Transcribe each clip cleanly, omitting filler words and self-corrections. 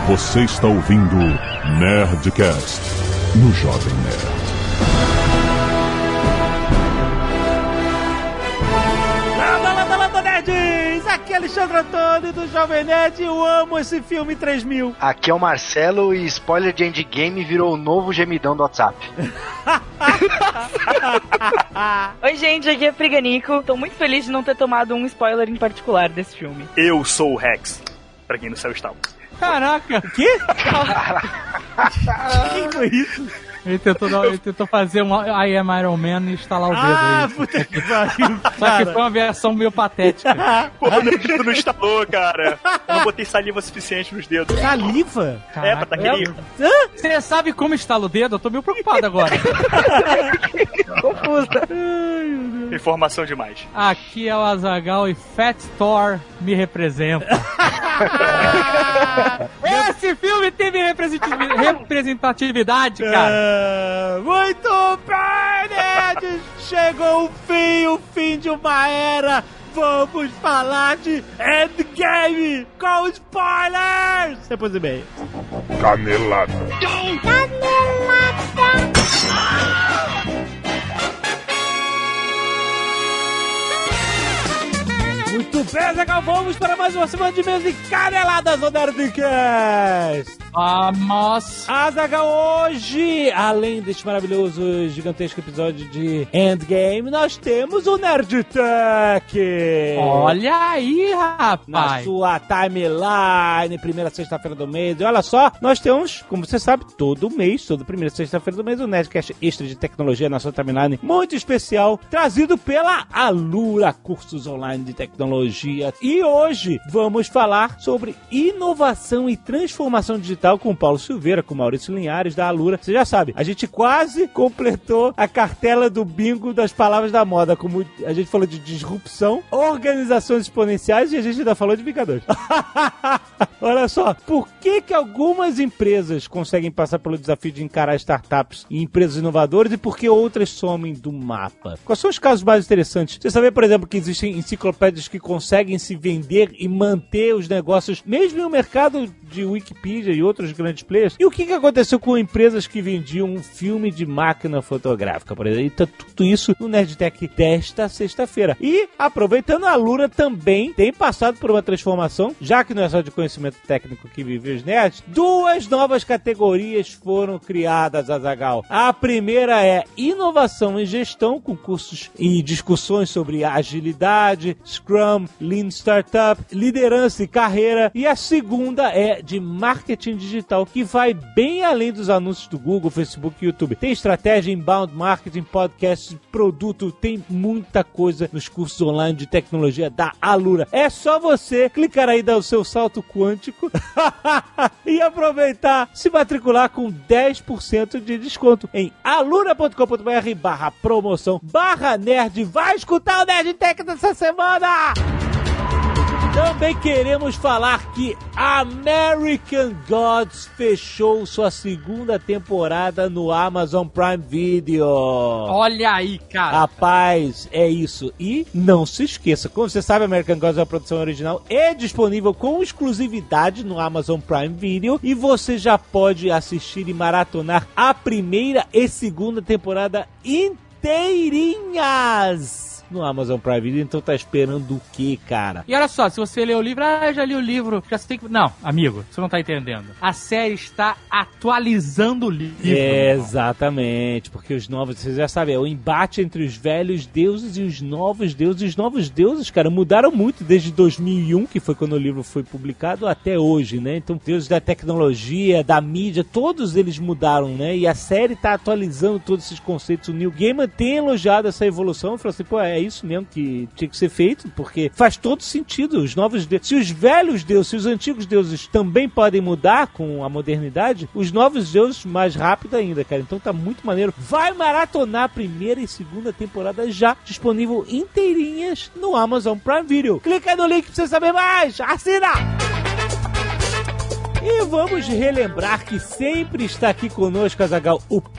Você está ouvindo Nerdcast no Jovem Nerd. Landa, nerds! Aqui é Alexandre Antônio do Jovem Nerd. Eu amo esse filme 3000. Aqui é o Marcelo e spoiler de Endgame virou o novo gemidão do WhatsApp. Oi, gente, aqui é Friganico. Tô muito feliz de não ter tomado um spoiler em particular desse filme. Eu sou o Rex, pra quem não sabe o estalo. Caraca! O quê? Que foi isso? Ele tentou fazer um I Am Iron Man e instalar o dedo. Ah, puta que pariu, Só que foi uma versão meio patética. Pô, meu dedo não instalou, cara. Eu não botei saliva suficiente nos dedos. Saliva? É, pra tá aquele... Você sabe como instala o dedo? Eu tô meio preocupado agora. Confusa. Informação demais. Aqui é o Azaghal e Fat Thor me representa. Esse filme teve representatividade, cara. Muito bem, nerds! Chegou o fim de uma era. Vamos falar de Endgame com spoilers! Depois do e-mail. Canelada. Muito bem, Zagal, vamos para mais uma semana de e-mails e caneladas do Nerdcast! Vamos! Azaghal, hoje, além deste maravilhoso, gigantesco episódio de Endgame, nós temos o Nerd Tech! Olha aí, Na rapaz! sua timeline, primeira sexta-feira do mês. E olha só, nós temos, como você sabe, todo mês, toda primeira sexta-feira do mês, o Nerdcast Extra de Tecnologia na sua timeline, muito especial, trazido pela Alura, cursos online de tecnologia. E hoje vamos falar sobre inovação e transformação digital com o Paulo Silveira, com o Maurício Linhares, da Alura. Você já sabe, a gente quase completou a cartela do bingo das palavras da moda, como a gente falou de disrupção, organizações exponenciais e a gente ainda falou de Vingadores. Olha só, por que algumas empresas conseguem passar pelo desafio de encarar startups e empresas inovadoras e por que outras somem do mapa? Quais são os casos mais interessantes? Você sabia, por exemplo, que existem enciclopédias que conseguem se vender e manter os negócios, mesmo em um mercado de Wikipedia e outros grandes players? E o que aconteceu com empresas que vendiam um filme de máquina fotográfica, por exemplo? Então, tudo isso no Nerdtech desta sexta-feira. E, aproveitando, a Alura também tem passado por uma transformação, já que não é só de conhecimento técnico que vive os nerds, duas novas categorias foram criadas, Azaghal. A primeira é inovação em gestão, com cursos e discussões sobre agilidade, Scrum, Lean Startup, liderança e carreira. E a segunda é de marketing digital, que vai bem além dos anúncios do Google, Facebook e YouTube. Tem estratégia, inbound marketing, podcast, produto, tem muita coisa nos cursos online de tecnologia da Alura. É só você clicar aí, dar o seu salto quântico e aproveitar, se matricular com 10% de desconto em alura.com.br/promoção/nerd. Vai escutar o Nerd Tech dessa semana! Também queremos falar que American Gods fechou sua segunda temporada no Amazon Prime Video. Olha aí, cara! Rapaz, é isso. E não se esqueça, como você sabe, American Gods é uma produção original, é disponível com exclusividade no Amazon Prime Video e você já pode assistir e maratonar a primeira e segunda temporada inteirinhas no Amazon Prime Video. Então tá esperando o quê, cara? E olha só, se você lê o livro, já li o livro, já tem que... Não, amigo, você não tá entendendo. A série está atualizando o livro. Exatamente, porque os novos, vocês já sabem, é o embate entre os velhos deuses e os novos deuses. Os novos deuses, cara, mudaram muito desde 2001, que foi quando o livro foi publicado, até hoje, né? Então, deuses da tecnologia, da mídia, todos eles mudaram, né? E a série tá atualizando todos esses conceitos. O Neil Gaiman tem elogiado essa evolução e falou assim, pô, é isso mesmo que tinha que ser feito, porque faz todo sentido. Os novos deuses, se os velhos deuses, se os antigos deuses também podem mudar com a modernidade, os novos deuses mais rápido ainda, cara. Então tá muito maneiro. Vai maratonar a primeira e segunda temporada já disponível inteirinhas no Amazon Prime Video. Clica aí no link pra você saber mais. Assina! E vamos relembrar que sempre está aqui conosco, Azaghal, o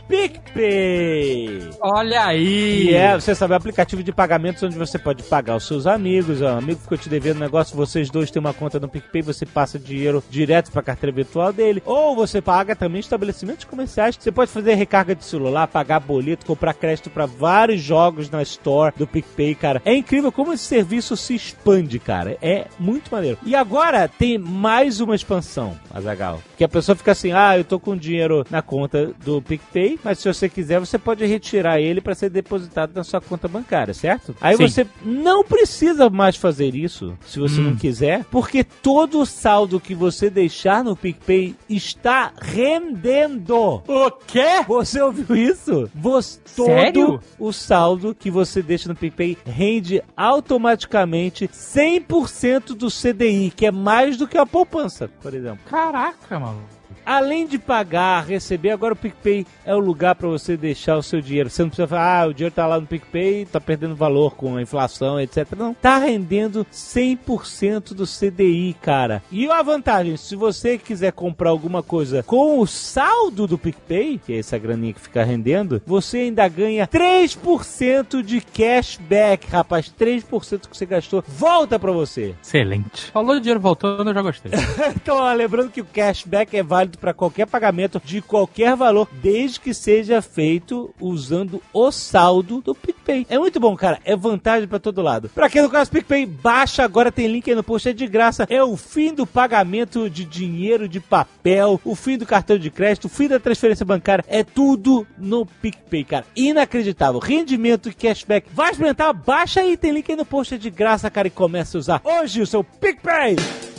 PicPay. Olha aí! E você sabe, o aplicativo de pagamentos onde você pode pagar os seus amigos. Ó, um amigo ficou te devendo um negócio, vocês dois têm uma conta no PicPay, você passa dinheiro direto pra carteira virtual dele. Ou você paga também estabelecimentos comerciais. Você pode fazer recarga de celular, pagar boleto, comprar crédito pra vários jogos na Store do PicPay, cara. É incrível como esse serviço se expande, cara. É muito maneiro. E agora tem mais uma expansão, Azaghal. Que a pessoa fica assim, eu tô com dinheiro na conta do PicPay, mas se você quiser, você pode retirar ele pra ser depositado na sua conta bancária, certo? Aí Sim. você não precisa mais fazer isso, se você não quiser, porque todo o saldo que você deixar no PicPay está rendendo. O quê? Você ouviu isso? Sério? Todo o saldo que você deixa no PicPay rende automaticamente 100% do CDI, que é mais do que a poupança, por exemplo. Caraca, mano. Além de pagar, receber, agora o PicPay é o lugar para você deixar o seu dinheiro. Você não precisa falar, o dinheiro tá lá no PicPay, tá perdendo valor com a inflação, etc. Não, tá rendendo 100% do CDI, cara. E a vantagem, se você quiser comprar alguma coisa com o saldo do PicPay, que é essa graninha que fica rendendo, você ainda ganha 3% de cashback, rapaz. 3% que você gastou, volta pra você. Excelente. Falou de dinheiro voltando, eu já gostei. Então, ó, lembrando que o cashback é válido para qualquer pagamento de qualquer valor, desde que seja feito usando o saldo do PicPay. É muito bom, cara. É vantagem para todo lado. Para quem não conhece o PicPay, baixa agora, tem link aí no post, é de graça. É o fim do pagamento de dinheiro de papel, o fim do cartão de crédito, o fim da transferência bancária. É tudo no PicPay, cara. Inacreditável. Rendimento e cashback. Vai experimentar? Baixa aí, tem link aí no post, é de graça, cara, e comece a usar hoje o seu PicPay.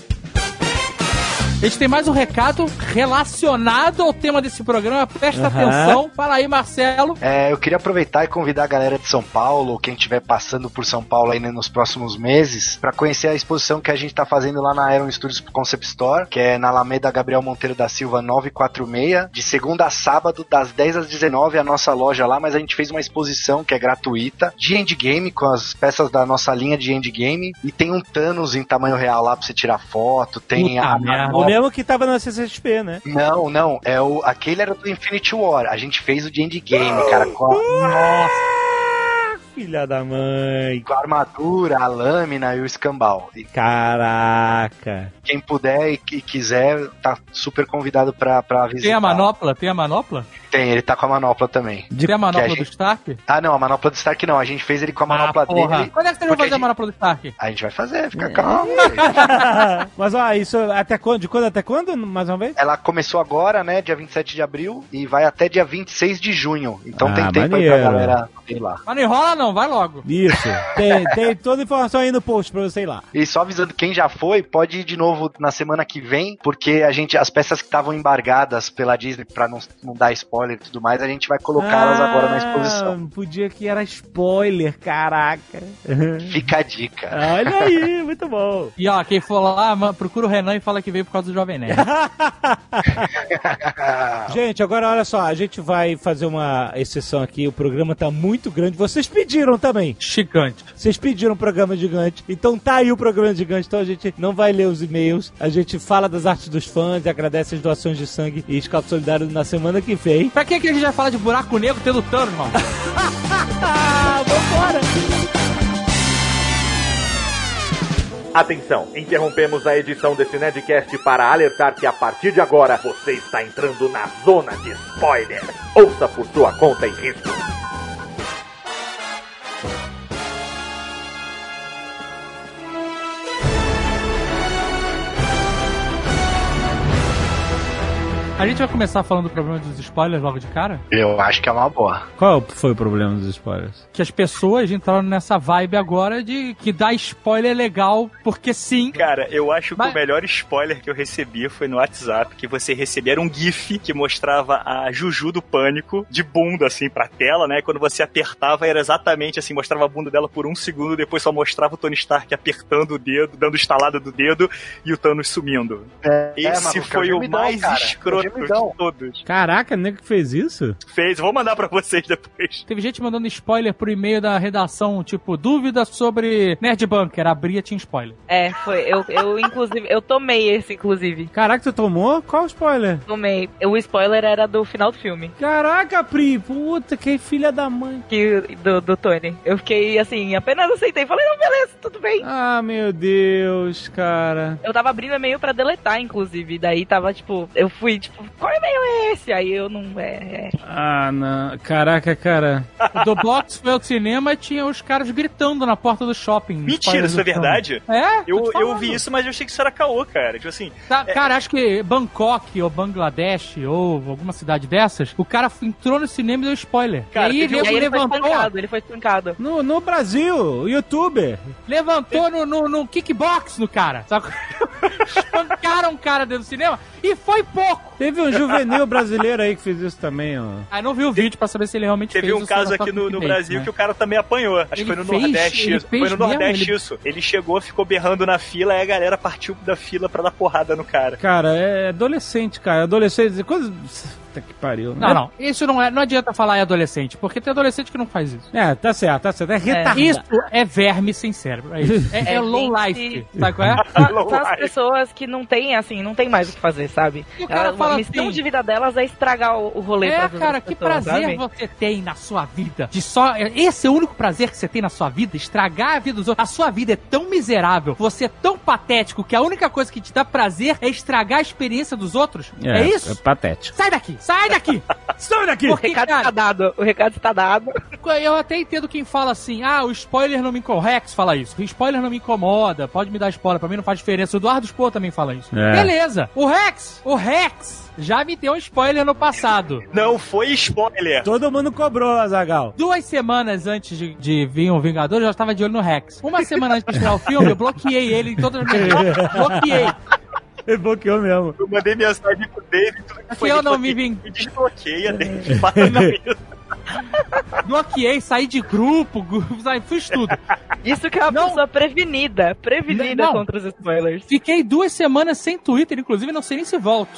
A gente tem mais um recado relacionado ao tema desse programa. Presta atenção. Fala aí, Marcelo. Eu queria aproveitar e convidar a galera de São Paulo, ou quem estiver passando por São Paulo ainda nos próximos meses, para conhecer a exposição que a gente tá fazendo lá na Aeron Studios Concept Store, que é na Alameda Gabriel Monteiro da Silva 946, de segunda a sábado, das 10 às 19, a nossa loja lá, mas a gente fez uma exposição que é gratuita, de endgame, com as peças da nossa linha de endgame, e tem um Thanos em tamanho real lá pra você tirar foto, tem O mesmo que tava na CCXP, né? Não. Aquele era do Infinity War. A gente fez o de Endgame, cara. Nossa! Filha da mãe. Com a armadura, a lâmina e o escambau. Caraca. Quem puder e quiser, tá super convidado pra visitar. Tem a manopla? Tem a manopla? Tem, ele tá com a manopla também. Tem a manopla do Stark? Não, a manopla do Stark não. A gente fez ele com a manopla dele. Quando é que vocês vão fazer a manopla do Stark? A gente vai fazer, fica calmo. Mas ó, isso até quando? De quando até quando, mais uma vez? Ela começou agora, né, dia 27 de abril, e vai até dia 26 de junho. Então tem tempo aí pra galera ir lá. Mas não enrola não, vai logo. Isso. Tem toda a informação aí no post pra você ir lá. E só avisando quem já foi, pode ir de novo na semana que vem, porque as peças que estavam embargadas pela Disney, pra não dar spoiler e tudo mais, a gente vai colocá-las agora na exposição. Podia que era spoiler, caraca. Fica a dica. Olha aí, muito bom. E ó, quem for lá, procura o Renan e fala que veio por causa do Jovem Nerd. Gente, agora olha só, a gente vai fazer uma exceção aqui, o programa tá muito grande, vocês pediram também. Gigante. Vocês pediram um programa gigante, então tá aí o programa gigante, então a gente não vai ler os e-mails, a gente fala das artes dos fãs, agradece as doações de sangue e escalpo solidário na semana que vem. Pra que a gente vai falar de buraco negro tendo Thanos, irmão? Vambora! Atenção, interrompemos a edição desse Nerdcast para alertar que a partir de agora você está entrando na zona de spoiler. Ouça por sua conta e risco. A gente vai começar falando do problema dos spoilers logo de cara? Eu acho que é uma boa. Qual foi o problema dos spoilers? Que as pessoas entraram nessa vibe agora de que dá spoiler legal, porque sim. Cara, eu acho que o melhor spoiler que eu recebi foi no WhatsApp, que você recebia era um GIF que mostrava a Juju do Pânico de bunda, assim, pra tela, né? E quando você apertava, era exatamente assim, mostrava a bunda dela por um segundo, depois só mostrava o Tony Stark apertando o dedo, dando estalada do dedo e o Thanos sumindo. Esse foi o mais escroto Gemidão. Todos. Caraca, nego que fez isso? Fez, vou mandar pra vocês depois. Teve gente mandando spoiler por e-mail da redação, tipo, dúvida sobre Nerd Bunker. Abria, tinha spoiler. Foi. Inclusive, eu tomei esse, inclusive. Caraca, você tomou? Qual spoiler? Tomei. O spoiler era do final do filme. Caraca, Pri, puta, que filha da mãe. Do Tony. Eu fiquei assim, apenas aceitei. Falei, não, beleza, tudo bem. Ah, meu Deus, cara. Eu tava abrindo e-mail pra deletar, inclusive. Daí tava, tipo, eu fui, tipo, qual e-mail é esse? Aí eu não... Ah, não. Caraca, cara. O do Box foi ao cinema e tinha os caras gritando na porta do shopping. Mentira, isso é verdade? Eu vi isso, mas eu achei que isso era caô, cara. Tipo assim... Cara, acho que Bangkok ou Bangladesh ou alguma cidade dessas, o cara entrou no cinema e deu spoiler. Cara, e aí ele levantou... Ele foi espancado. No Brasil, youtuber. Levantou no kickbox no cara. Sabe? Espancaram o cara dentro do cinema e foi pouco. Teve um juvenil brasileiro aí que fez isso também, ó. Ah, não vi o vídeo pra saber se ele realmente fez. Teve um caso aqui no Brasil, né? Que o cara também apanhou. Acho que foi no Nordeste isso. Foi no Nordeste isso. Ele chegou, ficou berrando na fila, aí a galera partiu da fila pra dar porrada no cara. Cara, é adolescente, cara. Adolescente, coisa... Puta que pariu. Não. Isso não adianta falar em adolescente, porque tem adolescente que não faz isso. Tá certo. É retardado. Isso é verme sem cérebro. É isso. É low life. Sabe qual é? São as pessoas que não tem, assim, não tem mais o que fazer, sabe? A missão de vida delas é estragar o rolê pra cara, que pessoas, prazer, sabe? Você tem na sua vida de só... Esse é o único prazer que você tem na sua vida, estragar a vida dos outros. A sua vida é tão miserável, você é tão patético, que a única coisa que te dá prazer é estragar a experiência dos outros. É isso? É patético. Sai daqui! Sai daqui! Sai daqui! Porque, o recado está dado. O recado está dado. Eu até entendo quem fala assim, o spoiler não me incomoda. O Rex fala isso. O spoiler não me incomoda, pode me dar spoiler, pra mim não faz diferença. O Eduardo Spohr também fala isso. Beleza. O Rex já me deu um spoiler no passado. Não foi spoiler. Todo mundo cobrou, Azaghal. 2 semanas antes de vir o Vingador, eu já estava de olho no Rex. 1 semana antes de estrear o filme, eu bloqueei ele em todas as minhas redes. Bloqueei. Ele bloqueou mesmo. Eu mandei mensagem pro David, tudo que foi. Eu não me vim. Me desbloqueia, David. Para isso. Bloqueei, saí de grupo, fiz tudo. Isso que é uma pessoa prevenida contra os spoilers. Fiquei 2 semanas sem Twitter, inclusive não sei nem se volto.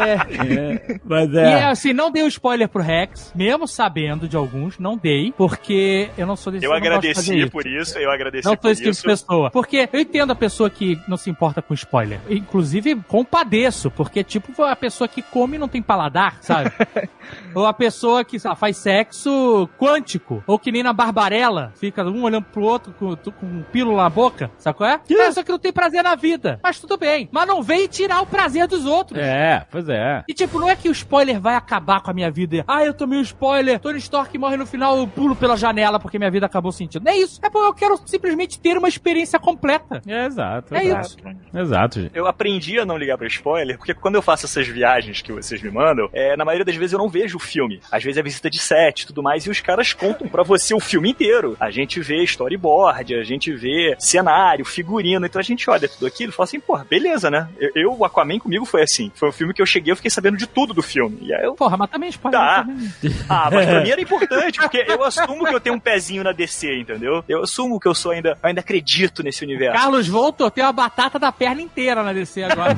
Mas E assim, não dei o spoiler pro Rex, mesmo sabendo de alguns, não dei, porque eu não sou desse Eu agradeci por isso, Não sou esse tipo de pessoa. Porque eu entendo a pessoa que não se importa com spoiler. Inclusive, compadeço, porque tipo a pessoa que come e não tem paladar, sabe? Ou a pessoa que faz sexo quântico, ou que nem na Barbarella, fica um olhando pro outro com um pílula na boca, sabe qual é? Pessoa que não tem prazer na vida. Mas tudo bem. Mas não vem tirar o prazer dos outros. Pois é. E tipo, não é que o spoiler vai acabar com a minha vida. Eu tomei um spoiler, Tony Stark morre no final, eu pulo pela janela porque minha vida acabou sentindo. Não é isso. É porque eu quero simplesmente ter uma experiência completa. Exato. Isso. Exato, gente. Eu aprendi a não ligar pra spoiler, porque quando eu faço essas viagens que vocês me mandam, na maioria das vezes eu não vejo o filme. Às vezes é visita de set e tudo mais, e os caras contam pra você o filme inteiro. A gente vê storyboard, a gente vê cenário, figurino, então a gente olha tudo aquilo e fala assim, beleza, né? O Aquaman comigo foi assim. Foi um filme que eu cheguei, eu fiquei sabendo de tudo do filme. E aí mas também spoiler. Mas pra mim era importante, porque eu assumo que eu tenho um pezinho na DC, entendeu? Eu assumo que eu ainda acredito nesse universo. Carlos Voltor tem uma batata da perna inteira na DC agora.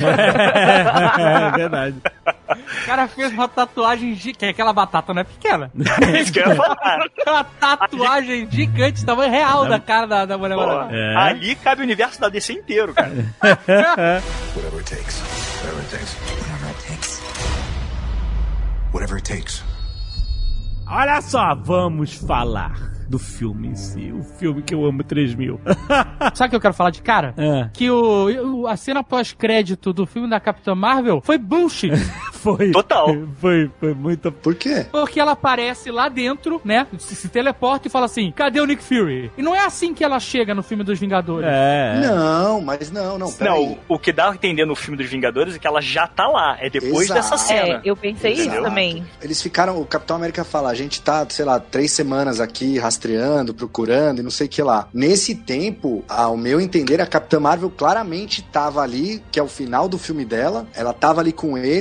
É verdade. O cara fez uma tatuagem gigante. Aquela batata não é pequena. É isso que eu ia falar. Uma tatuagem gigante, tamanho real da cara da mulher. Ali cabe o universo da DC inteiro, cara. Whatever it takes. Whatever it takes. Whatever it takes. Whatever it takes. Olha só, vamos falar do filme em si. O filme que eu amo 3000. Sabe o que eu quero falar de cara? Que a cena pós-crédito do filme da Capitã Marvel foi bullshit. Foi. Total. Foi muito... Por quê? Porque ela aparece lá dentro, né? Se teleporta e fala assim, cadê o Nick Fury? E não é assim que ela chega no filme dos Vingadores. Não, peraí. O que dá a entender no filme dos Vingadores é que ela já tá lá. É depois dessa cena. Eu pensei isso também. Eles ficaram... O Capitão América fala, a gente tá, sei lá, 3 semanas aqui rastreando, procurando e não sei o que lá. Nesse tempo, ao meu entender, a Capitã Marvel claramente tava ali, que é o final do filme dela. Ela tava ali com eles,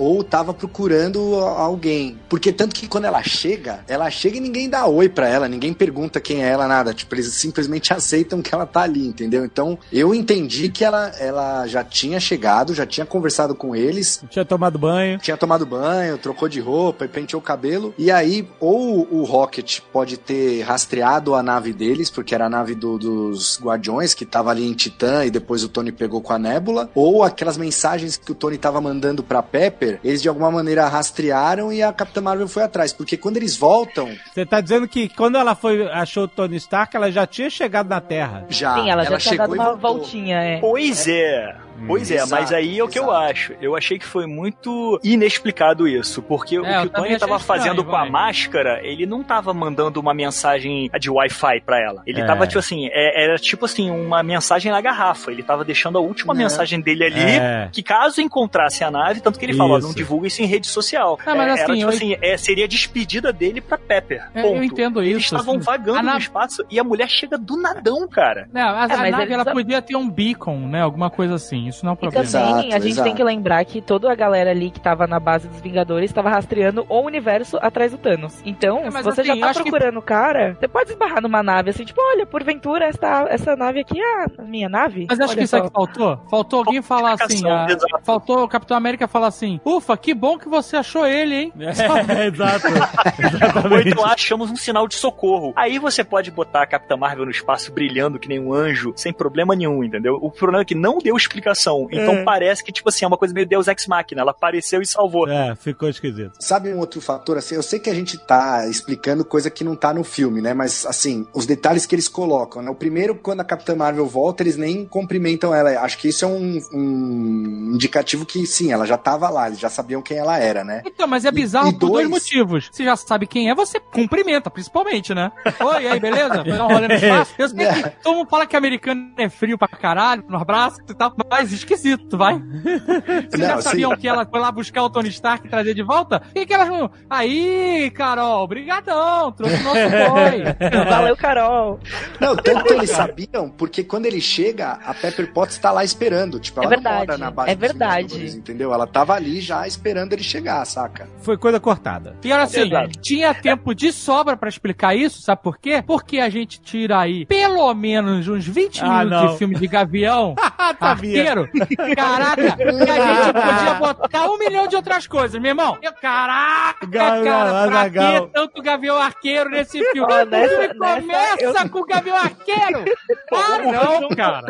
ou tava procurando alguém. Porque tanto que quando ela chega e ninguém dá oi pra ela, ninguém pergunta quem é ela, nada. Tipo, eles simplesmente aceitam que ela tá ali, entendeu? Então, eu entendi que ela já tinha chegado, já tinha conversado com eles. Tinha tomado banho, trocou de roupa e penteou o cabelo. E aí, ou o Rocket pode ter rastreado a nave deles, porque era a nave dos Guardiões, que tava ali em Titã e depois o Tony pegou com a Nebula, ou aquelas mensagens que o Tony tava mandando pra Pepper, eles de alguma maneira rastrearam e a Capitã Marvel foi atrás, porque quando eles voltam... Você tá dizendo que quando ela achou o Tony Stark, ela já tinha chegado na Terra. Sim, ela já tinha dado uma voltinha, Pois é, mas aí é o que eu acho. Eu achei que foi muito inexplicado isso, porque o que o Tony tava fazendo com a máscara, ele não tava mandando uma mensagem de Wi-Fi pra ela. Ele tava, tipo assim, era tipo assim, uma mensagem na garrafa. Ele tava deixando a última mensagem dele ali, que caso encontrasse a nave, tanto que ele falou, não divulga isso em rede social. Mas era tipo assim, seria a despedida dele pra Pepper. Ponto. Eu entendo isso. Eles estavam vagando no espaço e a mulher chega do nadão, cara. A nave, ela podia ter um beacon, né? Alguma coisa assim. Isso não é um problema. E também, a gente tem que lembrar que toda a galera ali que tava na base dos Vingadores tava rastreando o universo atrás do Thanos. Então, se você já tá procurando o cara, você pode esbarrar numa nave assim, tipo, olha, porventura essa nave aqui é a minha nave. Mas acho que isso que faltou. Faltou alguém falar assim, faltou o Capitão América falar assim, ufa, que bom que você achou ele, hein? Exato. Ou então achamos um sinal de socorro. Aí você pode botar a Capitã Marvel no espaço brilhando que nem um anjo, sem problema nenhum, entendeu? O problema é que não deu explicação. Então parece que, tipo assim, é uma coisa meio Deus Ex Machina. Ela apareceu e salvou. Ficou esquisito. Sabe um outro fator, assim, eu sei que a gente tá explicando coisa que não tá no filme, né? Mas, assim, os detalhes que eles colocam, né? O primeiro, quando a Capitã Marvel volta, eles nem cumprimentam ela. Acho que isso é um indicativo que, sim, ela já tava lá, eles já sabiam quem ela era, né? Então, mas é bizarro por dois motivos. Você já sabe quem é, você cumprimenta, principalmente, né? Oi, aí, beleza? Vai dar um rolê no espaço. Eu sei que todo mundo fala que americano é frio pra caralho, nos braços e tal, mas esquisito, vai. Vocês já sabiam que ela foi lá buscar o Tony Stark e trazer de volta? O que elas vão? Aí, Carol, brigadão, trouxe o nosso boy. Valeu, Carol. Não, tanto eles sabiam, porque quando ele chega, a Pepper Potts tá lá esperando. Tipo, ela não mora na base dos Vingadores, entendeu? Ela tava ali já esperando ele chegar, saca? Foi coisa cortada. E olha assim, tinha tempo de sobra pra explicar isso, sabe por quê? Porque a gente tira aí pelo menos uns 20 minutos de filme de Gavião Arqueiro. Caraca, e a gente podia botar 1 milhão de outras coisas, meu irmão. Caraca, cara, pra que tanto Gavião Arqueiro nesse filme? Você começa com o Gavião Arqueiro! Não, cara.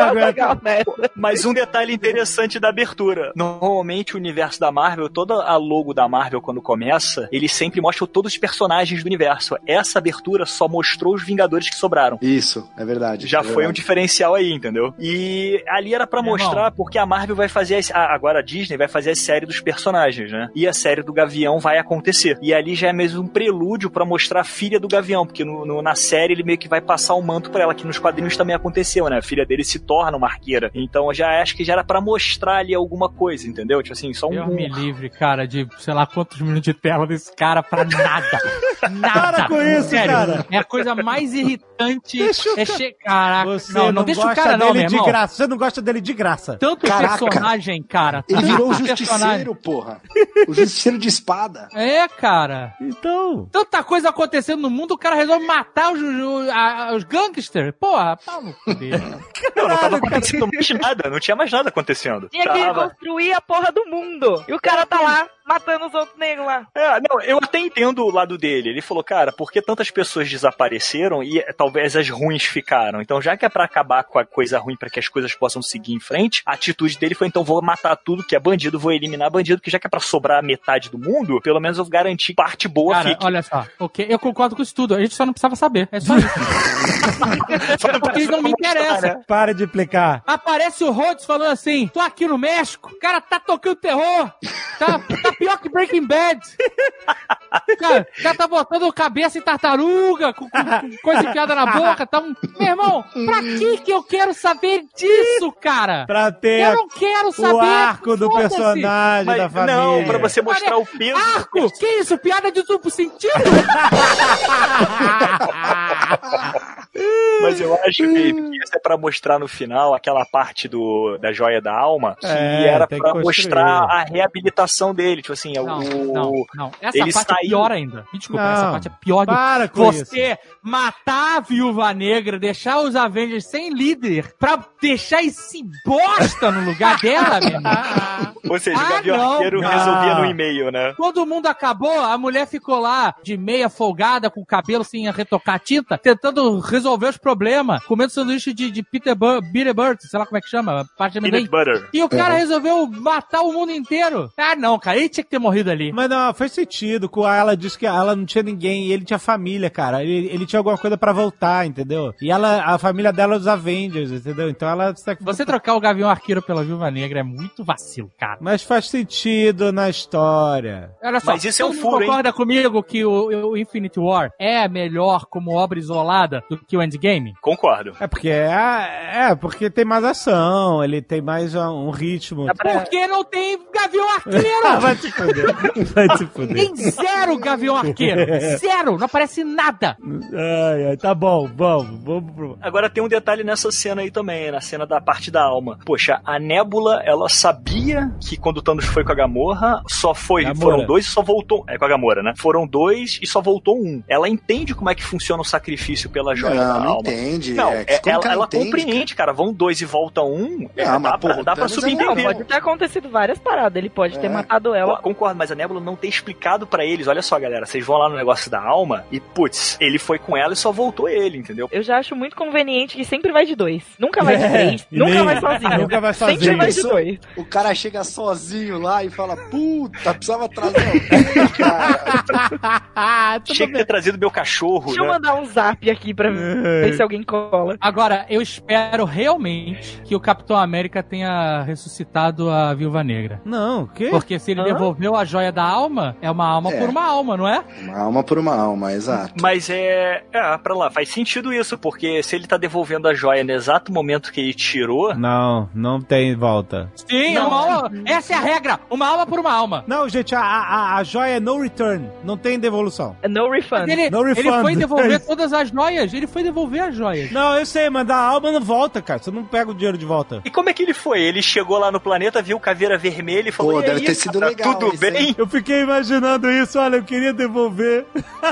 Mas um detalhe interessante da abertura. Normalmente o universo da Marvel, toda a logo da Marvel quando começa, eles sempre mostram todos os personagens do universo. Essa abertura só mostrou os Vingadores que sobraram. Isso, é verdade. Já foi um diferencial aí, entendeu? E ali era pra mostrar porque a Marvel vai fazer, agora a Disney vai fazer a série dos personagens, né? E a série do Gavião vai acontecer. E ali já é mesmo um prelúdio pra mostrar a filha do Gavião, porque na série ele meio que vai passar o manto pra ela, que nos quadrinhos também aconteceu, né? A filha dele se torna uma arqueira. Então eu já acho que já era pra mostrar ali alguma coisa, entendeu? Tipo assim, só um... Deus me livre, cara, de sei lá quantos minutos de tela desse cara pra nada. Nada. Para com isso, sério, cara. É a coisa mais irritante. Caraca. Você não deixa o cara não, meu irmão. Você não gosta dele de graça. Tanto personagem, cara. Ele virou o justiceiro, porra. O justiceiro de espada. É, cara. Então. Tanta coisa acontecendo no mundo, o cara resolve matar os gangsters. Porra, pau no cu dele. Não tava acontecendo mais nada. Não tinha mais nada acontecendo. Tinha que reconstruir a porra do mundo. E o cara tá lá matando os outros negros lá. Não, eu até entendo o lado dele. Ele falou, cara, por que tantas pessoas desapareceram e talvez as ruins ficaram? Então, já que é pra acabar com a coisa ruim, pra que as coisas possam seguir em frente, a atitude dele foi, então, vou matar tudo que é bandido, vou eliminar bandido, que já que é pra sobrar metade do mundo, pelo menos eu vou garantir parte boa. Cara, fique. Olha só, ok, eu concordo com isso tudo, a gente só não precisava saber, é só isso. Porque não me interessa. Para de implicar. Aparece o Rhodes falando assim, tô aqui no México, o cara tá tocando terror, tá tá pior que Breaking Bad. Cara, já tá botando cabeça em tartaruga, com coisa enfiada na boca. Tá Meu irmão, pra que eu quero saber disso, cara? Pra ter eu não quero saber. O arco do personagem da família. Não, pra você mostrar o peso. Arco? Que isso? Piada de duplo sentido? Mas eu acho que isso é pra mostrar no final aquela parte da joia da alma, que era pra mostrar a reabilitação dele. Tipo assim, não. Essa ele parte é pior ainda. Me desculpa, essa parte é pior. Para com você matar a Viúva Negra, deixar os Avengers sem líder, pra deixar esse bosta no lugar dela, meu irmão. Ou seja, o Gavião Arqueiro resolvia no e-mail, né? Todo mundo acabou, a mulher ficou lá de meia folgada, com o cabelo sem retocar tinta, tentando resolver os problemas, comendo sanduíche de Peter Butter, sei lá como é que chama, parte de amendoim. E o cara resolveu matar o mundo inteiro. Ah, não, cara, ele tinha que ter morrido ali. Mas não, faz sentido. Ela disse que ela não tinha ninguém e ele tinha família, cara. Ele tinha alguma coisa pra voltar, entendeu? E a família dela é os Avengers, entendeu? Então ela... Você trocar o Gavião Arqueiro pela Viúva Negra é muito vacilo, cara. Mas faz sentido na história. Olha só, mas isso é um furo, concorda comigo que o Infinity War é melhor como obra isolada do que o Endgame? Concordo. É porque tem mais ação, ele tem mais um ritmo. Porque não tem Gavião Arqueiro! Vai te fuder. Vai te fuder. Tem zero Gavião Arqueiro. Zero! Não aparece nada. Ai, tá bom, vamos. Agora tem um detalhe nessa cena aí também, na cena da parte da alma. Poxa, a Nébula, ela sabia que quando o Thanos foi com a Gamorra, foram 2 e só voltou... É com a Gamora, né? Foram 2 e só voltou 1. Ela entende como é que funciona o sacrifício pela joia da alma. Não entende. Não, ela compreende, cara. Vão 2 e volta 1. Dá pra subentender. Pode ter acontecido várias paradas. Ele pode ter matado ela. Concordo, mas a Nébula não ter explicado pra eles. Olha só, galera, vocês vão lá no negócio da alma e, putz, ele foi com ela e só voltou ele, entendeu? Eu já acho muito conveniente que sempre vai de 2. Nunca vai de 3. Nunca vai sozinho. Nunca vai sozinho. Sempre vai de 2. O cara chega sozinho lá e fala, puta, precisava trazer alguém, cara. Tinha que ter trazido meu cachorro, Deixa eu mandar um zap aqui pra ver se alguém cola. Agora, eu espero realmente que o Capitão América tenha ressuscitado a Viúva Negra. Não, o quê? Porque se ele devolveu a joia da alma, é uma alma por uma alma, não é? Uma alma por uma alma, exato. Mas pra lá, faz sentido isso, porque se ele tá devolvendo a joia no exato momento que ele tirou... Não tem volta. Sim, é uma alma. Essa é a regra, uma alma por uma alma. Não, gente, a joia é no return, não tem devolução. No refund. Ele foi devolver todas as joias, ele foi devolver as joias. Não, eu sei, mas a alma não volta, cara, você não pega o dinheiro de volta. E como é que ele foi? Ele chegou lá no planeta, viu Caveira Vermelha e falou, deve ter sido legal, tudo bem? Eu fiquei imaginando isso, olha, eu queria devolver.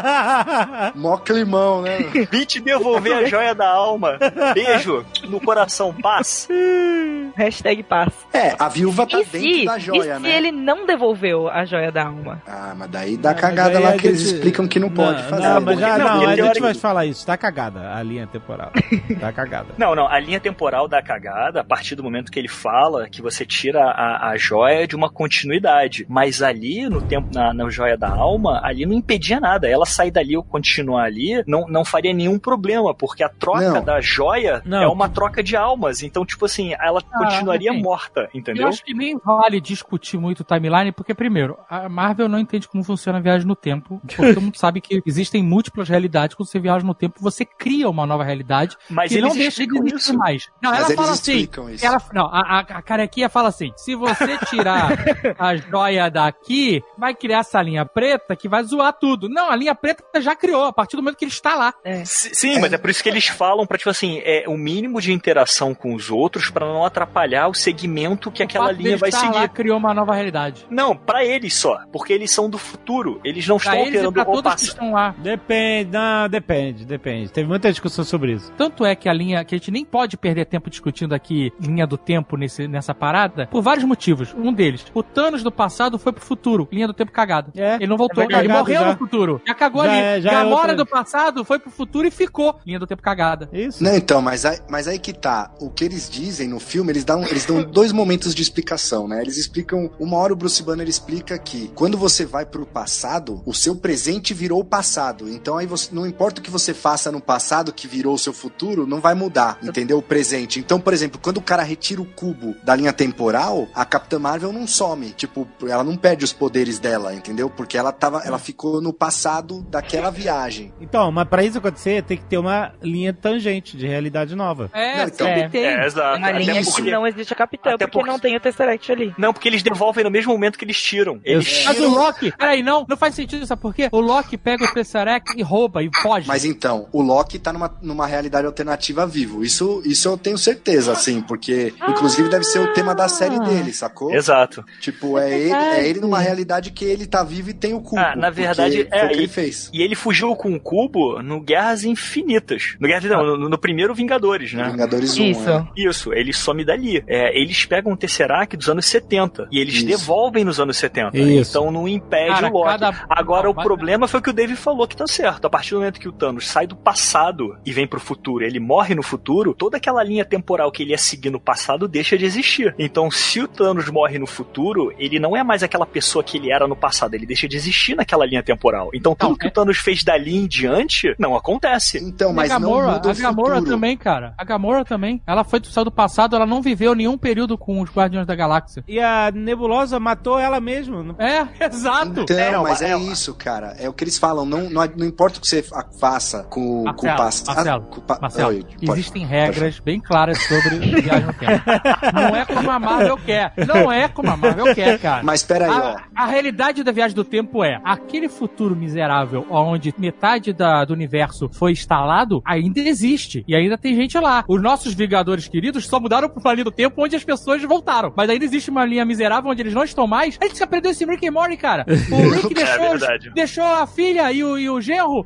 Mó climão, né? Vim te devolver a joia da alma. Beijo no coração, paz. Hashtag paz. A viúva tá dentro da joia, e né? se ele não devolveu a joia da alma? Mas daí dá cagada lá que eles explicam que não pode fazer. A gente vai falar isso, tá cagada a linha temporal. Tá cagada. Não, a linha temporal dá cagada a partir do momento que ele fala que você tira a joia de uma continuidade. Mas ali, no tempo, na joia da alma, ali não impedia nada. Ela sair dali ou continuar ali, não faria nenhum problema, porque a troca da joia é uma troca de almas. Então, tipo assim, ela continuaria morta, entendeu? Eu acho que nem vale discutir muito o timeline, porque, primeiro, a Marvel não entende como funciona a viagem no tempo, porque todo mundo sabe que existem múltiplas realidades. Quando você viaja no tempo, você cria uma nova realidade que não deixa de existir mais. Não, ela fala assim... A carequinha fala assim, se você tirar a joia daqui, vai criar essa linha preta que vai zoar tudo. Não, a linha preta já criou, a partir do momento que ele está lá. Sim, mas é por isso que eles falam pra, tipo assim, o mínimo de interação com os outros pra não atrapalhar o segmento que aquela linha vai seguir. Lá criou uma nova realidade. Não, pra eles só, porque eles são do futuro. Eles não estão alterando o passado. Estão lá. Depende. Teve muita discussão sobre isso. Tanto é que a linha, que a gente nem pode perder tempo discutindo aqui, linha do tempo nessa parada, por vários motivos. Um deles, o Thanos do passado foi pro futuro, linha do tempo cagada. Ele não voltou, ele morreu no futuro. Já cagou ali. Gamora do passado foi pro futuro e ficou, linha do tempo cagada. Isso. Não, então, mas aí que tá. O que eles dizem no filme, eles dão 2 momentos de explicação. solução, né? Eles explicam, uma hora o Bruce Banner explica que quando você vai pro passado, o seu presente virou o passado. Então aí você, não importa o que você faça no passado, que virou o seu futuro, não vai mudar, entendeu? O presente. Então, por exemplo, quando o cara retira o cubo da linha temporal, a Capitã Marvel não some. Tipo, ela não perde os poderes dela, entendeu? Porque ela ficou no passado daquela viagem. Então, mas pra isso acontecer, tem que ter uma linha tangente de realidade nova. Sempre tem. Exato. Uma linha que não existe a Capitã, porque não tem o Tesseract ali. Não, porque eles devolvem no mesmo momento que eles tiram. Mas o Loki, peraí, não faz sentido, sabe por quê? O Loki pega o Tesseract e rouba e foge. Mas então, o Loki tá numa realidade alternativa vivo. Isso eu tenho certeza, assim, porque inclusive deve ser o tema da série dele, sacou? Exato. Tipo, é ele numa realidade que ele tá vivo e tem o cubo. Na verdade, foi o que ele fez. E ele fugiu com o cubo no Guerras Infinitas. No primeiro Vingadores, né? Vingadores 1, Isso, ele some dali. Eles pegam o Tesseract dos anos 70 e eles devolvem nos anos 70. Isso. Então não impede o Loki. Agora, o problema foi o que o Dave falou, que tá certo. A partir do momento que o Thanos sai do passado e vem pro futuro, ele morre no futuro, toda aquela linha temporal que ele ia seguir no passado deixa de existir. Então, se o Thanos morre no futuro, ele não é mais aquela pessoa que ele era no passado, ele deixa de existir naquela linha temporal. Então, tudo que o Thanos fez dali em diante, não acontece. Então, mas não muda o futuro. A Gamora também, cara. A Gamora também. Ela saiu do passado, ela não viveu nenhum período com os Guardiões da Galáxia. E a Nebulosa matou ela mesma. Exato. Então, mas é isso, cara. É o que eles falam. Não importa o que você faça com o passado. Marcelo, existem regras bem claras sobre viagem no tempo. Não é como a Marvel quer. Não é como a Marvel quer, cara. Mas peraí, a realidade da viagem do tempo é aquele futuro miserável onde metade do universo foi instalado, ainda existe. E ainda tem gente lá. Os nossos Vingadores queridos só mudaram pro linha do tempo onde as pessoas voltaram. Mas ainda existe uma linha miserável onde eles não estão mais. A gente aprendeu esse Rick and Morty, cara. O Rick deixou a filha e o genro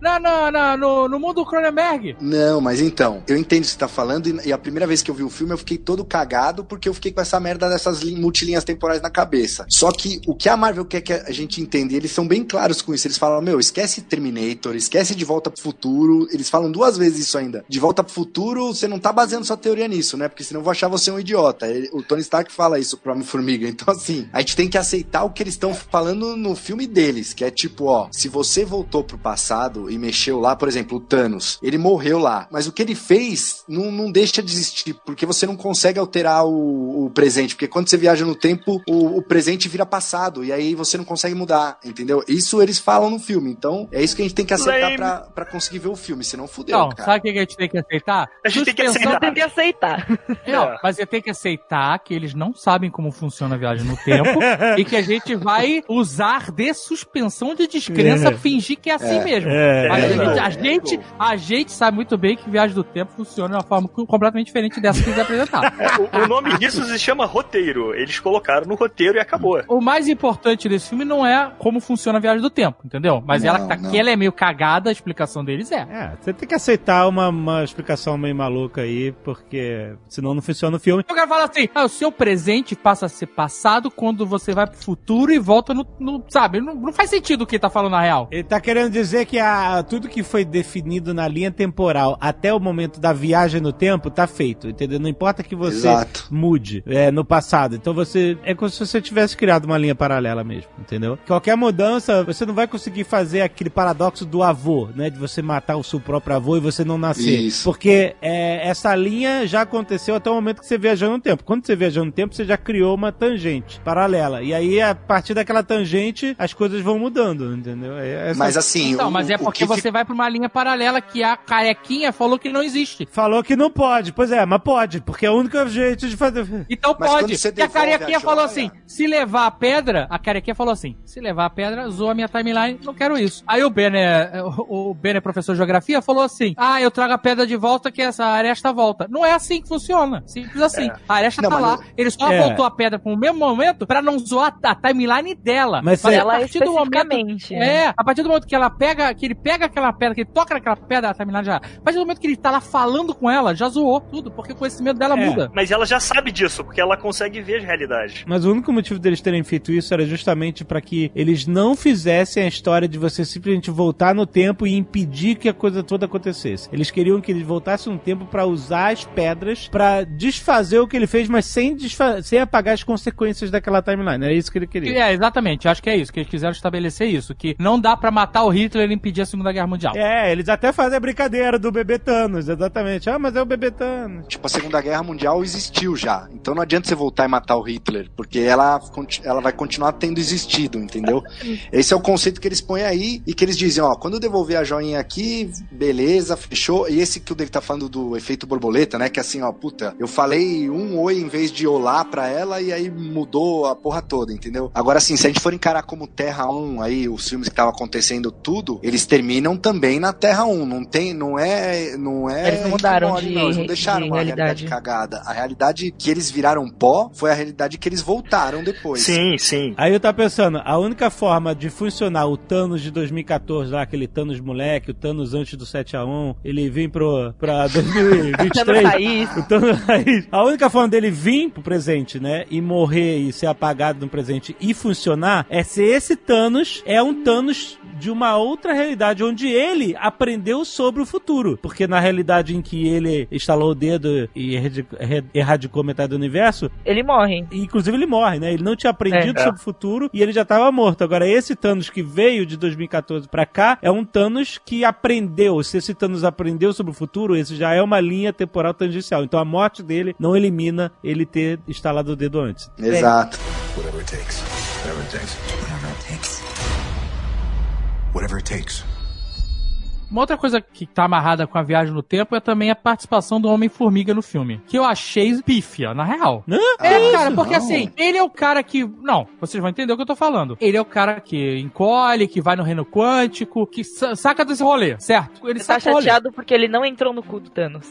no mundo Cronenberg. Não, mas então, eu entendo o que você tá falando e a primeira vez que eu vi o filme eu fiquei todo cagado porque eu fiquei com essa merda dessas multilinhas temporais na cabeça. Só que o que a Marvel quer que a gente entenda, eles são bem claros com isso. Eles falam, esquece Terminator, esquece De Volta pro Futuro. Eles falam 2 vezes isso ainda. De Volta pro Futuro, você não tá baseando sua teoria nisso, né? Porque senão eu vou achar você um idiota. O Tony Stark fala isso pra Homem-Formiga. Então, assim, a gente tem que aceitar o que eles estão falando no filme deles, que é tipo, se você voltou pro passado e mexeu lá, por exemplo, o Thanos, ele morreu lá, mas o que ele fez não deixa de existir, porque você não consegue alterar o presente, porque quando você viaja no tempo, o presente vira passado, e aí você não consegue mudar, entendeu? Isso eles falam no filme, então é isso que a gente tem que aceitar pra conseguir ver o filme, senão fudeu, não, cara. Sabe o que a gente tem que aceitar? A gente tem que aceitar. Não, mas você tem que aceitar que eles não sabem como funciona a viagem no tempo e que a gente vai usar de suspensão de descrença, fingir que é assim mesmo. Mas a gente sabe muito bem que viagem do tempo funciona de uma forma completamente diferente dessa que eles apresentaram. O nome disso se chama roteiro. Eles colocaram no roteiro e acabou. O mais importante desse filme não é como funciona a viagem do tempo, entendeu? Mas que ela é meio cagada, a explicação deles você tem que aceitar uma explicação meio maluca aí, porque senão não funciona o filme. O cara fala assim, o seu presente passa a ser passado quando você vai pro futuro e volta no sabe? Não faz sentido o que ele tá falando na real. Ele tá querendo dizer que tudo que foi definido na linha temporal até o momento da viagem no tempo tá feito, entendeu? Não importa que você mude no passado. Então é como se você tivesse criado uma linha paralela mesmo, entendeu? Qualquer mudança, você não vai conseguir fazer aquele paradoxo do avô, né? De você matar o seu próprio avô e você não nascer. Isso. Porque essa linha já aconteceu até o momento que você viajou no tempo. Quando você viajou no tempo, você já criou uma tangente paralela. E aí, a partir daquela tangente, as coisas vão mudando, entendeu? Mas assim... Então, mas é porque você vai pra uma linha paralela que a carequinha falou que não existe. Falou que não pode. Pois mas pode, porque é o único jeito de fazer. Então mas pode. E a carequinha falou assim, se levar a pedra, zoa minha timeline, não quero isso. Aí o Banner, professor de geografia, falou assim, eu trago a pedra de volta que essa aresta volta. Não é assim que funciona. Simples assim. A aresta tá lá. Ele só voltou a pedra pro mesmo momento pra não zoar a timeline dela. Mas ela a partir do momento, a partir do momento que ele pega aquela pedra, que ele toca naquela pedra, a timeline já... A partir do momento que ele tá lá falando com ela, já zoou tudo, porque o conhecimento dela muda. Mas ela já sabe disso, porque ela consegue ver as realidades. Mas o único motivo deles terem feito isso era justamente pra que eles não fizessem a história de você simplesmente voltar no tempo e impedir que a coisa toda acontecesse. Eles queriam que ele voltasse no tempo pra usar as pedras pra desfazer o que ele fez, mas sem apagar pagar as consequências daquela timeline. É isso que ele queria. É, exatamente. Acho que é isso, que eles quiseram estabelecer isso, que não dá pra matar o Hitler e impedir a Segunda Guerra Mundial. É, eles até fazem a brincadeira do bebê Thanos, exatamente. Ah, mas é o bebê Thanos. Tipo, a Segunda Guerra Mundial existiu já. Então não adianta você voltar e matar o Hitler, porque ela vai continuar tendo existido, entendeu? Esse é o conceito que eles põem aí e que eles dizem, ó, quando eu devolver a joinha aqui, beleza, fechou. E esse que o Dave tá falando do efeito borboleta, né? Que assim, ó, puta, eu falei um oi em vez de olá pra ela e aí mudou a porra toda, entendeu? Agora, assim, se a gente for encarar como Terra 1 aí, os filmes que estavam acontecendo tudo, eles terminam também na Terra 1. Não é... Eles não mudaram eles não deixaram uma realidade cagada. A realidade que eles viraram pó foi a realidade que eles voltaram depois. Sim, sim. Aí eu tava pensando, a única forma de funcionar o Thanos de 2014 lá, aquele Thanos moleque, o Thanos antes do 7-1, ele vem pra 2023. O Thanos raiz. A única forma dele vir pro presente, né, e morrer e ser apagado no presente e funcionar, é se esse Thanos é um Thanos de uma outra realidade, onde ele aprendeu sobre o futuro. Porque na realidade em que ele estalou o dedo e erradicou metade do universo... Ele morre. Inclusive ele morre, né? Ele não tinha aprendido sobre o futuro e ele já estava morto. Agora, esse Thanos que veio de 2014 pra cá é um Thanos que aprendeu. Se esse Thanos aprendeu sobre o futuro, esse já é uma linha temporal tangencial. Então a morte dele não elimina ele ter instalado o dedo antes. Exato. Whatever it takes. Whatever it takes. Whatever it takes. Whatever it takes. Uma outra coisa que tá amarrada com a viagem no tempo é também a participação do Homem-Formiga no filme. Que eu achei pífia, na real. Cara, porque assim, ele é o cara que... Não, vocês vão entender o que eu tô falando. Ele é o cara que encolhe, que vai no reino quântico, que saca desse rolê, certo? Ele tá chateado porque ele não entrou no cu do Thanos.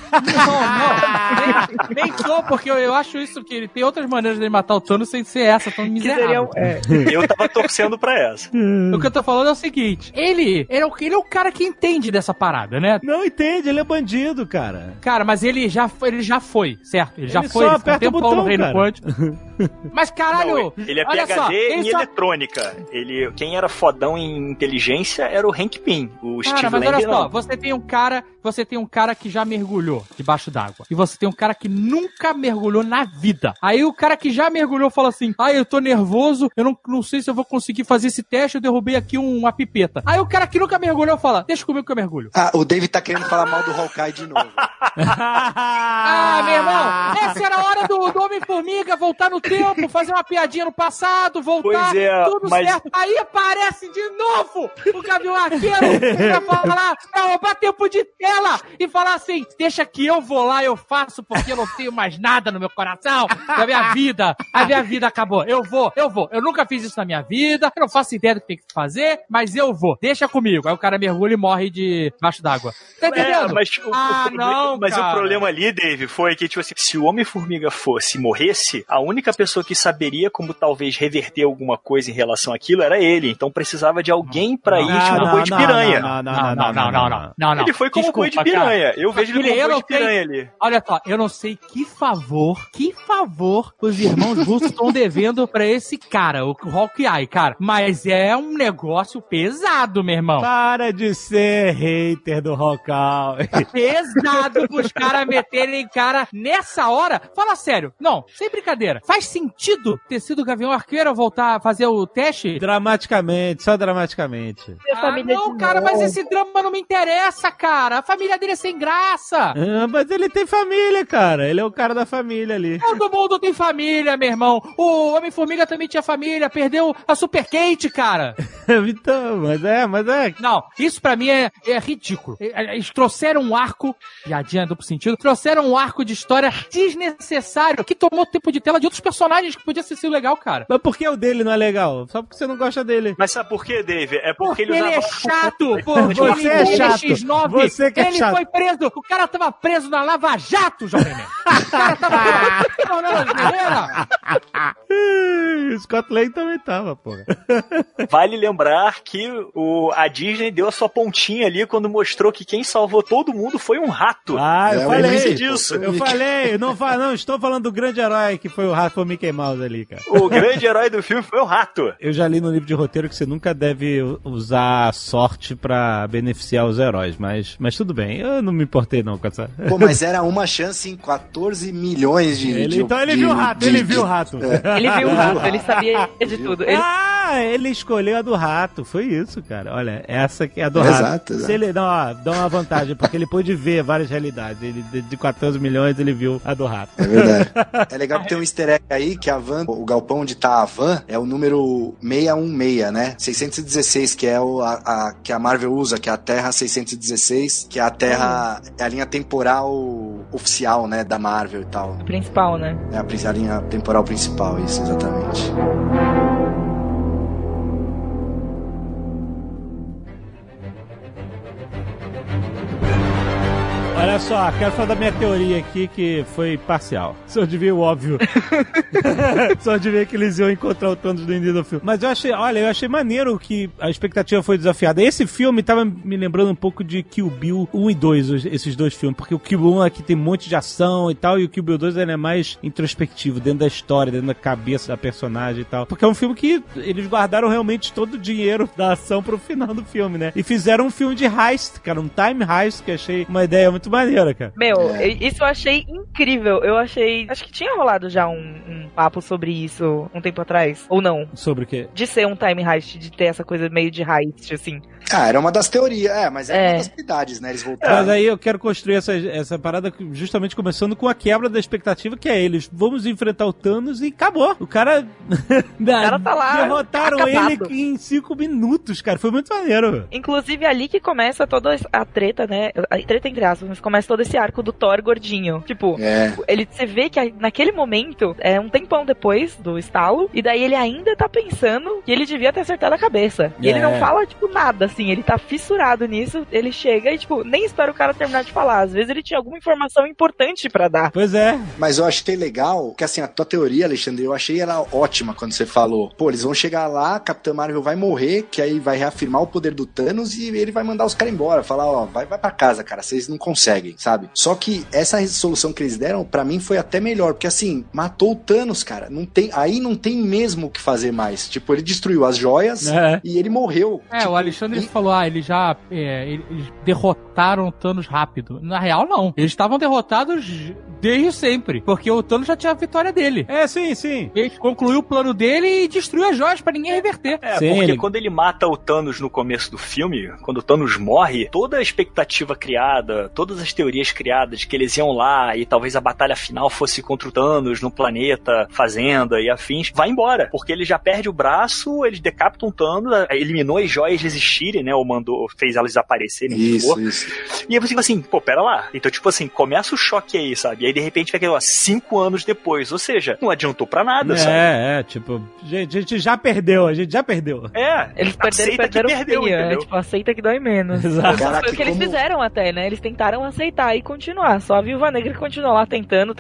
Não. Nem tô, porque eu acho isso, que ele tem outras maneiras de matar o Thanos sem ser essa, tão miserável. Eu tava torcendo pra essa. O que eu tô falando é o seguinte, ele é o cara que entende dessa parada, né? Não entende, ele é bandido, cara. Cara, mas ele já foi, certo? Ele já foi, só aperta o botão, no reino quântico. Mas caralho, não, ele é PhD em eletrônica. Quem era fodão em inteligência era o Hank Pym, o Steve Lang. Mas olha só, você tem um cara que já mergulhou debaixo d'água. E você tem um cara que nunca mergulhou na vida. Aí o cara que já mergulhou fala assim, eu tô nervoso, eu não sei se eu vou conseguir fazer esse teste, eu derrubei aqui uma pipeta. Aí o cara que nunca mergulhou fala, deixa comigo que eu mergulho. O David tá querendo falar mal do Hawkeye de novo. Meu irmão, essa era a hora do Homem-Formiga voltar no tempo, fazer uma piadinha no passado, voltar, tudo certo. Aí aparece de novo o Gavião Arqueiro pra falar, pra roubar tempo de tela e falar assim, deixa que eu vou lá, eu faço, porque eu não tenho mais nada no meu coração, a minha vida acabou, eu vou, eu nunca fiz isso na minha vida, eu não faço ideia do que tem que fazer, mas eu vou, deixa comigo. Aí o cara mergulha e morre debaixo d'água. Tá entendendo? Mas o problema ali, Dave, foi que, tipo assim, se o Homem-Formiga morresse, a única pessoa que saberia como talvez reverter alguma coisa em relação àquilo era ele. Então precisava de alguém pra ir tipo um boi de piranha. Não. Ele foi como boi de piranha. Eu vejo ele como boi de piranha ali. Olha só, eu não sei que favor os irmãos russos estão devendo pra esse cara, o Hawkeye, cara. Mas é um negócio pesado, meu irmão. Para de ser hater do Hawkeye. Pesado pros caras meterem cara nessa hora. Fala sério. Não, sem brincadeira. Faz sentido ter sido o Gavião Arqueiro voltar a fazer o teste? Dramaticamente, só dramaticamente. Não, cara, mas esse drama não me interessa, cara. A família dele é sem graça. Mas ele tem família, cara. Ele é o cara da família ali. Todo mundo tem família, meu irmão. O Homem-Formiga também tinha família. Perdeu a Super Kate, cara. Então, mas é. Não, isso pra mim é ridículo. Eles trouxeram um arco, piadinha duplo sentido, trouxeram um arco de história desnecessário que tomou tempo de tela de outros personagens que podia ser sido legal, cara. Mas por que o dele não é legal? Só porque você não gosta dele. Mas sabe por quê, Dave? É porque ele é chato. Você é chato. X9. Você que é chato. Foi preso. O cara tava preso na Lava Jato, Jovem Nerd. O cara tava preso na o Scott Lang também tava, porra. Vale lembrar que a Disney deu a sua pontinha ali quando mostrou que quem salvou todo mundo foi um rato. Ah, eu falei disso. Eu falei, não estou falando do grande herói que foi o rato, foi o Mickey Mouse ali, cara. O grande herói do filme foi o rato. Eu já li no livro de roteiro que você nunca deve usar a sorte pra beneficiar os heróis, mas tudo bem, eu não me importei não com essa... Pô, mas era uma chance em 14 milhões de... Então ele viu o rato, ele viu o rato. Ele viu o rato, ele sabia de tudo. Ele escolheu a do rato, foi isso, cara. Olha, essa que é a do rato. Exato. Se ele dá uma vantagem, porque ele pôde ver várias realidades. Ele, de 14 milhões, ele viu a do rato. É verdade. É legal que tem um easter egg aí, que a van, o galpão onde tá a van, é o número 616, né? 616, que é que a Marvel usa, que é a Terra 616, que é a Terra, é a linha temporal oficial, né, da Marvel e tal. A principal, né? É a linha temporal principal, isso, exatamente. Olha só, quero falar da minha teoria aqui, que foi parcial. Só adivinha o óbvio. Só adivinha que eles iam encontrar o Thanos no início do filme. Mas eu achei maneiro que a expectativa foi desafiada. Esse filme tava me lembrando um pouco de Kill Bill 1 e 2, esses dois filmes. Porque o Kill Bill 1 aqui tem um monte de ação e tal, e o Kill Bill 2 ele é mais introspectivo, dentro da história, dentro da cabeça da personagem e tal. Porque é um filme que eles guardaram realmente todo o dinheiro da ação pro final do filme, né? E fizeram um filme de heist, cara, um time heist, que achei uma ideia muito maneira, cara. Isso eu achei incrível. Acho que tinha rolado já um papo sobre isso um tempo atrás, ou não? Sobre o quê? De ser um time heist, de ter essa coisa meio de heist, assim. Era uma das teorias, mas era uma das idades, né? Eles voltaram. Mas aí eu quero construir essa parada justamente começando com a quebra da expectativa, que é eles, vamos enfrentar o Thanos e acabou. O cara tá lá, derrotaram acabado. ele em 5 minutos, cara. Foi muito maneiro. Inclusive ali que começa toda a treta, né? A treta entre aspas, mas começa todo esse arco do Thor gordinho. Tipo, você vê que naquele momento, um tempão depois do estalo, e daí ele ainda tá pensando que ele devia ter acertado a cabeça. E ele não fala, tipo, nada, assim. Ele tá fissurado nisso, ele chega e, tipo, nem espera o cara terminar de falar. Às vezes ele tinha alguma informação importante pra dar. Pois é. Mas eu achei legal, que assim, a tua teoria, Alexandre, eu achei ela ótima quando você falou. Pô, eles vão chegar lá, Capitã Marvel vai morrer, que aí vai reafirmar o poder do Thanos e ele vai mandar os caras embora. Falar, vai pra casa, cara, vocês não conseguem, sabe? Só que essa resolução que eles deram, pra mim, foi até melhor, porque assim, matou o Thanos, cara. Aí não tem mesmo o que fazer mais. Tipo, ele destruiu as joias e ele morreu. O Alexandre falou, eles já eles derrotaram o Thanos rápido. Na real, não. Eles estavam derrotados desde sempre, porque o Thanos já tinha a vitória dele. Sim. Ele concluiu o plano dele e destruiu as joias pra ninguém reverter. Porque quando ele mata o Thanos no começo do filme, quando o Thanos morre, toda a expectativa criada, todas as teorias criadas de que eles iam lá e talvez a batalha final fosse contra o Thanos no planeta, fazenda e afins, vai embora, porque ele já perde o braço, eles decapitam o Thanos, eliminou as joias resistirem, né, ou fez elas desaparecerem. Isso. E aí você fica assim, pera lá. Então, tipo assim, começa o choque aí, sabe? E aí, de repente, vai aquele, 5 anos depois. Ou seja, não adiantou pra nada, sabe? Tipo, a gente já perdeu. Eles perderam feio, tipo, aceita que dói menos. Exato. Caraca, foi o que eles fizeram até, né? Eles tentaram aceitar e continuar. Só a Viúva Negra continuou lá tentando.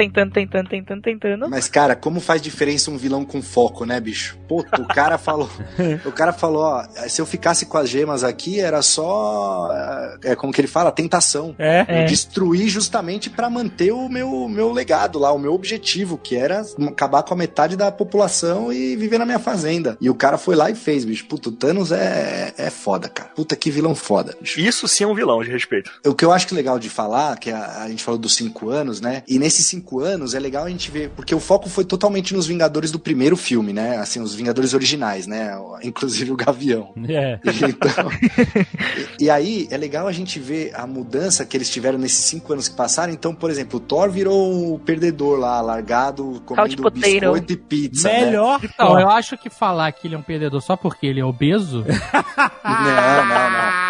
Mas, cara, como faz diferença um vilão com foco, né, bicho? Puta, o cara falou, se eu ficasse com as gemas aqui, era só, como que ele fala? Tentação. Destruir justamente pra manter o meu legado lá, o meu objetivo, que era acabar com a metade da população e viver na minha fazenda. E o cara foi lá e fez, bicho. Puta, o Thanos é foda, cara. Puta, que vilão foda, bicho. Isso sim é um vilão, de respeito. O que eu acho que é legal de falar, que a gente falou dos 5 anos, né? E nesses 5 anos é legal a gente ver, porque o foco foi totalmente nos Vingadores do primeiro filme, né? Assim, os Vingadores originais, né? Inclusive o Gavião. Então, e aí é legal a gente ver a mudança que eles tiveram nesses 5 anos que passaram. Então, por exemplo, o Thor virou o perdedor lá, largado, comendo biscoito e pizza. Melhor. Né? Então, eu acho que falar que ele é um perdedor só porque ele é obeso... Não.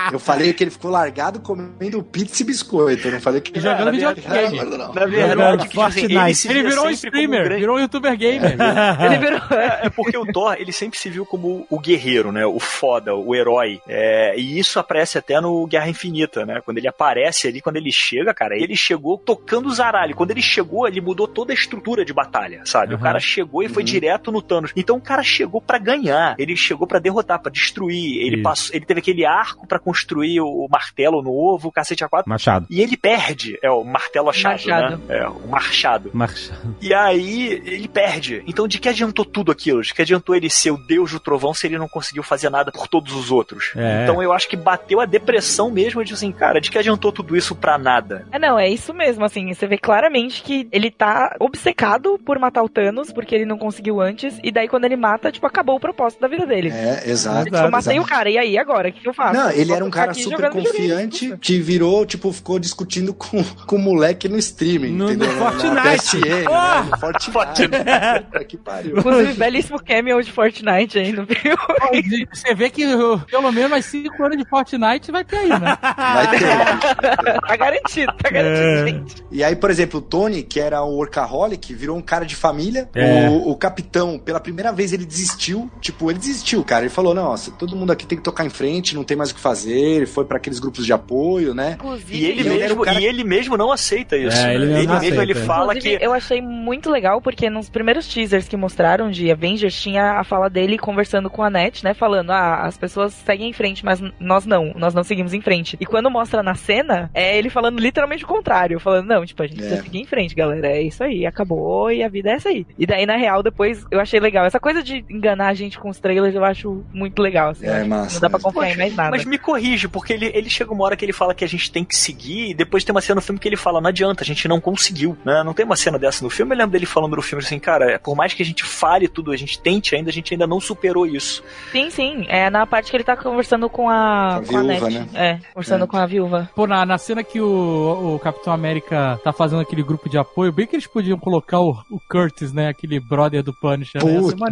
Eu falei que ele ficou largado comendo pizza e biscoito. Eu não falei que ele jogando videogame. Na verdade, ele virou um streamer, virou um youtuber gamer. Ele virou... É porque o Thor, ele sempre se viu como o guerreiro, né? O foda, o herói. E isso aparece até no Guerra Infinita, né? Quando ele aparece ali, quando ele chega, cara, ele chegou tocando o zaralho. Quando ele chegou, ele mudou toda a estrutura de batalha, sabe? O cara chegou e foi direto no Thanos. Então o cara chegou pra ganhar. Ele chegou pra derrotar, pra destruir. Ele teve aquele arco pra construir o martelo novo, o cacete A4. Machado. E ele perde. O martelo achado, né? O machado. E aí, ele perde. Então, de que adiantou tudo aquilo? De que adiantou ele ser o deus do trovão se ele não conseguiu fazer nada por todos os outros? Então, eu acho que bateu a depressão mesmo de assim, cara, de que adiantou tudo isso pra nada? Não, é isso mesmo, assim, você vê claramente que ele tá obcecado por matar o Thanos, porque ele não conseguiu antes, e daí quando ele mata, tipo, acabou o propósito da vida dele. Exato. Tipo, eu matei o cara, e aí, agora? O que eu faço? Não, ele era um cara super confiante, que virou, tipo, ficou discutindo com o moleque no streaming, entendeu? No Fortnite. No Fortnite. Que pariu. Inclusive, belíssimo cameo de Fortnite aí no filme. Você vê que pelo menos mais 5 anos de Fortnite vai ter aí, né? Vai ter. Tá garantido, gente. E aí, por exemplo, o Tony, que era o workaholic, virou um cara de família. O capitão, pela primeira vez, ele desistiu. Tipo, ele desistiu, cara. Ele falou, nossa, todo mundo aqui tem que tocar em frente, não tem mais o que fazer. Ele foi pra aqueles grupos de apoio, né? E ele mesmo não aceita isso. Ele fala inclusive, que... Eu achei muito legal, porque nos primeiros teasers que mostraram de Avengers, tinha a fala dele conversando com a Net, né? Falando, as pessoas seguem em frente, mas nós não seguimos em frente. E quando mostra na cena, é ele falando literalmente o contrário. Falando, não, tipo, a gente precisa seguir em frente, galera. É isso aí, acabou e a vida é essa aí. E daí, na real, depois, eu achei legal. Essa coisa de enganar a gente com os trailers, eu acho muito legal, assim. Massa. Não dá pra confiar em mais nada. Mas me corrige, porque ele chega uma hora que ele fala que a gente tem que seguir, e depois tem uma cena no filme que ele fala, não adianta, a gente não conseguiu, né? Não tem uma cena dessa no filme. Eu lembro dele falando no filme assim, cara, por mais que a gente fale tudo, a gente tente ainda, a gente ainda não superou isso. Sim. É na parte que ele tá conversando com a viúva, Net. né? Conversando com a viúva. Pô, na cena que o Capitão América tá fazendo aquele grupo de apoio, bem que eles podiam colocar o Curtis, né? Aquele brother do Punisher.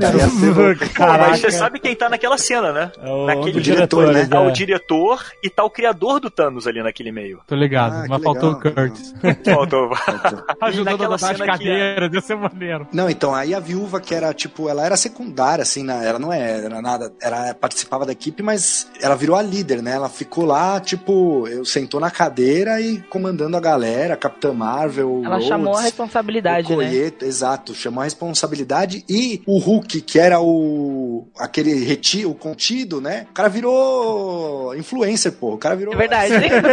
Mas você sabe quem tá naquela cena, né? O diretor, né? Tá o diretor e tá o criador do Thanos ali naquele meio. Tô ligado, mas faltou o Curtis. Faltou. Ajudando a botar as cadeiras, deve ser maneiro. Não, então, aí a viúva, que era, tipo, ela era secundária, assim, ela não era nada, participava da equipe, mas ela virou a líder, né? Ela ficou lá, tipo, sentou na cadeira e comandando a galera, Capitã Marvel, ela Rhodes, chamou a responsabilidade, né? Exato, chamou a responsabilidade, e o Hulk, que era o contido, né? O cara virou influencer, pô. O cara virou... É verdade.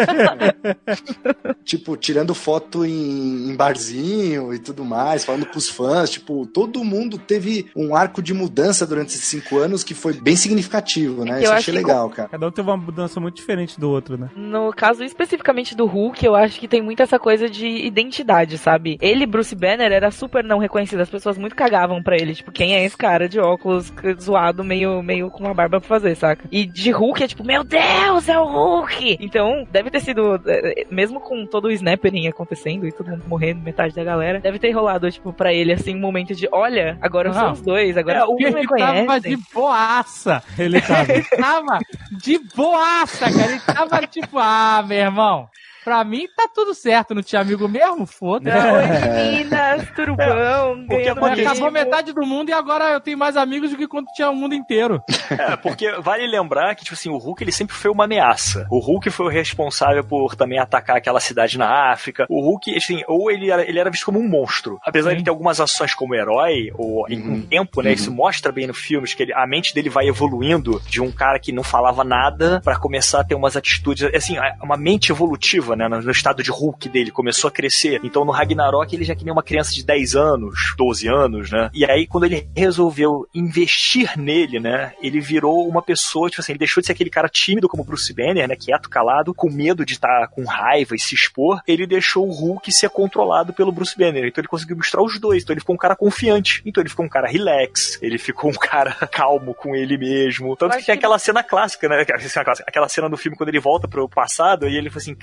Tipo, tirando foto em barzinho e tudo mais, falando pros fãs, tipo, todo mundo teve um arco de mudança durante esses 5 anos que foi bem significativo, né? Isso eu achei legal, cara. Cada um teve uma mudança muito diferente do outro, né? No caso especificamente do Hulk, eu acho que tem muito essa coisa de identidade, sabe? Ele, Bruce Banner, era super não reconhecido, as pessoas muito cagavam pra ele, tipo, quem é esse cara de óculos zoado, meio com uma barba pra fazer, saca? E de Hulk é tipo, meu Deus, é o Hulk! Então, deve ter sido, mesmo com todo o snappering acontecendo e todo mundo morrendo, metade da galera, deve ter rolado, tipo, pra ele, assim, um momento de, olha, agora são os dois, agora o ele tava de boaça. Ele tava de boaça, cara. Ele tava tipo, meu irmão, pra mim tá tudo certo, não tinha amigo mesmo? Foda-se. Oi, meninas, turubão, acabou metade do mundo e agora eu tenho mais amigos do que quando tinha o mundo inteiro. Porque vale lembrar que, tipo assim, o Hulk, ele sempre foi uma ameaça. O Hulk foi o responsável por também atacar aquela cidade na África. O Hulk, assim, ou ele era visto como um monstro. Apesar de ter algumas ações como herói, ou em um tempo, né, isso mostra bem no filme, que a mente dele vai evoluindo de um cara que não falava nada pra começar a ter umas atitudes, assim, uma mente evolutiva, né, no estado de Hulk dele, começou a crescer. Então no Ragnarok ele já que nem uma criança de 10 anos, 12 anos, né? E aí quando ele resolveu investir nele, né, ele virou uma pessoa, tipo assim, ele deixou de ser aquele cara tímido como Bruce Banner, né, quieto, calado, com medo de estar com raiva e se expor, ele deixou o Hulk ser controlado pelo Bruce Banner. Então ele conseguiu misturar os dois. Então ele ficou um cara confiante. Então ele ficou um cara relax, ele ficou um cara calmo com ele mesmo. Tanto que tem aquela cena clássica, né, aquela cena do filme quando ele volta pro passado e ele fala assim, caraca,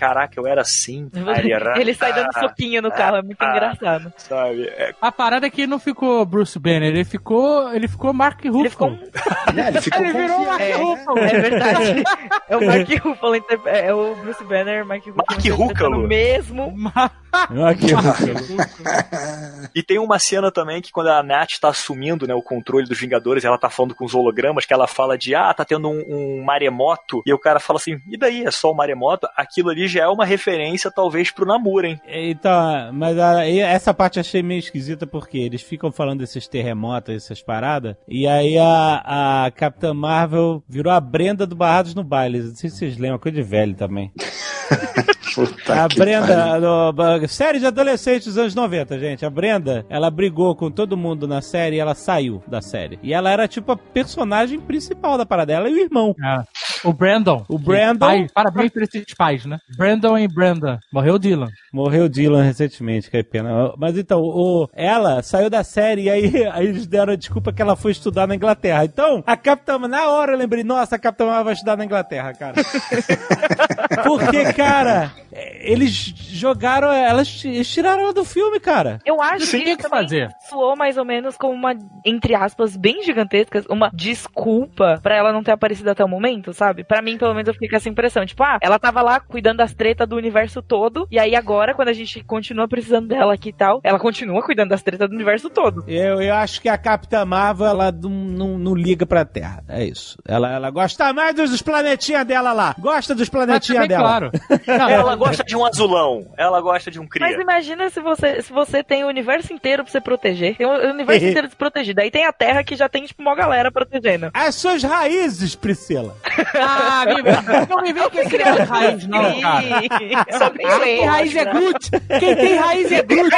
eu era assim. Ele sai dando soquinho no carro, é muito engraçado. Sabe? A parada é que não ficou Bruce Banner, ele ficou Mark Ruffalo. Ele virou Mark Ruffalo. É verdade. É o Mark Ruffalo, é o Bruce Banner, Mark Ruffalo mesmo. E tem uma cena também que quando a Nat tá assumindo, né, o controle dos Vingadores, ela tá falando com os hologramas, que ela fala de, tá tendo um maremoto, e o cara fala assim, e daí, é só o maremoto? Aquilo ali já é uma referência, talvez, pro Namor, hein? Então, mas essa parte eu achei meio esquisita, porque eles ficam falando desses terremotos, essas paradas, e aí a Capitã Marvel virou a Brenda do Barrados no Baile. Não sei se vocês lembram, coisa de velho também. Puta a Brenda, série de adolescentes dos anos 90, gente. A Brenda, ela brigou com todo mundo na série e ela saiu da série. E ela era tipo a personagem principal da parada. Ela e o irmão. O Brandon. Parabéns por esses pais, né? Brandon e Brenda. Morreu o Dylan recentemente, que é pena. Mas então, ela saiu da série e aí eles deram a desculpa que ela foi estudar na Inglaterra. Então, a Capitã, na hora eu lembrei, nossa, a Capitã vai estudar na Inglaterra, cara. Porque, cara, eles jogaram, eles tiraram ela do filme, cara. Eu acho que tem que fazer. Soou mais ou menos como uma, entre aspas, bem gigantesca, uma desculpa pra ela não ter aparecido até o momento, sabe? Pra mim, pelo menos, eu fiquei com essa impressão. Tipo, ela tava lá cuidando das tretas do universo todo, e aí agora, quando a gente continua precisando dela aqui e tal, ela continua cuidando das tretas do universo todo. Eu acho que a Capitã Marvel, ela não liga pra Terra. É isso. Ela gosta mais dos planetinhas dela lá. Gosta dos planetinhas dela. Claro. Ela gosta de um azulão. Ela gosta de um cria. Mas imagina se você tem o universo inteiro pra você proteger. Tem o universo inteiro desprotegido. Aí tem a Terra que já tem, tipo, uma galera protegendo. As suas raízes, Priscila. Não me vem com esse negócio de raiz, não, cara. Só tem raiz é Groot. Quem tem raiz é Groot.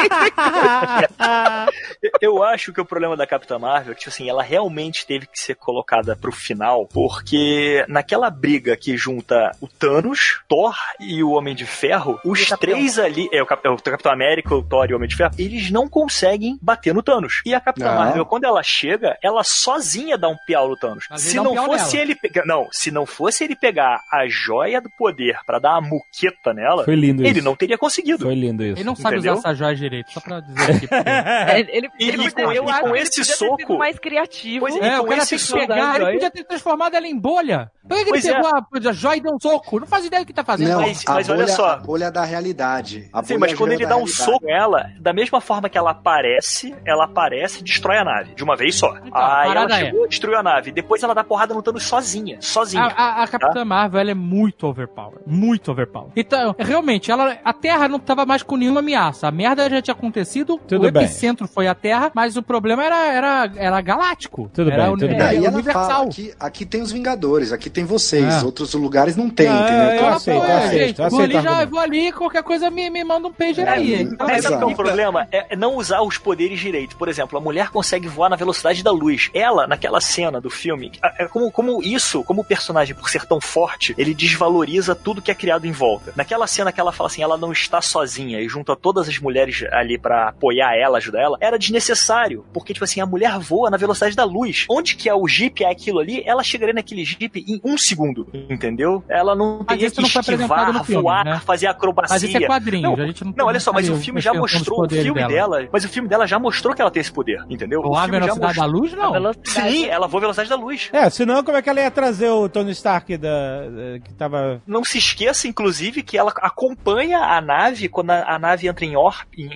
Eu acho que o problema da Capitã Marvel é que, tipo assim, ela realmente teve que ser colocada pro final, porque naquela briga que junta o Thanos, Thor e o Homem de Ferro, os três ali, o Capitão América, o Thor e o Homem de Ferro, eles não conseguem bater no Thanos. E a Capitã Marvel, quando ela chega, ela sozinha dá um piau no Thanos. Se não fosse ele pegar a joia do poder pra dar a muqueta nela, ele não teria conseguido. Foi lindo isso. Ele não sabe usar essa joia direito, só pra dizer aqui. Com esse soco mais criativo. O cara tem que pegar, ele podia ter transformado ela em bolha. Por que ele pegou a joia e deu um soco? Não faz ideia do que tá fazendo. Não, mas olha só. A bolha da realidade. Sim, mas quando ele dá um soco nela, da mesma forma que ela aparece e destrói a nave. De uma vez só. Então, aí ela chegou, destruiu a nave. Depois ela dá porrada no Thanos sozinha. A Capitã Marvel, ela é muito overpower. Muito overpower. Então, realmente, a Terra não tava mais com nenhuma ameaça. A merda já tinha acontecido, o epicentro foi a Terra, mas o problema era galáctico. Tudo bem. E ela fala, aqui tem os Vingadores, aqui tem vocês. Outros lugares não tem, entendeu? Eu aceito. Vou ali, qualquer coisa me manda um pager aí. Mas sabe qual é o problema? É não usar os poderes direito. Por exemplo, a mulher consegue voar na velocidade da luz. Ela, naquela cena do filme, como o personagem, por ser tão forte, ele desvaloriza tudo que é criado em volta. Naquela cena que ela fala assim, ela não está sozinha e junta todas as mulheres ali pra apoiar ela, ajudar ela, era desnecessário. Porque, tipo assim, a mulher voa na velocidade da luz. Onde que é o Jeep, é aquilo ali, ela chegaria naquele Jeep em 1 segundo, entendeu? Ela não teria que esquivar, voar, né? Fazer acrobacia. Mas isso é quadrinho, olha só, mas o filme já mostrou, mas o filme dela já mostrou que ela tem esse poder, entendeu? Voar a velocidade da luz, não? Sim, ela voa a velocidade da luz. Senão como é que ela ia trazer o Tony Stark que tava... Não se esqueça, inclusive, que ela acompanha a nave, quando a nave entra em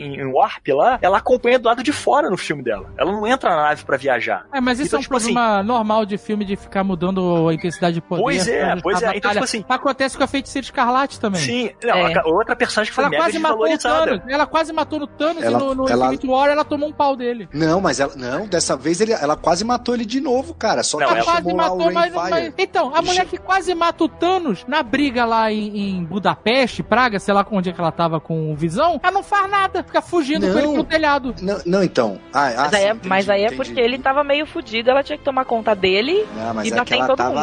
warp lá, ela acompanha do lado de fora no filme dela. Ela não entra na nave pra viajar. Mas isso então, é um problema normal de filme, de ficar mudando a intensidade de poder. Pois é. Então, tipo assim... Acontece com a Feiticeira Escarlate também. Sim. Outra personagem que foi mega desvalorizada. Ela quase matou no Thanos e no Infinity War ela tomou um pau dele. Não, mas dessa vez ela quase matou ele de novo, cara. Só que ela quase matou, mas... Então, a mulher que quase mata o Thanos na briga lá em Budapeste, Praga, sei lá onde é que ela tava com o Visão, ela não faz nada, fica fugindo com ele pro telhado. Não, então. Mas aí é porque ele tava meio fudido, ela tinha que tomar conta dele e bater em todo mundo. Ela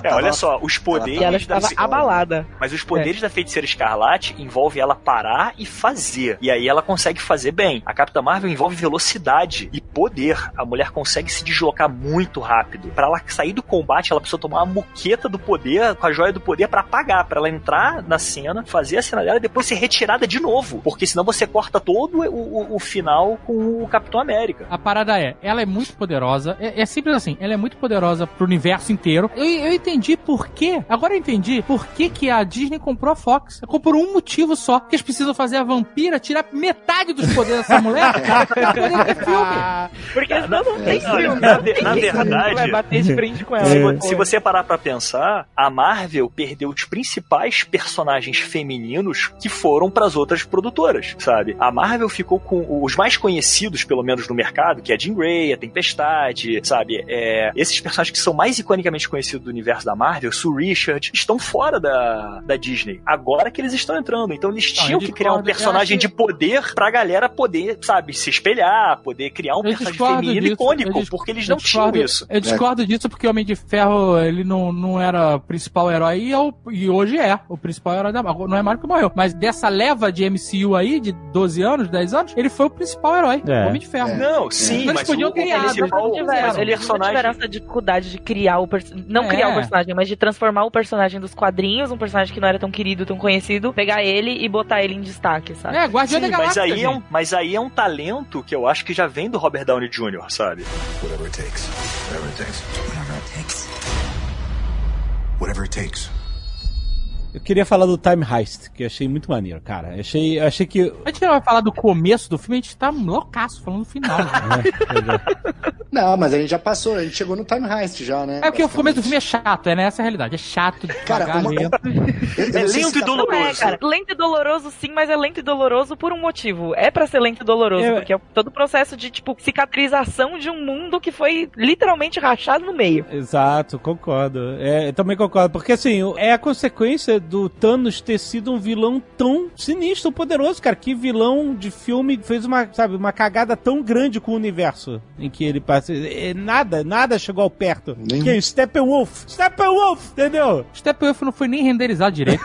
olha só, os poderes... Ela estava abalada. Mas os poderes da Feiticeira Escarlate envolvem ela parar e fazer. E aí ela consegue fazer bem. A Capitã Marvel envolve velocidade e poder. A mulher consegue se deslocar muito rápido. Pra ela sair do combate, ela precisa tomar uma muqueta do poder, com a joia do poder, pra apagar. Pra ela entrar na cena, fazer a cena dela e depois ser retirada de novo. Porque senão você corta todo o final com o Capitão América. A parada ela é muito poderosa. É simples assim, ela é muito poderosa pro universo inteiro. Eu entendi por quê. Agora eu entendi por que a Disney comprou a Fox. Ela comprou um motivo só. Que eles precisam fazer a vampira tirar metade dos poderes dessa mulher pra poder ter filme. Porque senão não tem filme. Na verdade, vai bater de frente com ela. Se você parar pra pensar, a Marvel perdeu os principais personagens femininos que foram pras outras produtoras, sabe? A Marvel ficou com os mais conhecidos, pelo menos no mercado, que é a Jean Grey, a Tempestade, sabe? Esses personagens que são mais iconicamente conhecidos do universo da Marvel, Sue Richard, estão fora da Disney. Agora que eles estão entrando. Então eles tinham que criar um personagem de poder pra galera poder, sabe, se espelhar, poder criar um personagem feminino icônico, porque eles não tinham isso. Eu discordo disso porque o Homem de Ferro, ele não era o principal herói e hoje é o principal herói da Marvel. Não é mais que morreu. Mas dessa leva de MCU aí, de 12 anos, 10 anos, ele foi o principal herói, o Homem de Ferro. Não, sim, mas podiam criar. Eles não tiveram essa dificuldade de criar o personagem. Não criar o personagem, mas de transformar o personagem dos quadrinhos, um personagem que não era tão querido, tão conhecido, pegar ele e botar ele em destaque, sabe? Guardião da Galáxia. Mas aí é um talento que eu acho que já vem do Robert Downey Jr., sabe? Whatever it takes. Whatever it takes. Whatever it takes. Whatever it takes. Eu queria falar do Time Heist, que eu achei muito maneiro, cara. Eu achei que... A gente não vai falar do começo do filme, a gente tá loucaço falando do final. Não, mas a gente já passou, a gente chegou no Time Heist já, né? É porque o começo do filme é chato, né? Essa é a realidade. É chato, lento e doloroso. Cara, lento e doloroso sim, mas é lento e doloroso por um motivo. É pra ser lento e doloroso, porque é todo o processo de, cicatrização de um mundo que foi literalmente rachado no meio. Exato, concordo. Eu também concordo, porque assim, é a consequência do Thanos ter sido um vilão tão sinistro, poderoso, cara. Que vilão de filme fez uma cagada tão grande com o universo em que ele passa. Nada chegou ao perto. Que é Steppenwolf, entendeu? Steppenwolf não foi nem renderizado direito.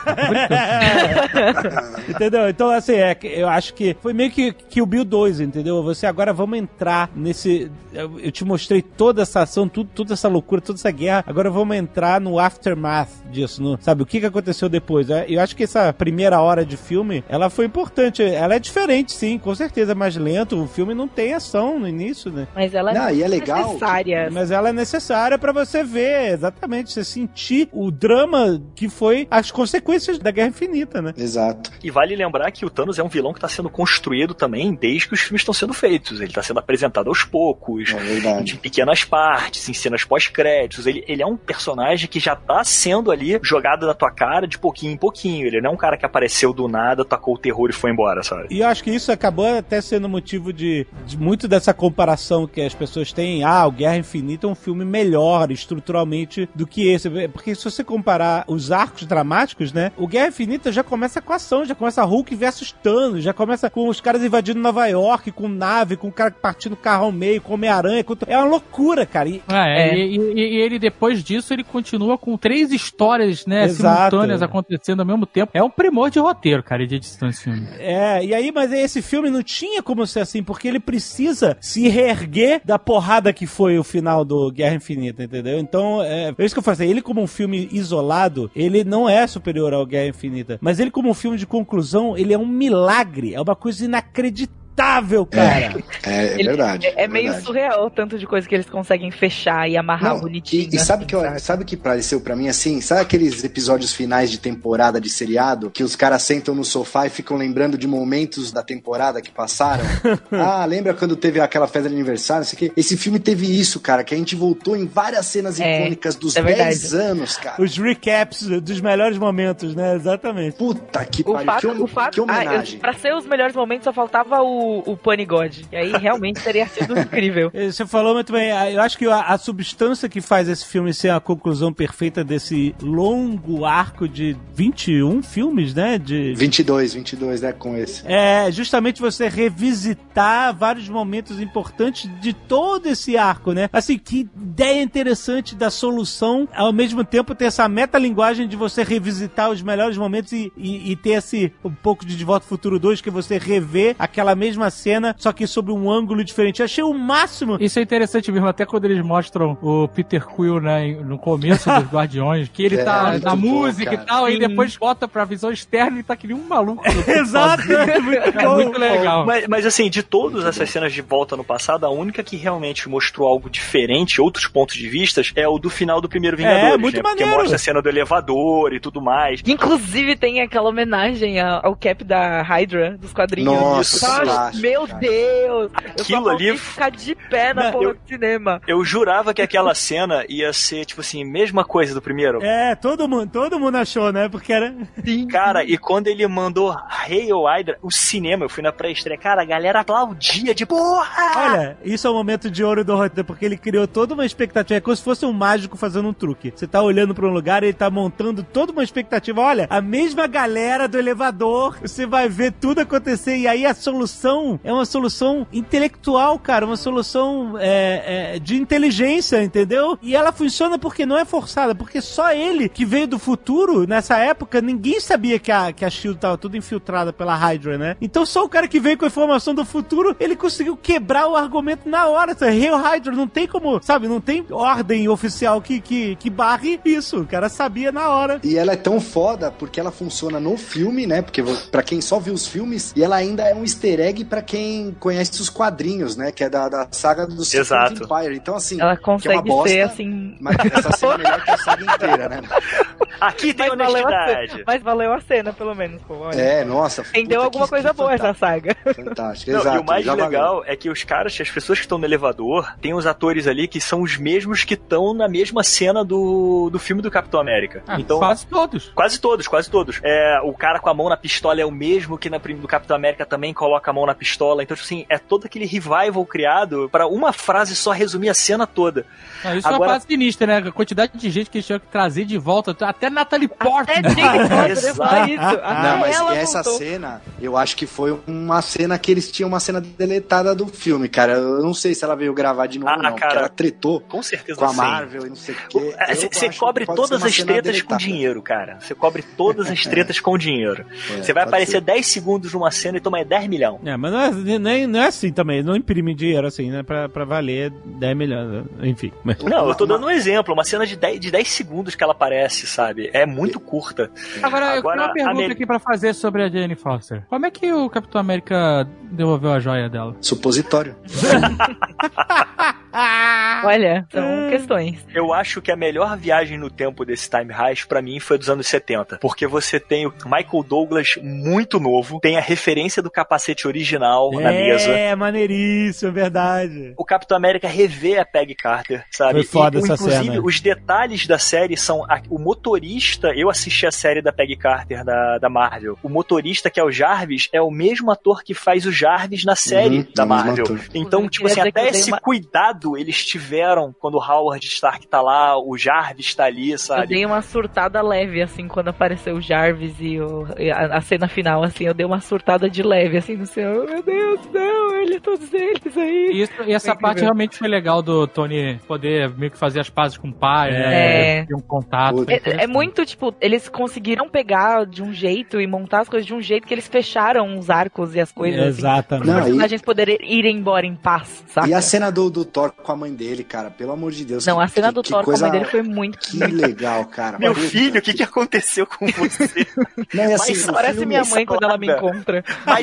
Entendeu? Então, assim, eu acho que foi meio que o Bill 2, entendeu? Você agora vamos entrar nesse... Eu te mostrei toda essa ação, toda essa loucura, toda essa guerra. Agora vamos entrar no aftermath disso, sabe? O que aconteceu depois? Eu acho que essa primeira hora de filme, ela foi importante. Ela é diferente, sim, com certeza, mais lento. O filme não tem ação no início, né? Mas ela é legal. Necessária. Mas ela é necessária pra você ver, exatamente, você sentir o drama que foi as consequências da Guerra Infinita, né? Exato. E vale lembrar que o Thanos é um vilão que tá sendo construído também desde que os filmes estão sendo feitos. Ele tá sendo apresentado aos poucos, em pequenas partes, em cenas pós-créditos. Ele é um personagem que já tá sendo ali jogado na tua cara de pouquinho em pouquinho. Ele não é um cara que apareceu do nada, tacou o terror e foi embora, sabe? E eu acho que isso acabou até sendo motivo de muito dessa comparação que as pessoas têm. O Guerra Infinita é um filme melhor estruturalmente do que esse. Porque se você comparar os arcos dramáticos, né? O Guerra Infinita já começa com ação, já começa Hulk versus Thanos, já começa com os caras invadindo Nova York, com nave, com o cara partindo o carro ao meio, com Homem-Aranha. É uma loucura, cara. E ele, depois disso, ele continua com 3 histórias, né, simultâneas acontecendo ao mesmo tempo. É um primor de roteiro, cara, de edição desse filme. E aí, mas esse filme não tinha como ser assim, porque ele precisa se reerguer da porrada que foi o final do Guerra Infinita, entendeu? Então, é isso que eu falei, ele como um filme isolado, ele não é superior ao Guerra Infinita, mas ele como um filme de conclusão, ele é um milagre, é uma coisa inacreditável. Cara. É verdade. É meio surreal o tanto de coisa que eles conseguem fechar e amarrar bonitinho. E sabe o que pareceu pra mim assim? Sabe aqueles episódios finais de temporada de seriado que os caras sentam no sofá e ficam lembrando de momentos da temporada que passaram? Lembra quando teve aquela festa de aniversário? Não sei o quê? Esse filme teve isso, cara, que a gente voltou em várias cenas icônicas dos 10 anos, cara. Os recaps dos melhores momentos, né? Exatamente. Puta que pariu. Que homenagem. Pra ser os melhores momentos só faltava o o Panigod. E aí realmente teria sido incrível. Você falou muito bem. Eu acho que a substância que faz esse filme ser a conclusão perfeita desse longo arco de 21 filmes, né? 22, né? Com esse. É justamente você revisitar vários momentos importantes de todo esse arco, né? Assim, que ideia interessante da solução, ao mesmo tempo ter essa metalinguagem de você revisitar os melhores momentos e ter esse um pouco de Volta ao Futuro 2, que você revê aquela mesma cena, só que sob um ângulo diferente. Eu achei o máximo. Isso é interessante mesmo, até quando eles mostram o Peter Quill, né, no começo dos Guardiões, que ele tá na música e tal, aí depois bota pra visão externa e tá que nem um maluco. Exato, é muito bom. Muito legal. Mas assim, de todas essas cenas de volta no passado, a única que realmente mostrou algo diferente, outros pontos de vista, é o do final do primeiro Vingadores, muito né? Porque maneiro. mostra a cena do elevador e tudo mais. Inclusive tem aquela homenagem ao cap da Hydra dos quadrinhos. Nossa, meu Deus! Aquilo ali ficar de pé na porra do cinema. Eu jurava que aquela cena ia ser, tipo assim, mesma coisa do primeiro. Todo mundo achou, né? Porque era... Sim. Cara, e quando ele mandou Hail Hydra, o cinema, eu fui na pré-estreia, cara, a galera aplaudia de porra! Olha, isso é o momento de ouro do roteiro, porque ele criou toda uma expectativa, é como se fosse um mágico fazendo um truque. Você tá olhando pra um lugar e ele tá montando toda uma expectativa. Olha, a mesma galera do elevador, você vai ver tudo acontecer, e aí a solução é uma solução intelectual, cara, uma solução de inteligência, entendeu? E ela funciona porque não é forçada, porque só ele, que veio do futuro, nessa época, ninguém sabia que a SHIELD tava tudo infiltrada pela Hydra, né? Então só o cara que veio com a informação do futuro, ele conseguiu quebrar o argumento na hora. Hail Hydra, não tem como, sabe, não tem ordem oficial que barre isso. O cara sabia na hora. E ela é tão foda porque ela funciona no filme, né? Porque pra quem só viu os filmes, e ela ainda é um easter egg pra quem conhece os quadrinhos, né? Que é da saga do Secret Empire. Então, assim, ela consegue é uma bosta, ser assim. Mas essa cena é melhor que a saga inteira, né? Aqui tem honestidade. Mas valeu a cena, pelo menos. Pô, olha. Nossa. Rendeu alguma coisa boa essa saga. Fantástico, não, exato. E o mais legal é que os caras, as pessoas que estão no elevador, tem os atores ali que são os mesmos que estão na mesma cena do filme do Capitão América. Então, quase todos. Quase todos. O cara com a mão na pistola é o mesmo que do Capitão América também coloca a mão na pistola. Então, assim, é todo aquele revival criado pra uma frase só resumir a cena toda. Isso é uma parte sinistra, né? A quantidade de gente que eles tinham que trazer de volta, até Natalie Portman. Não, mas essa cena, eu acho que foi uma cena que eles tinham uma cena deletada do filme, cara. Eu não sei se ela veio gravar de novo ou não, cara, porque ela tretou com certeza com a Marvel e não sei o quê. Você cobre todas as tretas com dinheiro, cara. Você cobre todas as tretas com dinheiro. Você vai aparecer 10 segundos numa cena e toma 10 milhões. Mas não é assim também. Não imprime dinheiro assim, né? Pra valer 10 milhões. Enfim. Não, eu tô dando um exemplo. Uma cena de 10 segundos que ela aparece, sabe? É muito curta. Agora eu tenho uma pergunta aqui pra fazer sobre a Jane Foster. Como é que o Capitão América devolveu a joia dela? Supositório. Olha, são questões. Eu acho que a melhor viagem no tempo desse Time Heist pra mim foi dos anos 70. Porque você tem o Michael Douglas muito novo, tem a referência do capacete original na mesa. É, maneiríssimo, é verdade. O Capitão América revê a Peggy Carter, sabe? Foi foda essa cena. Inclusive, os detalhes da série são o motorista, eu assisti a série da Peggy Carter da Marvel. O motorista, que é o Jarvis, é o mesmo ator que faz o Jarvis na série da Marvel. Então, tipo assim, até esse cuidado eles tiveram quando o Howard Stark tá lá, o Jarvis tá ali, sabe? Eu dei uma surtada leve, assim, quando apareceu o Jarvis e a cena final, assim, eu dei uma surtada de leve, assim, no céu. Meu Deus, não, todos eles aí. E essa parte realmente foi legal do Tony poder meio que fazer as pazes com o pai, né? Ter um contato. É muito, tipo, eles conseguiram pegar de um jeito e montar as coisas de um jeito que eles fecharam os arcos e as coisas, exatamente. Assim, os personagens poderem ir embora em paz, sabe? E a cena do Thor com a mãe dele, cara, pelo amor de Deus. Não, a cena do Thor com a mãe dele foi muito... Que legal, cara. Meu filho, o que aconteceu com você? Não, e assim, parece minha mãe quando ela me encontra. Mais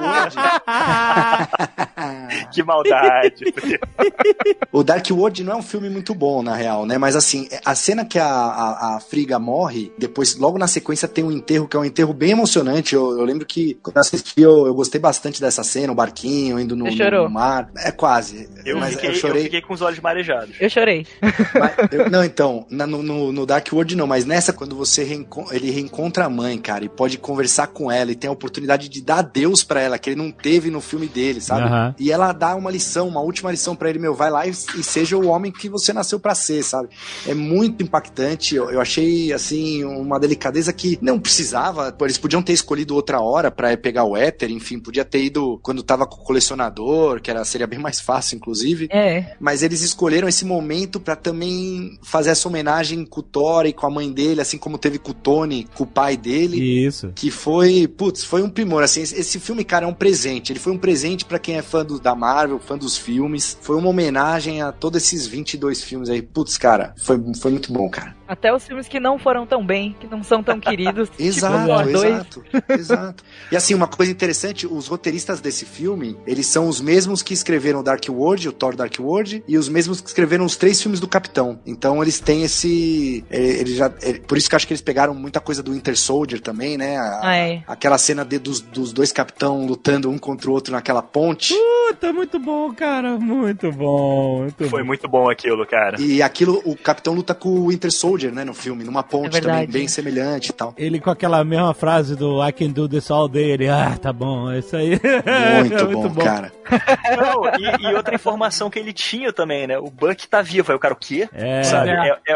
que maldade. O Dark World não é um filme muito bom, na real, né? Mas assim, a cena que a Frigga morre, depois, logo na sequência, tem um enterro, que é um enterro bem emocionante. Eu lembro que, quando eu assisti, eu gostei bastante dessa cena, o barquinho indo no mar. É quase. Eu fiquei com os olhos todos marejados. Eu chorei. Não, então, no Dark World não, mas nessa, quando ele reencontra a mãe, cara, e pode conversar com ela, e tem a oportunidade de dar Deus pra ela, que ele não teve no filme dele, sabe? E ela dá uma lição, uma última lição pra ele, vai lá e seja o homem que você nasceu pra ser, sabe? É muito impactante, eu achei, assim, uma delicadeza que não precisava, eles podiam ter escolhido outra hora pra pegar o éter, enfim, podia ter ido quando tava com o colecionador, que seria bem mais fácil, inclusive. Mas eles escolheram esse momento pra também fazer essa homenagem com o Thor e com a mãe dele, assim como teve com o Tony, com o pai dele. Isso. Que foi um primor, assim, esse filme, cara, é um presente. Ele foi um presente pra quem é fã da Marvel, fã dos filmes. Foi uma homenagem a todos esses 22 filmes aí. Putz, cara, foi muito bom, cara. Até os filmes que não foram tão bem, que não são tão queridos. Exato. E assim, uma coisa interessante, os roteiristas desse filme, eles são os mesmos que escreveram Dark World, o Thor Dark World, e os mesmos que escreveram os 3 filmes do Capitão. Então eles têm esse... por isso que eu acho que eles pegaram muita coisa do Winter Soldier também, né? Aquela cena dos 2 capitão lutando um contra o outro naquela ponte. Puta, muito bom, cara. Muito bom. Foi muito bom aquilo, cara. E aquilo, o capitão luta com o Winter Soldier, né, no filme, numa ponte também, bem semelhante e tal. Ele com aquela mesma frase do I can do this all day, ele, tá bom, é isso aí. Muito bom, cara. Não, e outra informação que ele tinha também, né, o Buck tá vivo, aí o cara, o quê? Sabe?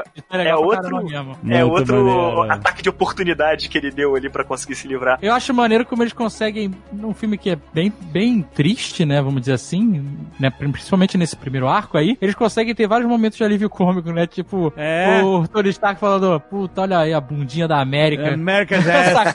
Outro ataque de oportunidade que ele deu ali pra conseguir se livrar. Eu acho maneiro como eles conseguem, num filme que é bem triste, né, vamos dizer assim, né, principalmente nesse primeiro arco aí, eles conseguem ter vários momentos de alívio cômico, né, tipo, o Tony Stark falando, puta, olha aí a bundinha da América. America's ass.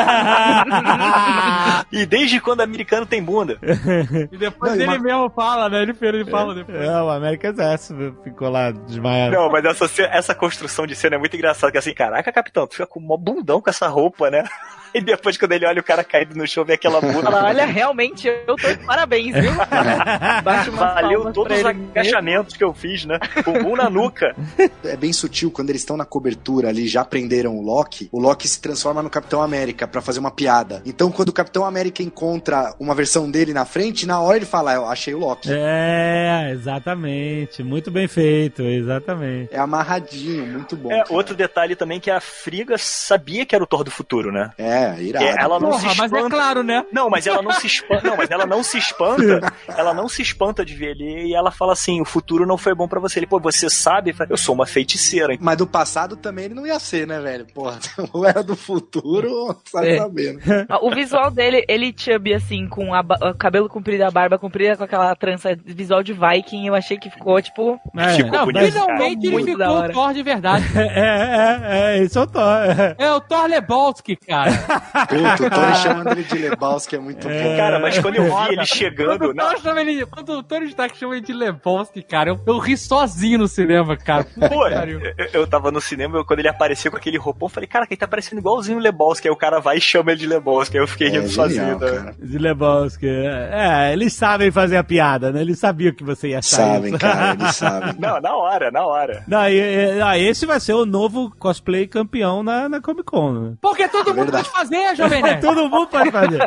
E desde quando americano tem bunda? E depois ele mesmo fala, né, ele fala depois. O America's ass ficou lá desmaiado. Não, mas essa construção de cena é muito engraçada, que assim, caraca, capitão, tu fica com um bundão com essa roupa, né? E depois, quando ele olha o cara caído no chão, vê aquela bunda. Olha, realmente, eu tô de parabéns, viu? Valeu todos os agachamentos que eu fiz, né? Com o bumbum na nuca. É bem sutil, quando eles estão na cobertura ali, já prenderam o Loki se transforma no Capitão América pra fazer uma piada. Então, quando o Capitão América encontra uma versão dele na frente, na hora ele fala, eu achei o Loki. Exatamente. Muito bem feito, exatamente. É amarradinho, muito bom. Outro detalhe também que a Frigga sabia que era o Thor do futuro, né? Irado. Ela não se espanta. Mas é claro, né? Não, mas ela não se espanta. Não, mas ela não se espanta. Ela não se espanta de ver ele e ela fala assim: o futuro não foi bom pra você. Ele, você sabe? Eu sou uma feiticeira. Hein? Mas do passado também ele não ia ser, né, velho? Porra, ou era do futuro, sabe sabendo. O visual dele, ele chubby assim, com o cabelo comprido, a barba comprida, com aquela trança visual de Viking, eu achei que ficou, tipo... Ficou bonito, finalmente ele ficou o Thor de verdade. Esse é o Thor. É o Thor Lebowski, cara. Puta, o Tony chamando ele de Lebowski é muito bom. Cara, mas quando eu vi ele chegando... Quando o Tony Stark chama ele de Lebowski, cara, eu ri sozinho no cinema, cara. Pô, eu tava no cinema, quando ele apareceu com aquele roupão, eu falei, cara, ele tá parecendo igualzinho o Lebowski. Aí o cara vai e chama ele de Lebowski. Aí eu fiquei rindo sozinho. De Lebowski. Eles sabem fazer a piada, né? Eles sabiam que você ia achar sabem, isso. Cara, eles sabem. Não, na hora. Não, esse vai ser o novo cosplay campeão na Comic Con, né? Porque todo mundo pode fazer, Jovem Nerd. Todo mundo pode fazer.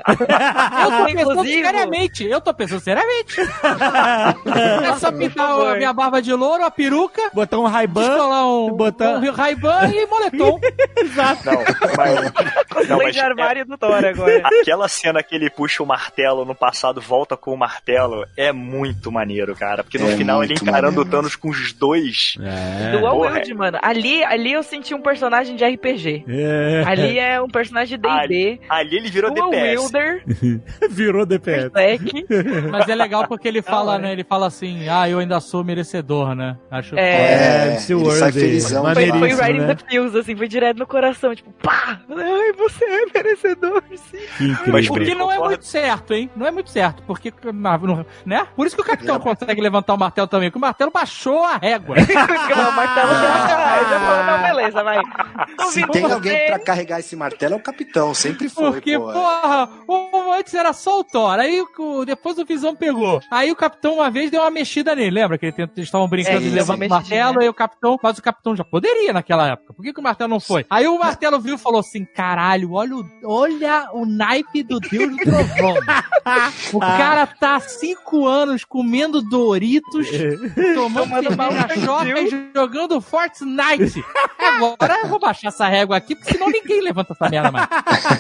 Eu tô pensando seriamente. É só pintar a minha barba de louro, a peruca, botar um Ray-Ban, um Ray-Ban e moletom. Exato. Cosplay de armário do Thor agora. Aquela cena que ele puxa o martelo no passado, volta com o martelo, é muito maneiro, cara. Porque no final ele encarando o Thanos com os dois. Dual wield, mano. Ali eu senti um personagem de RPG. Ali é um personagem de D&D. Ali ele virou DPS. Wielder. Virou DPS. Mas é legal porque ele fala, né? Ele fala assim, eu ainda sou merecedor, né? Acho que ele sai felizão. Foi right in the feels, assim, foi direto no coração, tipo, pá! Ai, você é merecedor, sim. Mas o que não é muito certo, hein? Não é muito certo, porque, né? Por isso que o Capitão consegue levantar o martelo também, porque o martelo baixou a régua. O martelo já falou, não, beleza, vai. Se tem alguém pra carregar esse martelo, é o capitão. Sempre foi, porque, porra, antes era só o Thor. Aí depois o Visão pegou. Aí o capitão uma vez deu uma mexida nele. Lembra que eles estavam brincando de levar o martelo? Aí o capitão, mas o capitão já poderia naquela época. Por que o martelo não foi? Aí o martelo viu e falou assim: caralho, olha o naipe do Deus do Trovão. O cara tá há 5 anos comendo Doritos, tomando Choca e jogando Fortnite. Agora eu vou baixar essa régua aqui, porque senão ninguém levanta essa merda mais.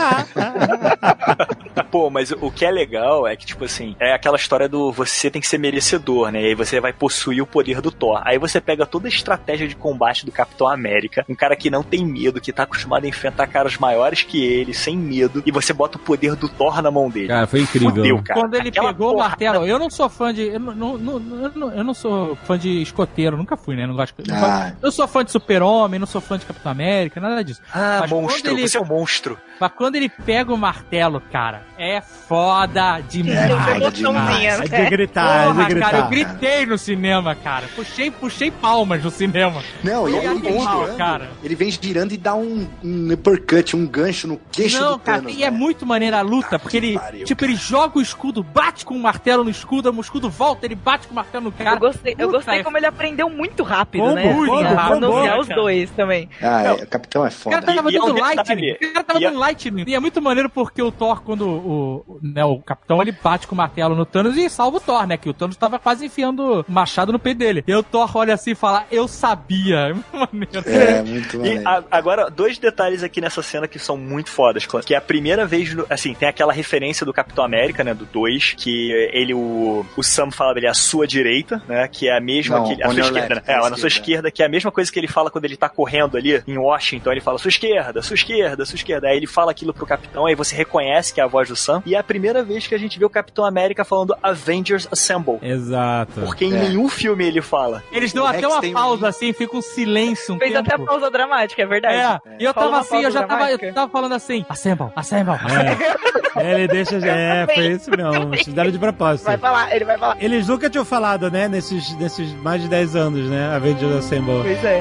Pô, mas o que é legal é que, tipo assim, é aquela história do você tem que ser merecedor, né? E aí você vai possuir o poder do Thor. Aí você pega toda a estratégia de combate do Capitão América, um cara que não tem medo, que tá acostumado a enfrentar caras maiores que ele, sem medo, e você bota o poder do Thor na mão dele. Cara, foi incrível. Fudeu, cara. Quando ele pegou o martelo, eu não sou fã de... Eu não sou fã de escoteiro, nunca fui, né? Não gosto. Eu sou fã de Super-Homem, não sou fã de Capitão América, nada disso. Mas monstro, você é um monstro. Mas quando ele pega o martelo, cara, é foda demais. É de gritar, porra, é de gritar. Cara, eu gritei no cinema, cara. Puxei palmas no cinema. Não, ele vem girando e dá um uppercut, um gancho no queixo do Thanos. Cara, e é muito maneira a luta, porque ele, ele joga o escudo, bate com o martelo no escudo, o escudo volta, ele bate com o martelo no cara. Eu gostei como ele aprendeu muito rápido, né? Manusear os dois também. O capitão é foda. O cara tava dando lightning. E é muito maneiro porque o Thor, quando o capitão, ele bate com o martelo no Thanos e salva o Thor, né? Que o Thanos tava quase enfiando o machado no peito dele. E o Thor olha assim e fala, eu sabia. Muito maneiro. E agora, 2 detalhes aqui nessa cena que são muito fodas, que é a primeira vez, assim, tem aquela referência do Capitão América, né, do 2, que ele, o Sam fala dele à sua direita, né, que é a mesma que a sua esquerda, né? Na sua esquerda, que é a mesma coisa que ele fala quando ele tá correndo ali em Washington, ele fala, sua esquerda, sua esquerda, sua esquerda. Aí ele fala aquilo pro Capitão, aí você reconhece que é a voz do Sam, e é a primeira vez que a gente vê o Capitão América falando Avengers Assemble. Exato. Porque em nenhum filme ele fala. Eles dão até uma pausa assim, fica um silêncio, Fez até a pausa dramática, é verdade. E eu tava assim, eu tava falando assim, Assemble. Ele deixa... foi isso mesmo. Fizeram de propósito. Ele vai falar. Eles nunca tinham falado, né? Nesses mais de 10 anos, né? Avengers Assemble. Pois é.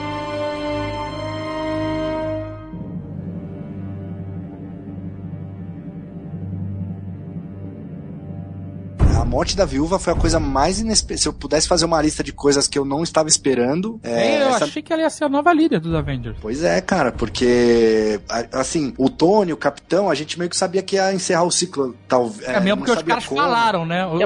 A morte da viúva foi a coisa mais inesperada. Se eu pudesse fazer uma lista de coisas que eu não estava esperando... eu achei que ela ia ser a nova líder dos Avengers. Pois é, cara, porque assim, o Tony, o Capitão, a gente meio que sabia que ia encerrar o ciclo. Mesmo porque os caras falaram, né? O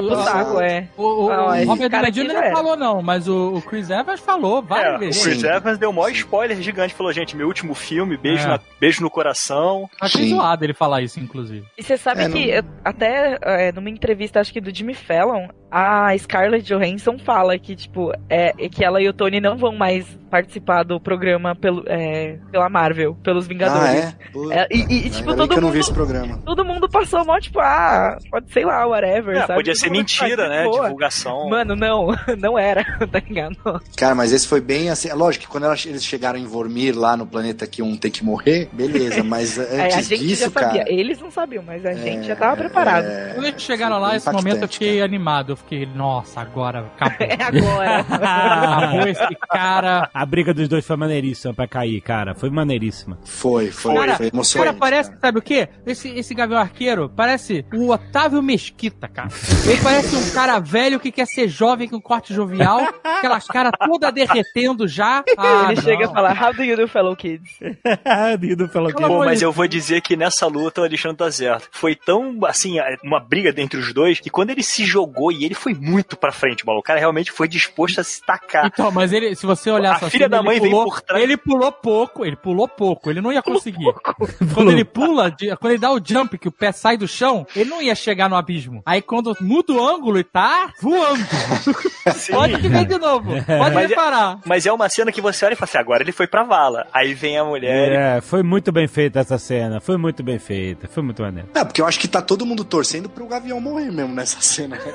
Robert Downey Jr. não falou não, mas o Chris Evans falou várias vezes. O Chris Evans deu o maior spoiler gigante, falou, gente, meu último filme, beijo no coração. Achei zoado ele falar isso, inclusive. E você sabe que até numa entrevista, acho que do Jimmy Fallon, a Scarlett Johansson fala que, tipo, que ela e o Tony não vão mais participar do programa pela Marvel, pelos Vingadores. Tipo, todo mundo, eu não vi esse programa. Todo mundo passou mal, tipo, pode, sei lá, whatever, sabe? Podia ser mentira, né? Divulgação. Mano, não era, tá ligado? Cara, mas esse foi bem assim, lógico que quando eles chegaram em Vormir, lá no planeta que um tem que morrer, beleza, mas antes disso, cara... Eles não sabiam, mas a gente já tava preparado. Quando eles chegaram lá, esse momento eu fiquei animado, eu fiquei, nossa, agora acabou. Agora. Acabou esse cara... A briga dos dois foi maneiríssima pra cair, cara. Foi maneiríssima. Foi emocionante. Cara, parece, sabe o quê? Esse Gavião Arqueiro parece o Otávio Mesquita, cara. Ele parece um cara velho que quer ser jovem com corte jovial, aquelas caras toda derretendo já. Ele chega a falar, how do you do, fellow kids? How do you do, fellow kids? Pô, mas eu vou dizer que nessa luta o Alexandre tá certo. Foi tão, assim, uma briga entre os dois, que quando ele se jogou, e ele foi muito pra frente, maluco. O cara realmente foi disposto a se tacar. Então, mas ele, se você olhar a filha da mãe veio por trás. Ele pulou pouco, ele não ia conseguir. Quando ele pula, quando ele dá o jump, que o pé sai do chão, ele não ia chegar no abismo. Aí quando muda o ângulo e tá voando. Sim, pode ver de novo, pode reparar. Mas é uma cena que você olha e fala assim, agora ele foi pra vala. Aí vem a mulher. Foi muito bem feita essa cena, foi muito bem feita, foi muito maneiro. Porque eu acho que tá todo mundo torcendo pro Gavião morrer mesmo nessa cena. Eu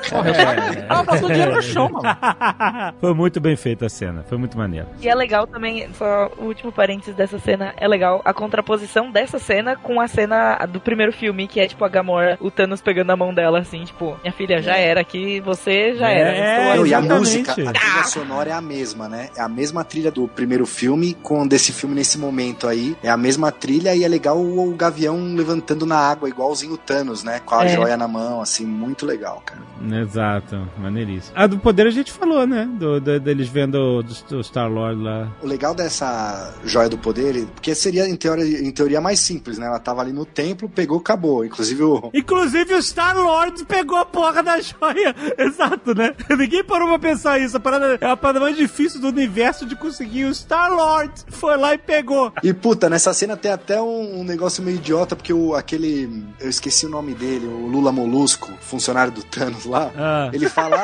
Botou dinheiro no chão, mano. Foi muito bem feita a cena, foi muito maneiro. E é legal também, só o último parênteses dessa cena, é legal a contraposição dessa cena com a cena do primeiro filme, que é tipo a Gamora, o Thanos pegando a mão dela, assim, tipo, minha filha, já era aqui, você já era. E a música, a trilha sonora é a mesma, né? É a mesma trilha do primeiro filme com desse filme nesse momento aí. É a mesma trilha e é legal o Gavião levantando na água, igualzinho o Thanos, né? Com a joia na mão, assim, muito legal, cara. Exato, maneiríssimo. A do poder a gente falou, né? Deles vendo do Star-Lord lá. O legal dessa joia do poder, porque seria em teoria mais simples, né? Ela tava ali no templo, pegou, acabou. Inclusive o Star-Lord pegou a porra da joia. Exato, né? Ninguém parou pra pensar isso. É a parada mais difícil do universo de conseguir. O Star-Lord foi lá e pegou. E puta, nessa cena tem até um negócio meio idiota, porque eu esqueci o nome dele, o Lula Molusco, funcionário do Thanos lá, ele fala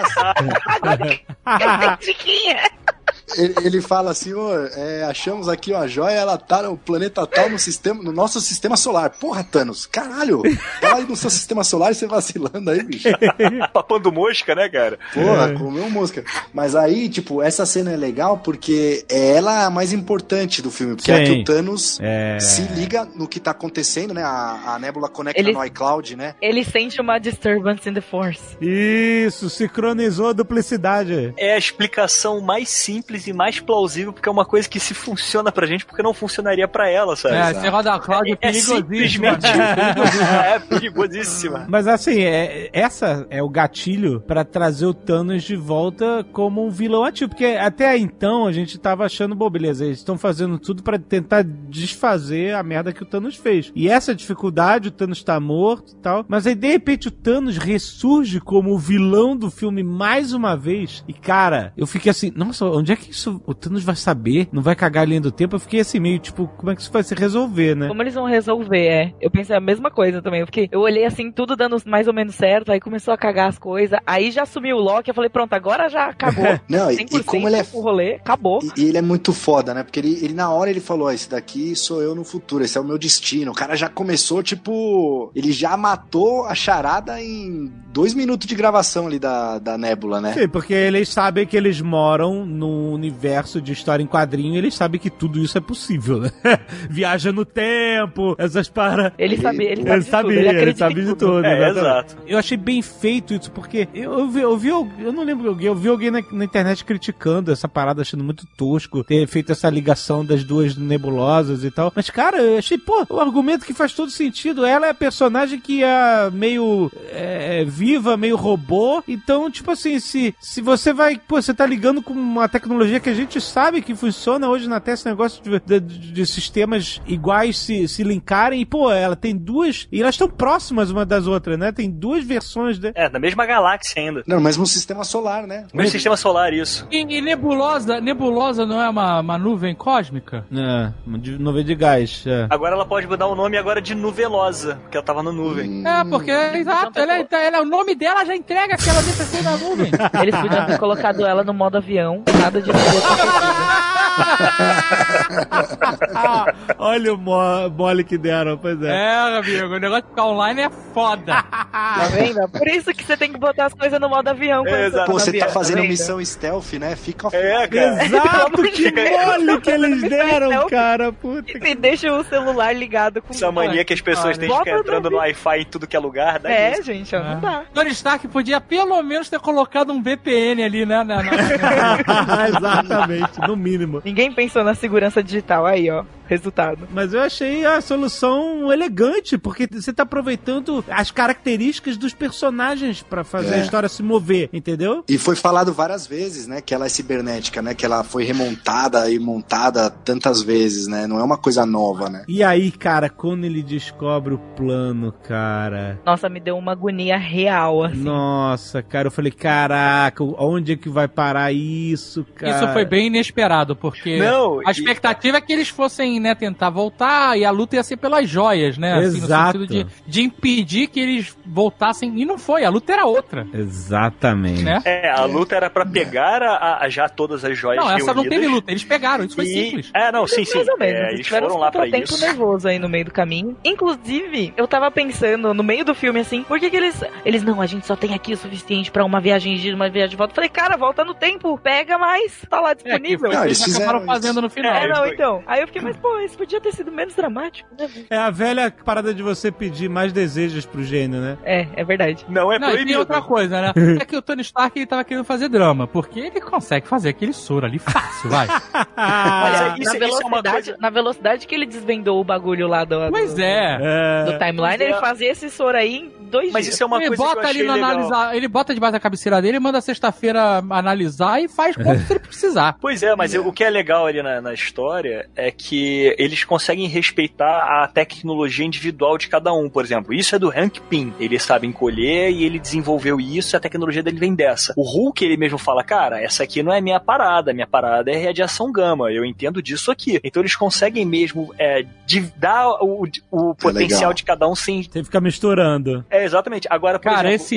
ele fala assim, achamos aqui uma joia, ela tá no planeta tal, no nosso sistema solar. Porra, Thanos, caralho, tá aí no seu sistema solar e você vacilando aí, bicho. Papando mosca, né, cara? Porra, comeu mosca. Mas aí, tipo, essa cena é legal porque ela é a mais importante do filme, porque é que o Thanos se liga no que tá acontecendo, né? A Nebula conecta no iCloud, né? Ele sente uma disturbance in the Force. Isso, sincronizou a duplicidade. É a explicação mais simples e mais plausível, porque é uma coisa que se funciona pra gente, porque não funcionaria pra ela, sabe? Esse negócio da Cloud é perigosíssimo. É perigosíssima. Mas assim, essa é o gatilho pra trazer o Thanos de volta como um vilão ativo, porque até então a gente tava achando, beleza, eles estão fazendo tudo pra tentar desfazer a merda que o Thanos fez. E essa dificuldade, o Thanos tá morto e tal, mas aí de repente o Thanos ressurge como o vilão do filme mais uma vez, e cara, eu fiquei assim, nossa, onde é que isso o Thanos vai saber? Não vai cagar a linha do tempo? Eu fiquei assim, meio tipo, como é que isso vai se resolver, né? Como eles vão resolver, Eu pensei a mesma coisa também, porque eu olhei assim, tudo dando mais ou menos certo, aí começou a cagar as coisas, aí já sumiu o Loki, eu falei, pronto, agora já acabou. Não, e como ele é o rolê, acabou. E ele é muito foda, né? Porque ele na hora ele falou, esse daqui sou eu no futuro, esse é o meu destino. O cara já começou, tipo, ele já matou a charada em 2 minutos de gravação ali da Nebula, né? Sim, porque eles sabem que eles moram no universo de história em quadrinho, eles sabem que tudo isso é possível, né? Viaja no tempo, essas paradas. Ele sabe de tudo. Exato. Eu achei bem feito isso, porque eu não lembro, eu vi alguém na internet criticando essa parada, achando muito tosco ter feito essa ligação das duas nebulosas e tal. Mas, cara, eu achei, o argumento que faz todo sentido. Ela é a personagem que é meio viva, meio robô. Então, tipo assim, se você vai, você tá ligando com uma tecnologia que a gente sabe que funciona hoje na Terra, esse negócio de sistemas iguais se linkarem, e, ela tem duas, e elas estão próximas uma das outras, né? Tem duas versões da mesma galáxia ainda. Não, mesmo sistema solar, né? Mesmo sistema solar, isso. E nebulosa não é uma nuvem cósmica? Nuvem de gás. Agora ela pode mudar o nome agora de Nuvelosa, porque ela tava na nuvem. Porque, exato, o nome dela já entrega que ela deve ser na nuvem. Eles podiam ter colocado ela no modo avião, nada de Olha o mole que deram, pois é. Amigo, o negócio de ficar online é foda. Tá vendo? Por isso que você tem que botar as coisas no modo avião. Você tá fazendo missão stealth, né? Fica cara. Exato, que mole que eles deram, cara. Puta e deixa o celular ligado com essa mania que as pessoas têm de ficar entrando no Wi-Fi em tudo que é lugar. Gente, não dá. Tony Stark podia pelo menos ter colocado um VPN ali, né? Exatamente, no mínimo. Ninguém pensou na segurança digital aí, ó. Resultado. Mas eu achei a solução elegante, porque você tá aproveitando as características dos personagens pra fazer a história se mover, entendeu? E foi falado várias vezes, né, que ela é cibernética, né, que ela foi remontada e montada tantas vezes, né, não é uma coisa nova, né. E aí, cara, quando ele descobre o plano, cara... Nossa, me deu uma agonia real, assim. Nossa, cara, eu falei, caraca, onde é que vai parar isso, cara? Isso foi bem inesperado, porque a expectativa é que eles fossem podem, né, tentar voltar, e a luta ia ser pelas joias, né? Exato. Assim, no sentido de impedir que eles voltassem, e não foi, a luta era outra. Exatamente. Né? A luta era pra pegar já todas as joias reunidas. Não, essa não teve luta, eles pegaram, isso foi simples. Não, sim. Mais ou menos, Eles foram lá pra isso. tempo nervoso aí no meio do caminho. Inclusive, eu tava pensando, no meio do filme, assim, por que eles não, a gente só tem aqui o suficiente pra uma viagem de volta. Eu falei, cara, volta no tempo, pega mais, tá lá disponível. Que eles acabaram fazendo no final. Então. Aí eu fiquei, mas pô, isso podia ter sido menos dramático, né? É a velha parada de você pedir mais desejos pro gênio, né? É verdade. Não é proibido. E tem outra coisa, né? É que o Tony Stark, ele tava querendo fazer drama, porque ele consegue fazer aquele soro ali fácil, vai. Olha, na velocidade que ele desvendou o bagulho lá do timeline, ele fazia esse soro aí em 2 dias. Mas isso é uma coisa que eu achei legal. Ele bota debaixo da cabeceira dele, manda sexta-feira analisar e faz quanto se ele precisar. Pois é, mas o que é legal ali na história é que eles conseguem respeitar a tecnologia individual de cada um, por exemplo. Isso é do Hank Pym. Ele sabe encolher e ele desenvolveu isso e a tecnologia dele vem dessa. O Hulk, ele mesmo fala, cara, essa aqui não é minha parada é radiação gama, eu entendo disso aqui. Então eles conseguem mesmo dar o potencial de cada um sem... Você fica misturando. Exatamente. Agora, por cara, exemplo, esse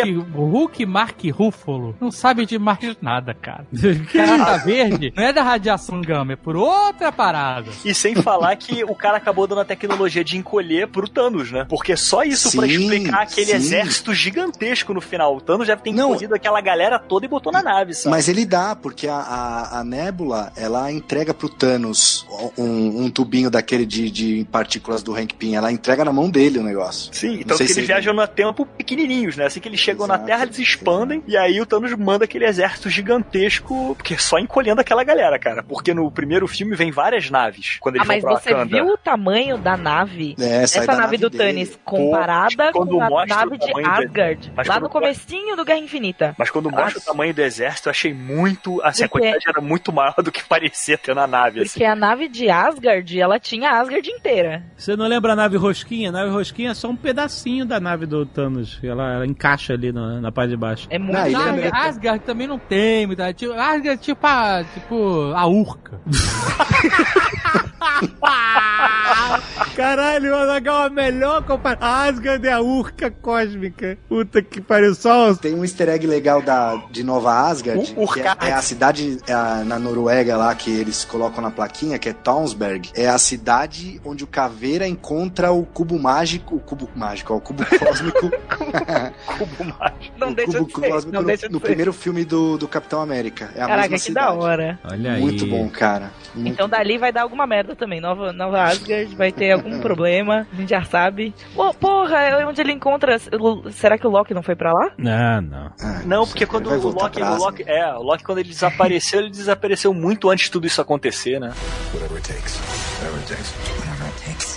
Hulk Mark Ruffalo não sabe de mais nada, cara. O cara tá verde, não é da radiação gama, é por outra parada. E sem falar que o cara acabou dando a tecnologia de encolher pro Thanos, né? Porque só isso pra explicar aquele exército gigantesco no final. O Thanos já tem encolhido aquela galera toda e botou na nave, sabe? Mas ele dá, porque a Nebula, ela entrega pro Thanos um tubinho daquele de partículas do Hank Pym. Ela entrega na mão dele o negócio. Sim, então que eles viajam no tempo pequenininhos, né? Assim que eles chegam na Terra, eles expandem, e aí o Thanos manda aquele exército gigantesco, porque só encolhendo aquela galera, cara. Porque no primeiro filme vem várias naves. Quando eles vão pra Wakanda. Mas você viu o tamanho da nave? Essa nave do Thanos comparada com a nave de Asgard, lá no comecinho do Guerra Infinita. Mas quando mostra o tamanho do exército, eu achei muito, assim, a quantidade era muito maior do que parecia ter na nave. Porque a nave de Asgard, ela tinha a Asgard inteira. Você não lembra a nave Rosquinha? A nave Rosquinha é só um pedacinho da nave do Thanos. Ela encaixa ali na parte de baixo. É muito Asgard também não tem muita... Asgard é tipo a Urca. Caralho, a melhor comparação. Asgard é a Urca cósmica. Puta que pariu, só... Tem um easter egg legal de Nova Asgard, que é a cidade na Noruega lá, que eles colocam na plaquinha, que é Townsberg. É a cidade onde o Caveira encontra o cubo mágico, o cubo cósmico. Cubo mágico. Não deixa de ser. No primeiro filme do Capitão América. É a Caraca, mesma que cidade. da hora. Olha aí. Muito bom, cara. Então dali vai dar alguma merda também. Nova Asgard vai ter algum problema, a gente já sabe. Porra, é onde ele encontra... Será que o Loki não foi pra lá? Não. Não, porque quando o Loki, quando ele desapareceu muito antes de tudo isso acontecer, né? Whatever it takes. Whatever it takes. Whatever it takes.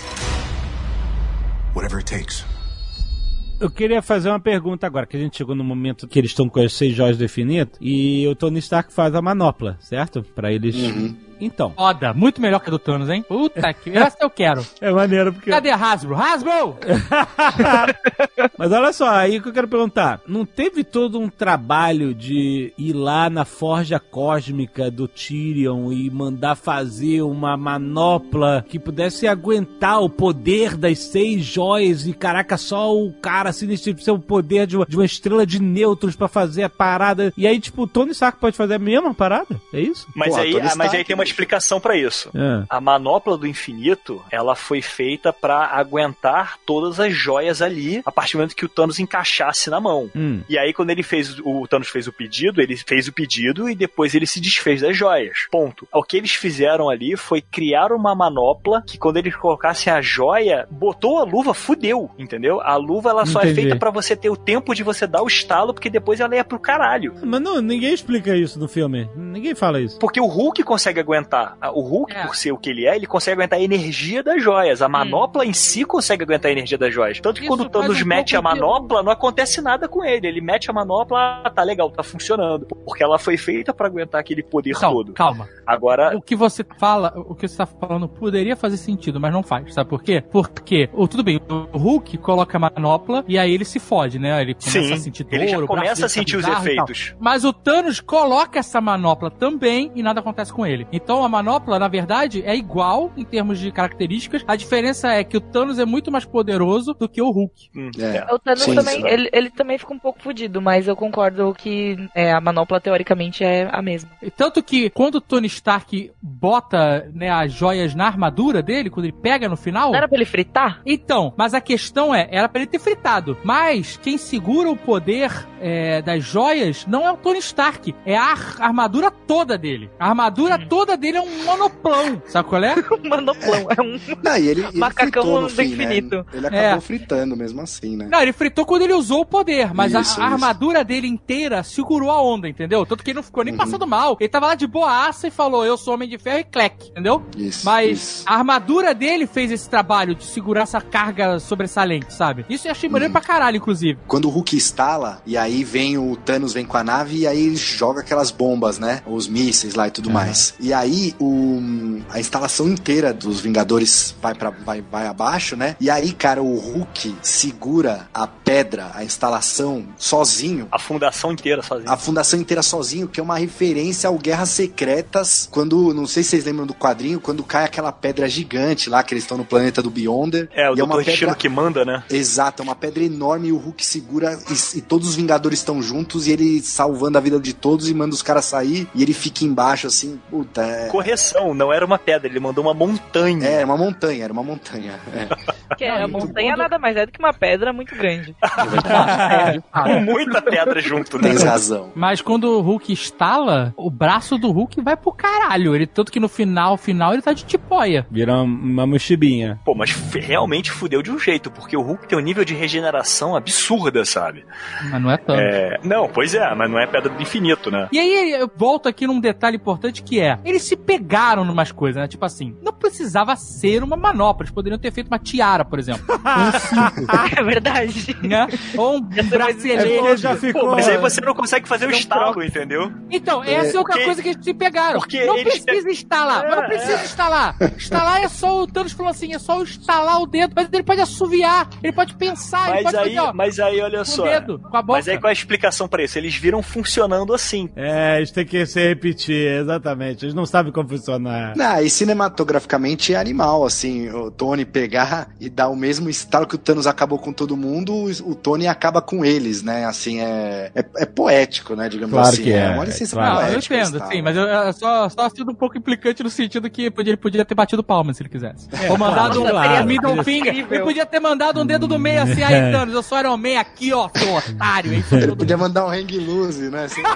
Whatever it takes. Eu queria fazer uma pergunta agora, que a gente chegou no momento que eles estão com as 6 joias do infinito e o Tony Stark faz a manopla, certo? Pra eles... Então. Foda, muito melhor que a do Thanos, hein? Puta que... Essa eu quero. É maneiro porque... Cadê a Hasbro? Hasbro! Mas olha só, aí que eu quero perguntar. Não teve todo um trabalho de ir lá na forja cósmica do Tyrion e mandar fazer uma manopla que pudesse aguentar o poder das 6 joias e, caraca, só o cara assim, ser o poder de uma estrela de nêutrons pra fazer a parada. E aí, tipo, o Tony Stark pode fazer a mesma parada? É isso? Mas aí tem uma explicação pra isso. A manopla do infinito, ela foi feita pra aguentar todas as joias ali, a partir do momento que o Thanos encaixasse na mão. E aí, quando o Thanos fez o pedido, ele fez o pedido e depois ele se desfez das joias. Ponto. O que eles fizeram ali foi criar uma manopla que, quando eles colocassem a joia, botou a luva, fudeu, entendeu? A luva, ela só é feita pra você ter o tempo de você dar o estalo, porque depois ela ia pro caralho. Mas não, ninguém explica isso no filme. Ninguém fala isso. Porque o Hulk consegue aguentar. O Hulk, por ser o que ele consegue aguentar a energia das joias. A manopla em si consegue aguentar a energia das joias. Tanto que quando o Thanos mete a manopla, não acontece nada com ele. Ele mete a manopla, tá legal, tá funcionando. Porque ela foi feita pra aguentar aquele poder todo. Calma. Agora... O que você tá falando poderia fazer sentido, mas não faz. Sabe por quê? Porque, tudo bem, o Hulk coloca a manopla e aí ele se fode, né? Ele começa a sentir dor, ele já começa a sentir os efeitos. Mas o Thanos coloca essa manopla também e nada acontece com ele. Então Então a manopla, na verdade, é igual em termos de características. A diferença é que o Thanos é muito mais poderoso do que o Hulk. O Thanos também, ele também fica um pouco fodido, mas eu concordo que a manopla teoricamente é a mesma. Tanto que quando o Tony Stark bota, né, as joias na armadura dele, quando ele pega no final... Não era pra ele fritar? Então, mas a questão era pra ele ter fritado. Mas quem segura o poder das joias não é o Tony Stark, é a armadura toda dele. A armadura toda dele é um monoplão, sabe qual é? Um monoplão, é um ele macacão do fim, infinito. Né? Ele acabou fritando mesmo assim, né? Não, ele fritou quando ele usou o poder, mas a armadura dele inteira segurou a onda, entendeu? Tanto que ele não ficou nem passando mal. Ele tava lá de boaça e falou, eu sou Homem de Ferro e clec, entendeu? Mas a armadura dele fez esse trabalho de segurar essa carga sobressalente, sabe? Isso eu achei maneiro pra caralho, inclusive. Quando o Hulk instala, e aí vem o Thanos, vem com a nave, e aí ele joga aquelas bombas, né? Os mísseis lá e tudo mais. E aí a instalação inteira dos Vingadores vai abaixo, né? E aí, cara, o Hulk segura a pedra, a instalação, sozinho. A fundação inteira sozinho. A fundação inteira sozinho, que é uma referência ao Guerras Secretas, quando, não sei se vocês lembram do quadrinho, quando cai aquela pedra gigante lá, que eles estão no planeta do Beyonder. O Dr. Destino que manda, né? Exato, é uma pedra enorme e o Hulk segura e todos os Vingadores estão juntos e ele salvando a vida de todos e manda os caras sair e ele fica embaixo assim, puta. Correção, não era uma pedra, ele mandou uma montanha. Era uma montanha. Que a montanha nada mais é do que uma pedra muito grande. Com muita pedra junto, né? Tens razão. Mas quando o Hulk instala, o braço do Hulk vai pro caralho. Tanto que no final ele tá de tipóia. Vira uma mochibinha. Pô, mas realmente fudeu de um jeito, porque o Hulk tem um nível de regeneração absurda, sabe? Mas não é tanto. Não, pois mas não é pedra do infinito, né? E aí eu volto aqui num detalhe importante que eles se pegaram numas coisas, né? Tipo assim, não precisava ser uma manopla, eles poderiam ter feito uma tiara, por exemplo. É verdade. Né? Ou um bracelete. Já ficou... mas aí você não consegue fazer o estalo, entendeu? Então, essa é outra coisa que eles se pegaram. Não precisa instalar, mas não precisa instalar. Instalar é só o Thanos falou assim, é só instalar o dedo, mas ele pode assoviar, ele pode pensar, ele pode fazer, mas aí, olha só. Com o dedo, com a boca. Mas aí qual é a explicação pra isso? Eles viram funcionando assim. Eles têm que se repetir, exatamente. Eles não sabem como funcionar. Não, e cinematograficamente é animal, assim, o Tony pegar e dar o mesmo estalo que o Thanos acabou com todo mundo, o Tony acaba com eles, né? Assim, é poético, né? Digamos claro assim. Que é uma licença claro. poética. Eu entendo, sim, mas eu só sido um pouco implicante no sentido que ele podia ter batido palma se ele quisesse. Ou mandado um middle finger. Ele podia ter mandado um dedo do meio assim, aí, Thanos, eu sou Iron Man aqui, ó, seu otário. Aí, ele podia mandar um hang loose, né? Assim,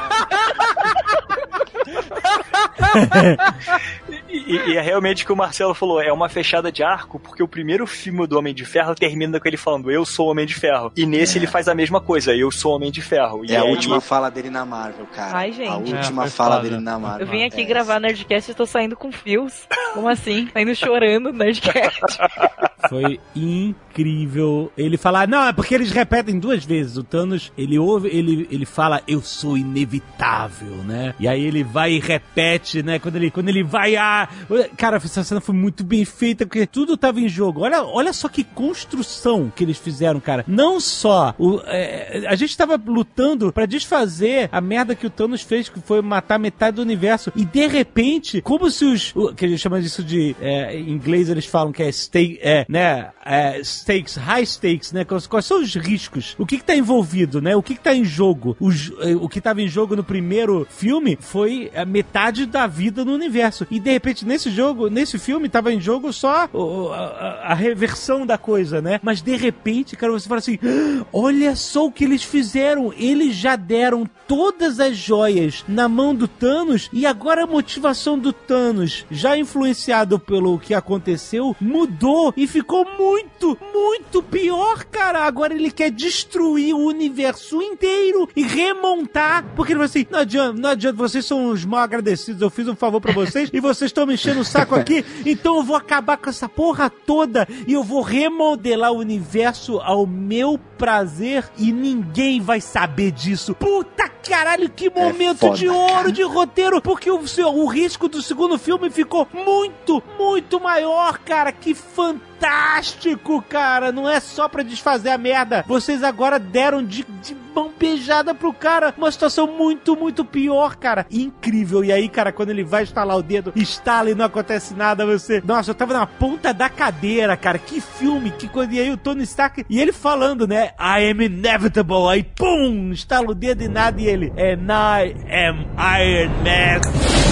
E é realmente o que o Marcelo falou, é uma fechada de arco, porque o primeiro filme do Homem de Ferro termina com ele falando, eu sou o Homem de Ferro. E nesse ele faz a mesma coisa, eu sou o Homem de Ferro. E a última fala dele na Marvel, cara. Ai, gente. A última fala dele na Marvel. Eu vim aqui gravar Nerdcast e tô saindo com fios. Como assim? Saindo chorando no Nerdcast. Foi incrível. Ele fala, não, é porque eles repetem duas vezes. O Thanos, ele fala, eu sou inevitável, né? E aí ele vai e repete, né? Quando ele vai Cara, essa cena foi muito bem feita, porque tudo tava em jogo. Olha só que construção que eles fizeram, cara. Não só a gente tava lutando pra desfazer a merda que o Thanos fez, que foi matar metade do universo. E de repente, como se que a gente chama disso de em inglês eles falam que é stakes, high stakes, né? Quais são os riscos? O que tá envolvido, né? O que tá em jogo? O que tava em jogo no primeiro filme foi a metade da vida no universo. E de repente, nesse filme, tava em jogo só a reversão da coisa, né? Mas de repente, cara, você fala assim, olha só o que eles fizeram. Eles já deram todas as joias na mão do Thanos e agora a motivação do Thanos, já influenciado pelo que aconteceu, mudou e ficou muito, muito pior, cara. Agora ele quer destruir o universo inteiro e remontar, porque ele vai assim, não adianta, vocês são os mal agradecidos, eu fiz um favor pra vocês e vocês estão me enchendo o saco aqui, então eu vou acabar com essa porra toda e eu vou remodelar o universo ao meu prazer e ninguém vai saber disso. Puta caralho, que momento de ouro de roteiro, porque o risco do segundo filme ficou muito, muito maior, cara. Que fantástico fantástico, cara. Não é só pra desfazer a merda. Vocês agora deram de mão beijada pro cara. Uma situação muito, muito pior, cara. Incrível. E aí, cara, quando ele vai estalar o dedo, estala e não acontece nada, você... Nossa, eu tava na ponta da cadeira, cara. Que filme, que coisa. E aí o Tony Stark... E ele falando, né? I am inevitable. Aí, pum! Estala o dedo e nada. E ele... And I am Iron Man.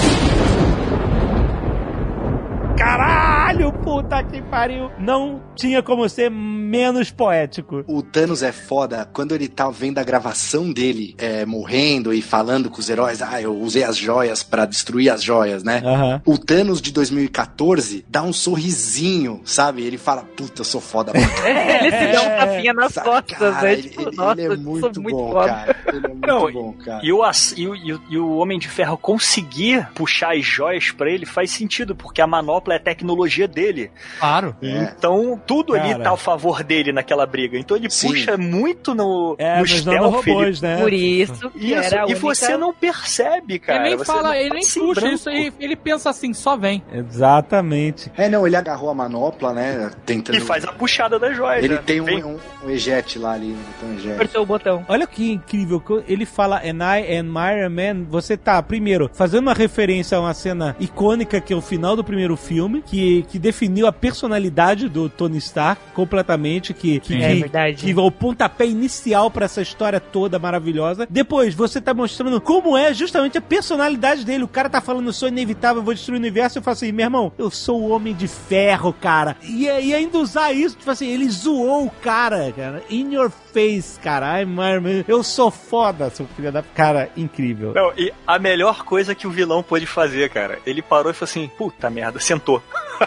Caralho, puta que pariu. Não tinha como ser menos poético. O Thanos é foda quando ele tá vendo a gravação dele morrendo e falando com os heróis, eu usei as joias pra destruir as joias, né? O Thanos de 2014 dá um sorrisinho, sabe? Ele fala, puta, eu sou foda. Ele se dá um tapinha nas costas, cara, né? Ele é muito bom, cara. Ele é muito bom, cara. E o Homem de Ferro conseguir puxar as joias pra ele faz sentido, porque a manopla é a tecnologia dele. Claro. Então, tudo ali tá a favor dele naquela briga. Então ele puxa muito no stealth. Robôs, né? Por isso que era a única... E você não percebe, cara. Ele nem fala, ele nem puxa isso aí. Ele pensa assim, só vem. Exatamente. Ele agarrou a manopla, né? Tentando... E faz a puxada das joias. Ele tem um eject lá ali. Apertou o botão. Olha que incrível. Ele fala and I am Iron Man. Você tá, primeiro, fazendo uma referência a uma cena icônica que é o final do primeiro filme, que definiu a personalidade do Tony Stark completamente, que o pontapé inicial pra essa história toda maravilhosa. Depois, você tá mostrando como é justamente a personalidade dele. O cara tá falando, eu sou inevitável, eu vou destruir o universo. Eu falo assim, meu irmão, eu sou o Homem de Ferro, cara. E ainda usar isso, tipo assim, ele zoou o cara. In your face, cara. Eu sou foda, seu filho da... Cara, incrível. Não, e a melhor coisa que o vilão pôde fazer, cara, ele parou e falou assim, puta merda, sentou.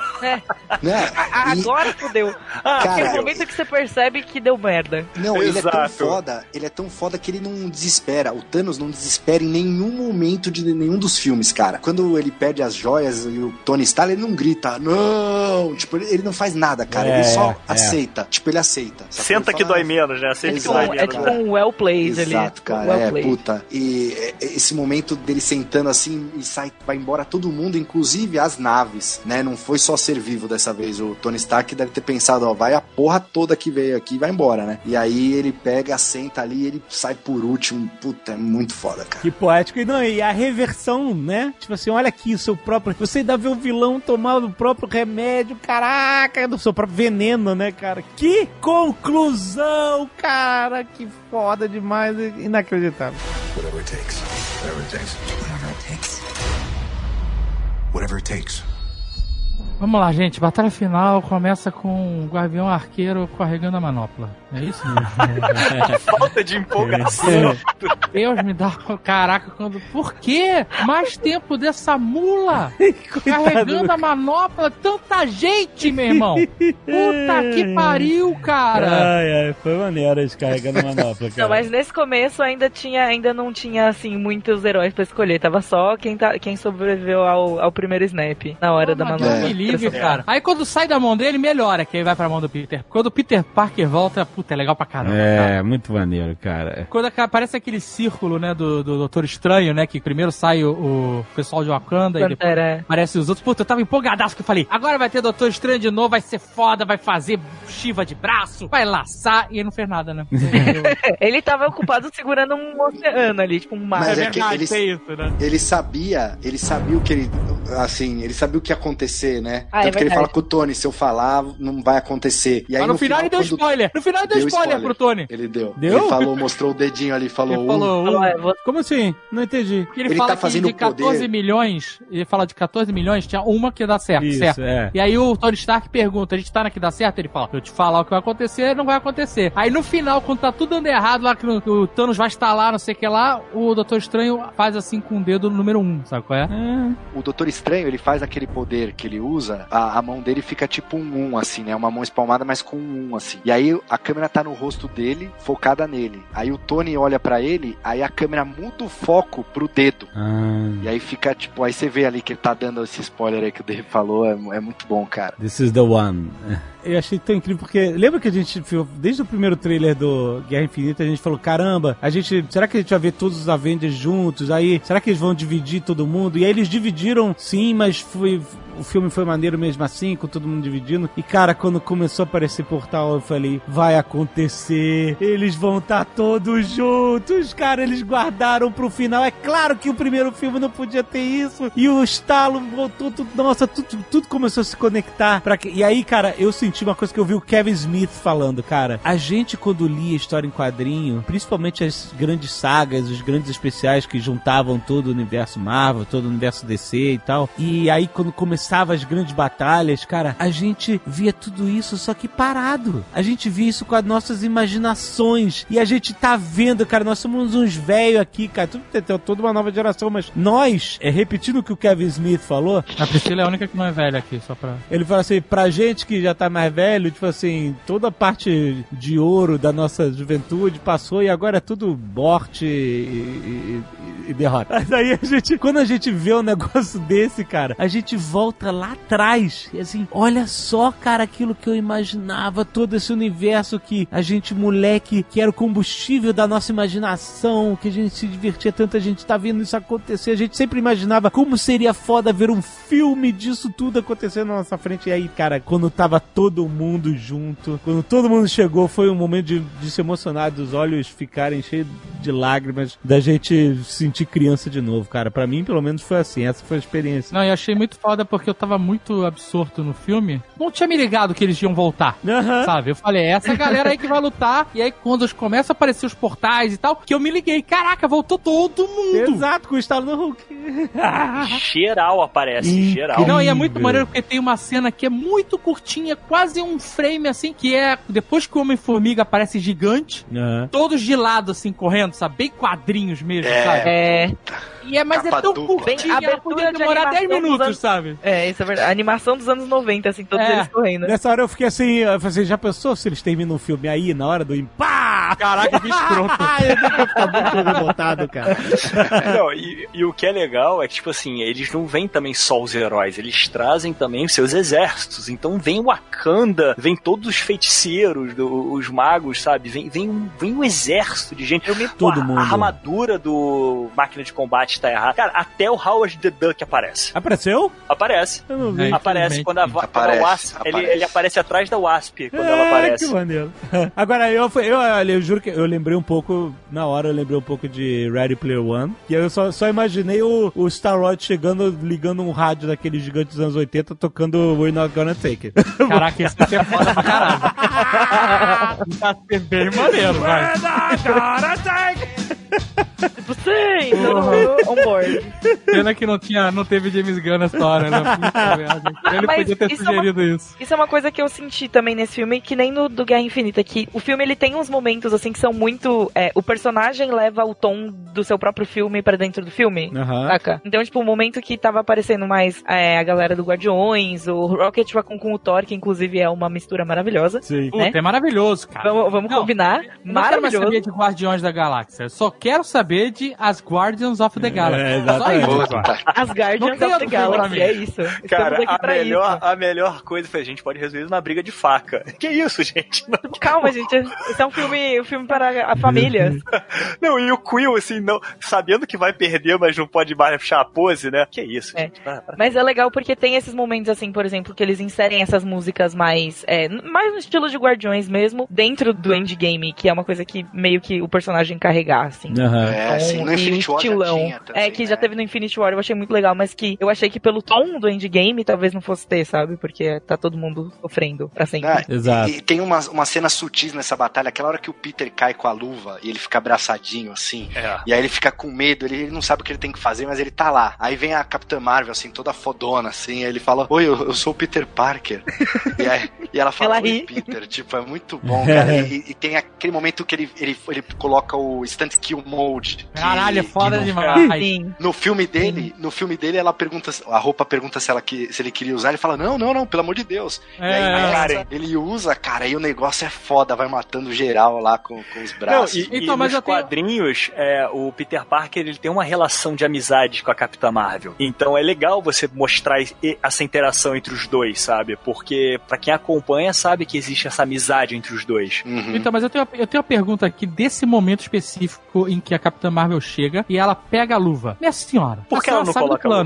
Agora fudeu. Aquele momento que você percebe que deu merda. Não, ele é tão foda que ele não desespera. O Thanos não desespera em nenhum momento de nenhum dos filmes, cara. Quando ele perde as joias e o Tony Stark, ele não grita, não! Tipo, ele não faz nada, cara. Ele só aceita. Tipo, ele aceita. Senta que dói menos, né? Aceita que dói menos. É tipo um well played ali. Exato, cara. Puta. E esse momento dele sentando assim e vai embora todo mundo, inclusive as naves, né? Não foi só ser vivo dessa vez. O Tony Stark deve ter pensado, vai a porra toda que veio aqui e vai embora, né? E aí ele pega, senta ali, ele sai por último. Puta, é muito foda, cara. Que poético. E a reversão, né? Tipo assim, olha aqui, o seu próprio... Você ainda vê o vilão tomar o próprio remédio, caraca, do seu próprio veneno, né, cara? Que conclusão, cara! Que foda demais, inacreditável. Whatever it takes. Whatever it takes. Whatever it takes. Whatever it takes. Vamos lá, gente. Batalha final começa com o Gavião Arqueiro carregando a manopla. É isso mesmo? Falta de empolgação. Deus me dá... Caraca, por quê? Mais tempo dessa mula carregando a manopla? Tanta gente, meu irmão. Puta que pariu, cara. Foi maneiro eles carregando a manopla, cara. Não, mas nesse começo ainda não tinha, assim, muitos heróis pra escolher. Tava só quem sobreviveu ao primeiro snap, na hora da manopla. Cara. Aí quando sai da mão dele, melhora, que aí vai pra mão do Peter. Quando o Peter Parker volta, puta, é legal pra caramba. Cara. Muito maneiro, cara. Quando aparece aquele círculo, né, do Doutor Estranho, né, que primeiro sai o pessoal de Wakanda e depois aparece os outros. Puta, eu tava empolgadaço que eu falei, agora vai ter Doutor Estranho de novo, vai ser foda, vai fazer Shiva de braço, vai laçar, e ele não fez nada, né? Ele tava ocupado segurando um oceano ali, tipo um mar. Mas é verdade, tem isso, né? Ele sabia o que ele sabia o que ia acontecer, né? Tanto que verdade. ele fala com o Tony, se eu falar, não vai acontecer. E aí, mas no final ele deu spoiler. No final ele deu spoiler pro Tony. Ele deu. Ele falou, mostrou o dedinho ali, falou. Como assim? Não entendi. Ele fala tá fazendo que de 14 milhões, ele fala de 14 milhões, tinha uma que dá certo, certo? E aí o Tony Stark pergunta, a gente tá na que dá certo? Ele fala, eu te falar o que vai acontecer, não vai acontecer. Aí no final, quando tá tudo dando errado, lá que o Thanos vai instalar, não sei o que lá, o Doutor Estranho faz assim com o dedo no número 1, sabe qual é? O Doutor Estranho, ele faz aquele poder que ele usa, a mão dele fica tipo um 1, assim, né? Uma mão espalmada, mas com um 1, assim. E aí a câmera tá no rosto dele, focada nele. Aí o Tony olha pra ele, aí a câmera muda o foco pro dedo. E aí fica, tipo, aí você vê ali que ele tá dando esse spoiler aí que o Dave falou, é muito bom, cara. This is the one. Eu achei tão incrível, porque lembra que a gente, desde o primeiro trailer do Guerra Infinita, a gente falou, caramba, será que a gente vai ver todos os Avengers juntos? Aí, será que eles vão dividir todo mundo? E aí eles dividiram, sim, mas o filme foi maneiro mesmo assim, com todo mundo dividindo. E, cara, quando começou a aparecer portal, eu falei, vai acontecer, eles vão estar todos juntos, cara, eles guardaram pro final. É claro que o primeiro filme não podia ter isso, e o estalo voltou, tudo começou a se conectar. E aí, cara, eu senti uma coisa que eu vi o Kevin Smith falando, cara, a gente quando lia história em quadrinho, principalmente as grandes sagas, os grandes especiais que juntavam todo o universo Marvel, todo o universo DC e tal, e aí quando começava as grandes batalhas, cara, a gente via tudo isso só que parado. A gente via isso com as nossas imaginações, e a gente tá vendo, cara, nós somos uns velhos aqui, cara, toda uma nova geração, mas nós, repetindo o que o Kevin Smith falou, a Priscila é a única que não é velha aqui, só pra... Ele fala assim, pra gente que já tá mais velho, tipo assim, toda a parte de ouro da nossa juventude passou e agora é tudo morte e derrota. Mas aí quando a gente vê um negócio desse, cara, a gente volta lá atrás e assim, olha só, cara, aquilo que eu imaginava, todo esse universo que a gente, moleque, que era o combustível da nossa imaginação, que a gente se divertia tanto, a gente tá vendo isso acontecer, a gente sempre imaginava como seria foda ver um filme disso tudo acontecendo na nossa frente. E aí, cara, quando tava todo mundo junto, quando todo mundo chegou, foi um momento de se emocionar, dos olhos ficarem cheios de lágrimas, da gente sentir criança de novo, cara. Pra mim, pelo menos, foi assim. Essa foi a experiência. Não, eu achei muito foda porque eu tava muito absorto no filme. Não tinha me ligado que eles iam voltar, sabe? Eu falei, essa galera aí que vai lutar. E aí, quando começam a aparecer os portais e tal, que eu me liguei. Caraca, voltou todo mundo. Exato, com o estalo no Hulk. Geral aparece, geral. Não, e é muito maneiro porque tem uma cena que é muito curtinha, quase um frame assim, que é depois que o Homem-Formiga aparece gigante, todos de lado assim, correndo, sabe? Bem quadrinhos mesmo, sabe? Mas é tão curtinha, ela podia demorar 10 minutos, sabe? Isso é verdade. A animação dos anos 90, assim, todos eles correndo. Nessa hora eu fiquei assim, já pensou se eles terminam o filme aí, na hora do impá? Caraca, que escroto. Eu devia ficar muito revoltado, cara. Não, e o que é legal é que, tipo assim, eles não vêm também só os heróis, eles trazem também os seus exércitos. Então vem o Wakanda, vem todos os feiticeiros, os magos, sabe? Vem um exército de gente. Todo mundo. A armadura do Máquina de Combate tá errada. Cara, até o Howard the Duck aparece. Apareceu? Aparece. Eu não vi. Aparece quando a Wasp... Ele aparece atrás da Wasp quando ela aparece. Que maneiro. Agora, eu juro que eu lembrei um pouco, na hora eu lembrei um pouco de Ready Player One, que eu só imaginei o Star-Lord chegando, ligando um rádio daqueles gigantes dos anos 80, tocando We're Not Gonna Take It. Caraca, isso é foda pra caralho. Tá bem maneiro, vai. We're Not Gonna Take It. Sim, todo mundo on board. Pena que não teve James Gunn nessa hora, né? Ele podia ter sugerido isso. Isso é uma coisa que eu senti também nesse filme, que nem no do Guerra Infinita, que o filme ele tem uns momentos assim que são muito... o personagem leva o tom do seu próprio filme pra dentro do filme, saca? Então, tipo, o momento que tava aparecendo mais a galera do Guardiões, o Rocket Raccoon com o Thor, que inclusive é uma mistura maravilhosa. Sim. Né? Puta, é maravilhoso, cara. Vamos combinar. Não quero mais saber de Guardiões da Galáxia. Eu só quero saber de As Guardians of the Galaxy. Só isso. As Guardians of the Galaxy, é isso. Cara, a melhor coisa foi a gente pode resolver na briga de faca. Que isso, gente? Calma, gente. Esse é um filme para a família. Não, e o Quill, assim, não, sabendo que vai perder, mas não pode mais puxar a pose, né? Que isso, gente. Mas é legal porque tem esses momentos, assim, por exemplo, que eles inserem essas músicas mais no estilo de Guardiões mesmo, dentro do Endgame, que é uma coisa que meio que o personagem carregar, assim. Sim, no Infinity War já tinha também, que já teve no Infinity War, eu achei muito legal, mas que eu achei que pelo tom do Endgame talvez não fosse ter, sabe? Porque tá todo mundo sofrendo pra sempre. Exato. E tem uma cena sutis nessa batalha, aquela hora que o Peter cai com a luva e ele fica abraçadinho, assim, e aí ele fica com medo, ele não sabe o que ele tem que fazer, mas ele tá lá. Aí vem a Capitã Marvel, assim, toda fodona, assim, aí ele fala, oi, eu sou o Peter Parker. e ela fala, oi, Peter, tipo, é muito bom, cara. E tem aquele momento que ele coloca o Instant Kill Mode. Caralho, é foda demais. No filme dele, ela pergunta, a roupa pergunta se ele queria usar, ele fala, não, pelo amor de Deus. E aí, ele usa, cara, e o negócio é foda, vai matando geral lá com os braços. Não, então, mas nos quadrinhos, o Peter Parker, ele tem uma relação de amizade com a Capitã Marvel. Então é legal você mostrar essa interação entre os dois, sabe? Porque pra quem acompanha sabe que existe essa amizade entre os dois. Então, mas eu tenho uma pergunta aqui desse momento específico em que a Capitã Marvel chega e ela pega a luva. Minha senhora, por que ela não sabe coloca o plano?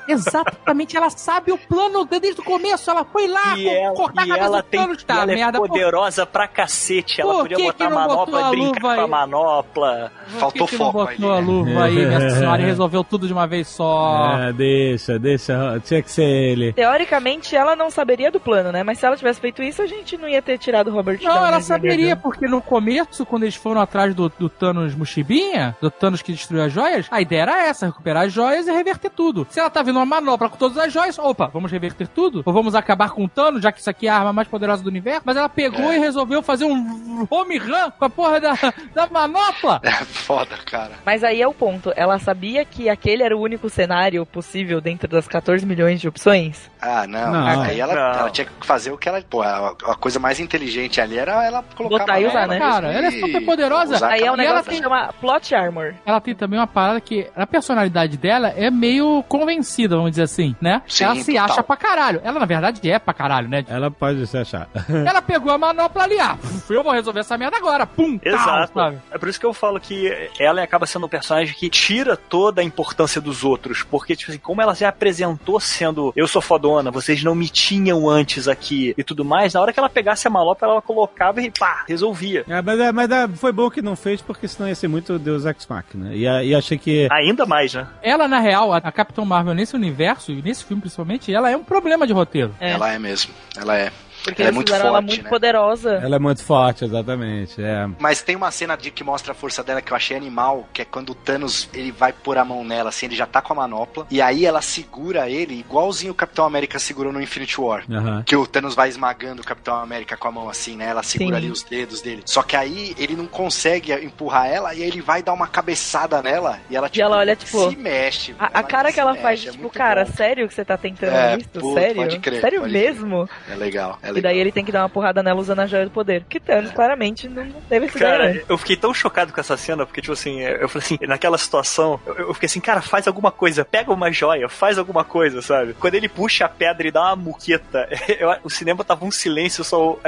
Exatamente, ela sabe o plano desde o começo, ela foi lá cortar a cabeça do Thanos. Ela é poderosa pra cacete, ela podia botar a manopla e brincar com a manopla. Faltou foco aí. Botou a luva aí, minha senhora, e resolveu tudo de uma vez só. Deixa, tinha que ser ele. Teoricamente, ela não saberia do plano, né? Mas se ela tivesse feito isso, a gente não ia ter tirado o Robert Downey. Não, ela saberia, porque no começo, quando eles foram atrás do Thanos Mochibinha, do Thanos que destruiu as joias, a ideia era essa, recuperar as joias e reverter tudo. Se ela tá vendo uma manopla com todas as joias, opa, vamos reverter tudo? Ou vamos acabar com o Thanos, já que isso aqui é a arma mais poderosa do universo? Mas ela pegou e resolveu fazer um home run com a porra da manopla. É foda, cara. Mas aí é o ponto. Ela sabia que aquele era o único cenário possível dentro das 14 milhões de opções? Não. Aí ela tinha que fazer o que ela... Pô, a coisa mais inteligente ali era ela colocar botar e usar, né? Cara, ela é super poderosa. Aí é um negócio que chama plot armor. Ela tem também uma parada que a personalidade dela é meio convencida, vamos dizer assim, né? Sim, ela se acha pra caralho. Ela, na verdade, é pra caralho, né? Ela pode se achar. Ela pegou a manopla ali, eu vou resolver essa merda agora. Pum! Exato. Tal, sabe? É por isso que eu falo que ela acaba sendo um personagem que tira toda a importância dos outros. Porque, tipo assim, como ela já apresentou sendo eu sou fodona, vocês não me tinham antes aqui e tudo mais, na hora que ela pegasse a manopla, ela colocava e pá, resolvia. Mas foi bom que não fez, porque senão ia ser muito Deus Ex Machina. E achei que... Ainda mais, né? Ela, na real, a Capitã Marvel nesse universo, e nesse filme principalmente, ela é um problema de roteiro. Ela é mesmo. Ela é. Porque ela eles é muito fizeram forte, ela muito né? poderosa. Ela é muito forte, exatamente. Mas tem uma cena que mostra a força dela que eu achei animal, que é quando o Thanos ele vai pôr a mão nela, assim, ele já tá com a manopla, e aí ela segura ele, igualzinho o Capitão América segurou no Infinity War. Que o Thanos vai esmagando o Capitão América com a mão assim, né? Ela segura ali os dedos dele. Só que aí ele não consegue empurrar ela, e aí ele vai dar uma cabeçada nela, e ela, tipo, olha, tipo, se mexe. A cara que ela faz, tipo, cara, bom. Sério que você tá tentando isso? Sério? Pode crer, sério mesmo? É legal. E daí ele tem que dar uma porrada nela usando a joia do poder. Que Thanos claramente não teve esse Cara, eu fiquei tão chocado com essa cena, porque, tipo assim, eu falei assim, naquela situação, eu fiquei assim, cara, faz alguma coisa, pega uma joia, faz alguma coisa, sabe? Quando ele puxa a pedra e dá uma muqueta, o cinema tava um silêncio,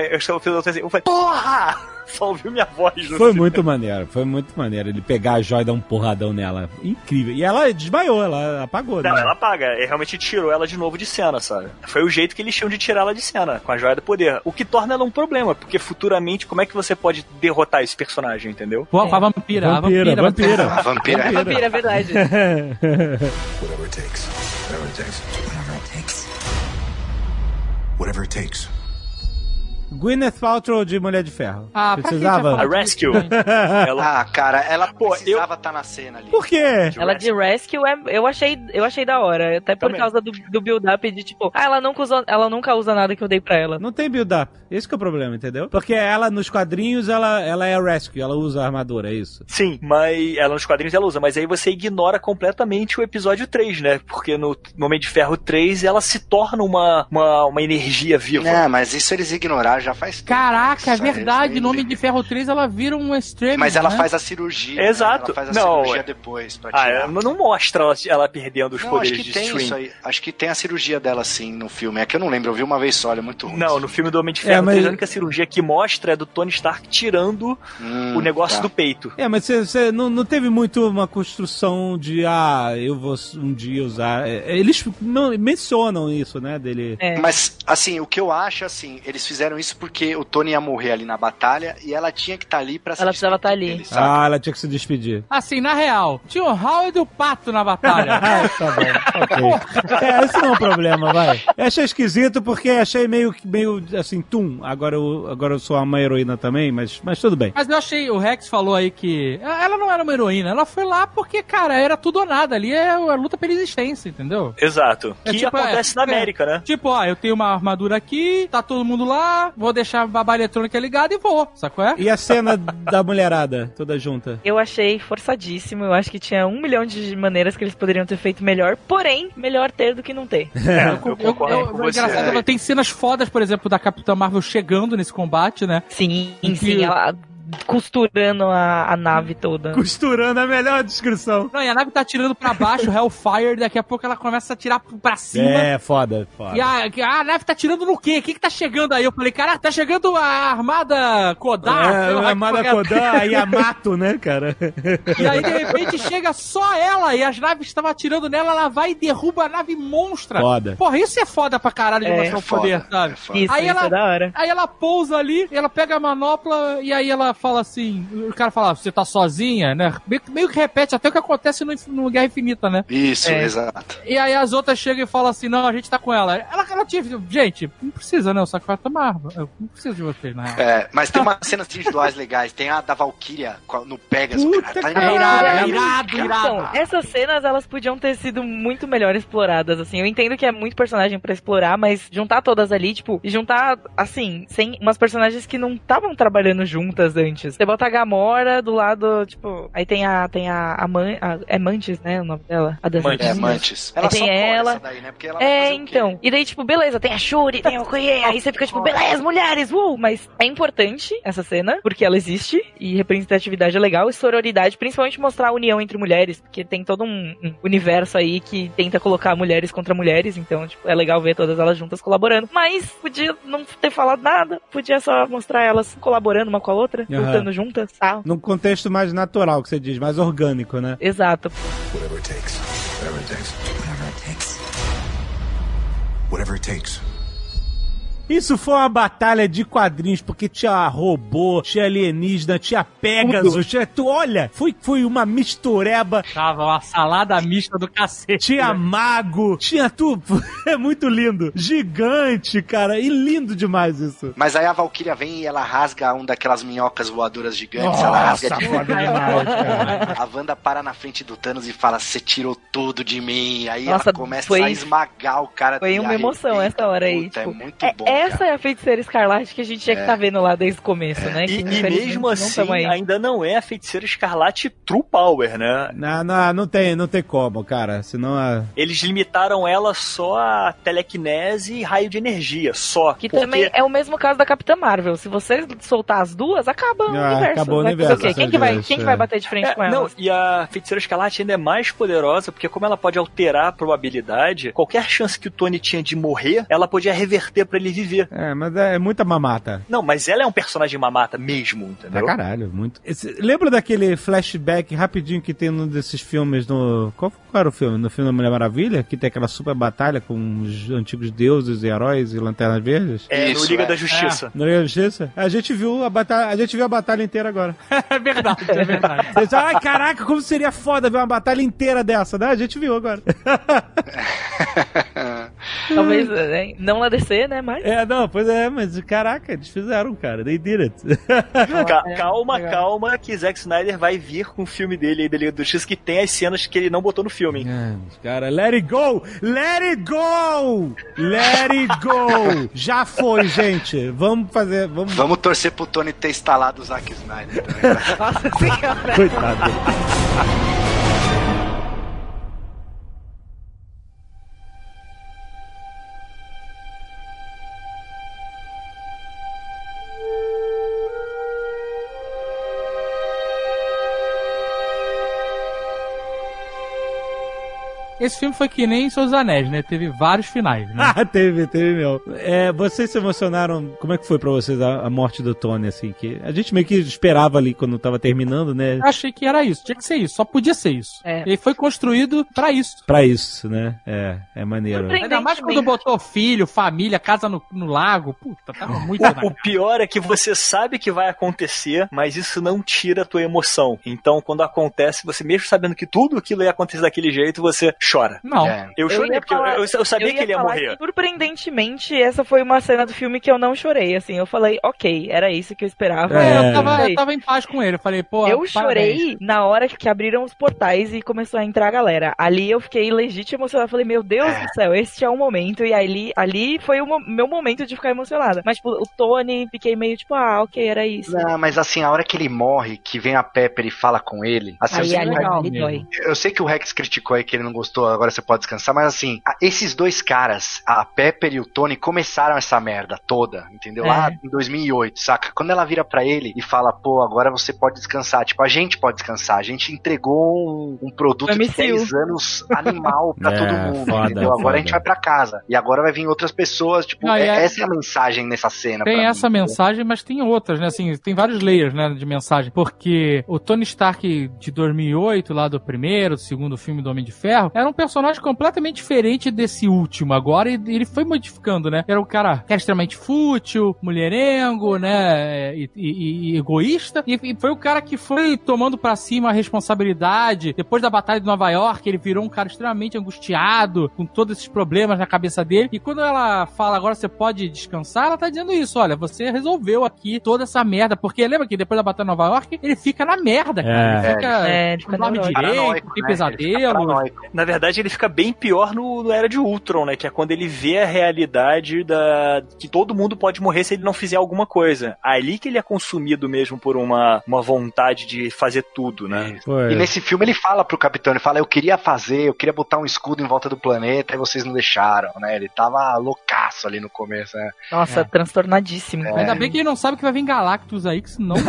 eu falei, porra! Só ouviu minha voz. Foi muito maneiro ele pegar a joia e dar um porradão nela. Incrível. E ela desmaiou, ela apagou. Não, né? ela apaga. Ele realmente tirou ela de novo de cena, sabe? Foi o jeito que eles tinham de tirar ela de cena, com a joia do poder. O que torna ela um problema, porque futuramente, como é que você pode derrotar esse personagem, entendeu? A vampira. A vampira, é verdade. Whatever it takes. Whatever it takes. Whatever it takes. Whatever it takes. Gwyneth Paltrow de Mulher de Ferro. Precisava? A Rescue. Cara, ela precisava estar na cena ali. Por quê? Ela de Rescue, eu achei da hora. Até por causa do build-up de tipo, ela nunca usa nada que eu dei pra ela. Não tem build-up. Esse que é o problema, entendeu? Porque ela, nos quadrinhos, ela é a Rescue. Ela usa a armadura, é isso? Sim, mas ela nos quadrinhos ela usa. Mas aí você ignora completamente o episódio 3, né? Porque no Homem de Ferro 3, ela se torna uma energia viva. Não, mas isso eles ignoraram já faz tempo. Caraca, é verdade. No Homem de Ferro 3 ela vira um extremo. Mas ela faz a cirurgia. Exato. Né? Ela faz a cirurgia depois pra tirar. Não mostra ela perdendo os poderes acho que de tem Stream. Isso aí. Acho que tem a cirurgia dela sim no filme. É que eu não lembro, eu vi uma vez só, é muito ruim. Não, no filme do Homem de Ferro 3, a única cirurgia que mostra é do Tony Stark tirando o negócio do peito. Mas você não teve muito uma construção de eu vou um dia usar. Eles mencionam isso, né, dele. Mas, assim, o que eu acho, assim, eles fizeram isso porque o Tony ia morrer ali na batalha e ela tinha que estar ali pra se Ela precisava estar ali. Dele, ela tinha que se despedir. Assim, na real, tinha o Howard e o Pato na batalha. Tá bom, ok. Esse não é um problema, vai. Eu achei esquisito porque achei meio assim, agora eu sou uma heroína também, mas tudo bem. Mas eu achei, o Rex falou aí que ela não era uma heroína, ela foi lá porque, cara, era tudo ou nada, ali é a luta pela existência, entendeu? Exato. Que acontece na América, né? Tipo, eu tenho uma armadura aqui, tá todo mundo lá, vou deixar a babá eletrônica ligada e vou, sacou? E a cena da mulherada, toda junta? Eu achei forçadíssimo, eu acho que tinha 1 milhão de maneiras que eles poderiam ter feito melhor, porém, melhor ter do que não ter. Eu concordo com você. Engraçado, tem cenas fodas, por exemplo, da Capitã Marvel chegando nesse combate, né? Sim, ela costurando a nave toda. Costurando a melhor descrição. Não, e a nave tá atirando pra baixo, Hellfire, daqui a pouco ela começa a atirar pra cima. É, foda. E a nave tá atirando no quê? O que tá chegando aí? Eu falei, cara, tá chegando a armada Kodan. A armada Kodan, a Yamato, né, cara? E aí, de repente, chega só ela e as naves que estavam atirando nela, ela vai e derruba a nave monstra. Foda. Porra, isso é foda pra caralho de mostrar o poder, sabe? Isso é da hora. Aí ela pousa ali, ela pega a manopla e aí ela fala assim, o cara fala, você tá sozinha, né? Meio que repete até o que acontece no Guerra Infinita, né? Isso, exato. E aí as outras chegam e falam assim, não, a gente tá com ela. Ela tinha, gente, não precisa não, só que vai tomar, eu não preciso de vocês, né? Mas tem umas cenas individuais legais, tem a da Valkyria no Pegasus, cara. Tá irado. Então, essas cenas, elas podiam ter sido muito melhor exploradas, assim. Eu entendo que é muito personagem pra explorar, mas juntar todas ali, tipo, e juntar, assim, sem umas personagens que não estavam trabalhando juntas antes. Você bota a Gamora do lado, tipo, aí tem a é Mantis, né, o nome dela? Mantis. Ela tem ela. Essa daí, né? Porque ela vai fazer então. E daí, tipo, beleza, tem a Shuri, tem a Okoye, aí você fica, tipo, beleza, mulheres, mas é importante essa cena, porque ela existe, e representatividade é legal, e sororidade, principalmente mostrar a união entre mulheres, porque tem todo um universo aí que tenta colocar mulheres contra mulheres, então, tipo, é legal ver todas elas juntas colaborando. Mas podia não ter falado nada, podia só mostrar elas colaborando uma com a outra, lutando juntas, tá? Num contexto mais natural, que você diz, mais orgânico, né? Exato. Whatever it takes. Whatever it takes. Whatever it takes. Whatever it takes. Isso foi uma batalha de quadrinhos, porque tinha robô, tinha alienígena, tinha Pegasus, tinha... Olha, foi uma mistureba. Tava uma salada mista do cacete. Tinha mago, tinha tudo. É muito lindo. Gigante, cara. E lindo demais isso. Mas aí a Valkyria vem e ela rasga daquelas minhocas voadoras gigantes. Nossa, ela rasga de foda demais, cara. A Wanda para na frente do Thanos e fala, você tirou tudo de mim. Aí Nossa, ela começa a esmagar o cara. Foi uma emoção essa hora aí. Puta, tipo, é muito bom. Essa é a Feiticeira Escarlate que a gente tinha que estar vendo lá desde o começo, né? E mesmo assim, ainda não é a Feiticeira Escarlate True Power, né? Não tem como, cara. Senão Eles limitaram ela só a telecinese e raio de energia, só. Que também é o mesmo caso da Capitã Marvel. Se você soltar as duas, acaba o universo. Acabou o universo. Quem que vai bater de frente com ela? Não, e a Feiticeira Escarlate ainda é mais poderosa, porque como ela pode alterar a probabilidade, qualquer chance que o Tony tinha de morrer, ela podia reverter pra ele viver. Mas é muita mamata. Não, mas ela é um personagem mamata mesmo, entendeu? Pra caralho, muito. Lembra daquele flashback rapidinho que tem num desses filmes no... Qual era o filme? No filme da Mulher Maravilha? Que tem aquela super batalha com os antigos deuses e heróis e lanternas verdes? No Liga da Justiça. No Liga da Justiça? A gente viu a batalha inteira agora. É verdade. Vocês, ai, caraca, como seria foda ver uma batalha inteira dessa, né? A gente viu agora. Talvez não na DC, né? Mas... Pois é, mas caraca, eles fizeram, cara. They did it. Calma, que Zack Snyder vai vir com o filme dele aí da Liga da Justiça que tem as cenas que ele não botou no filme. Cara, let it go! Let it go! Let it go! Já foi, gente. Vamos torcer pro Tony ter instalado o Zack Snyder também. Nossa senhora. Coitado. Esse filme foi que nem Seus Anéis, né? Teve vários finais, né? Teve meu. Vocês se emocionaram? Como é que foi pra vocês a morte do Tony, assim? Que a gente meio que esperava ali quando tava terminando, né? Eu achei que era isso, tinha que ser isso, só podia ser isso. Ele foi construído pra isso. Pra isso, né? É maneiro. Ainda mais quando botou filho, família, casa no lago. Puta, tava muito O pior é que você sabe que vai acontecer, mas isso não tira a tua emoção. Então, quando acontece, você mesmo sabendo que tudo aquilo ia acontecer daquele jeito, você chora. Não. Eu chorei, porque eu sabia que ele ia morrer. Surpreendentemente, essa foi uma cena do filme que eu não chorei, assim. Eu falei, ok, era isso que eu esperava. Eu tava em paz com ele. Eu falei, pô, eu chorei na hora que abriram os portais e começou a entrar a galera. Ali eu fiquei legítima emocionada. Eu falei, meu Deus do céu, esse é o momento. E ali foi o meu momento de ficar emocionada. Mas, tipo, o Tony, fiquei meio tipo, ok, era isso. Não, mas assim, a hora que ele morre, que vem a Pepper e fala com ele, assim, aí é legal, ele dói. Eu sei que o Rex criticou aí que ele não gostou gostou, agora você pode descansar, mas assim, esses dois caras, a Pepper e o Tony, começaram essa merda toda, entendeu? Lá em 2008, saca? Quando ela vira pra ele e fala, pô, agora você pode descansar, tipo, a gente pode descansar, a gente entregou um produto de 10 anos animal pra todo mundo, foda, entendeu? Agora foda. a gente vai pra casa, e agora vai vir outras pessoas, tipo, essa é a mensagem nessa cena. Tem essa mensagem, mas tem outras, né, assim, tem vários layers, né, de mensagem, porque o Tony Stark de 2008, lá do primeiro, do segundo filme do Homem de Ferro, era um personagem completamente diferente desse último agora, e ele foi modificando, né, era um cara que era extremamente fútil, mulherengo, né, e egoísta, e foi o cara que foi tomando pra cima a responsabilidade, depois da Batalha de Nova York, ele virou um cara extremamente angustiado, com todos esses problemas na cabeça dele, e quando ela fala, agora você pode descansar, ela tá dizendo isso, olha, você resolveu aqui toda essa merda, porque lembra que depois da Batalha de Nova York, ele fica na merda, cara. Ele fica, não dorme direito, tem pesadelo. Na verdade, ele fica bem pior no Era de Ultron, né, que é quando ele vê a realidade que todo mundo pode morrer se ele não fizer alguma coisa. Ali que ele é consumido mesmo por uma vontade de fazer tudo, né? E nesse filme ele fala pro capitão, ele fala, eu queria botar um escudo em volta do planeta e vocês não deixaram, né? Ele tava loucaço ali no começo, né? Nossa, transtornadíssimo. Ainda bem que ele não sabe que vai vir Galactus aí, que senão...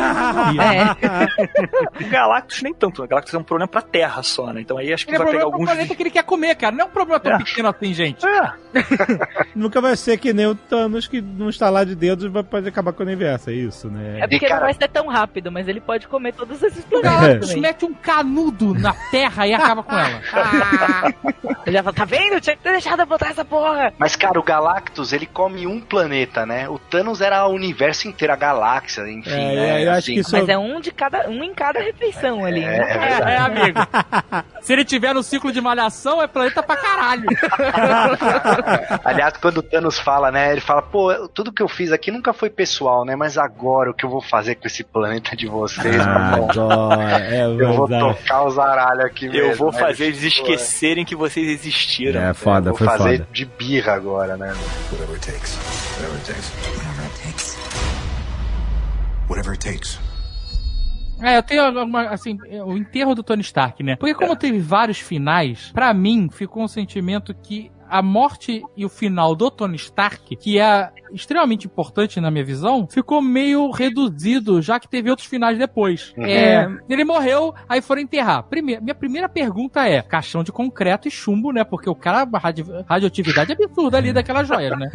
Galactus nem tanto, Galactus é um problema pra Terra só, né? Então aí acho que vai pegar alguns... É um planeta que ele quer comer, cara, não é um problema tão pequeno assim, gente. Nunca vai ser que nem o Thanos, que num estalar de dedos pode acabar com o universo, é isso, né? É porque não vai ser tão rápido, mas ele pode comer todos esses planetas. Mete um canudo na Terra e acaba com ela. Ele já fala, tá vendo? Tinha que ter deixado eu botar essa porra. Mas, cara, o Galactus, ele come um planeta, né? O Thanos era o universo inteiro, a galáxia, enfim, né? Eu acho que isso... Mas é um em cada refeição ali. Amigo. Se ele tiver no ciclo de malhação, é planeta pra caralho. Aliás, quando o Thanos fala, né? Ele fala, pô, tudo que eu fiz aqui nunca foi pessoal, né? Mas agora o que eu vou fazer com esse planeta de vocês? Eu vou tocar os aralhos aqui mesmo. Eu vou fazer eles esquecerem que vocês existiram. É foda, foi foda. Vou fazer de birra agora, né? Whatever it takes. Whatever it takes. Whatever it takes. Whatever it takes. Eu tenho assim, o enterro do Tony Stark, né? Porque como teve vários finais, pra mim ficou um sentimento que a morte e o final do Tony Stark, que é extremamente importante na minha visão, ficou meio reduzido, já que teve outros finais depois. Ele morreu, aí foram enterrar. Minha primeira pergunta é, caixão de concreto e chumbo, né? Porque o cara, radioatividade absurda ali daquelas joias, né?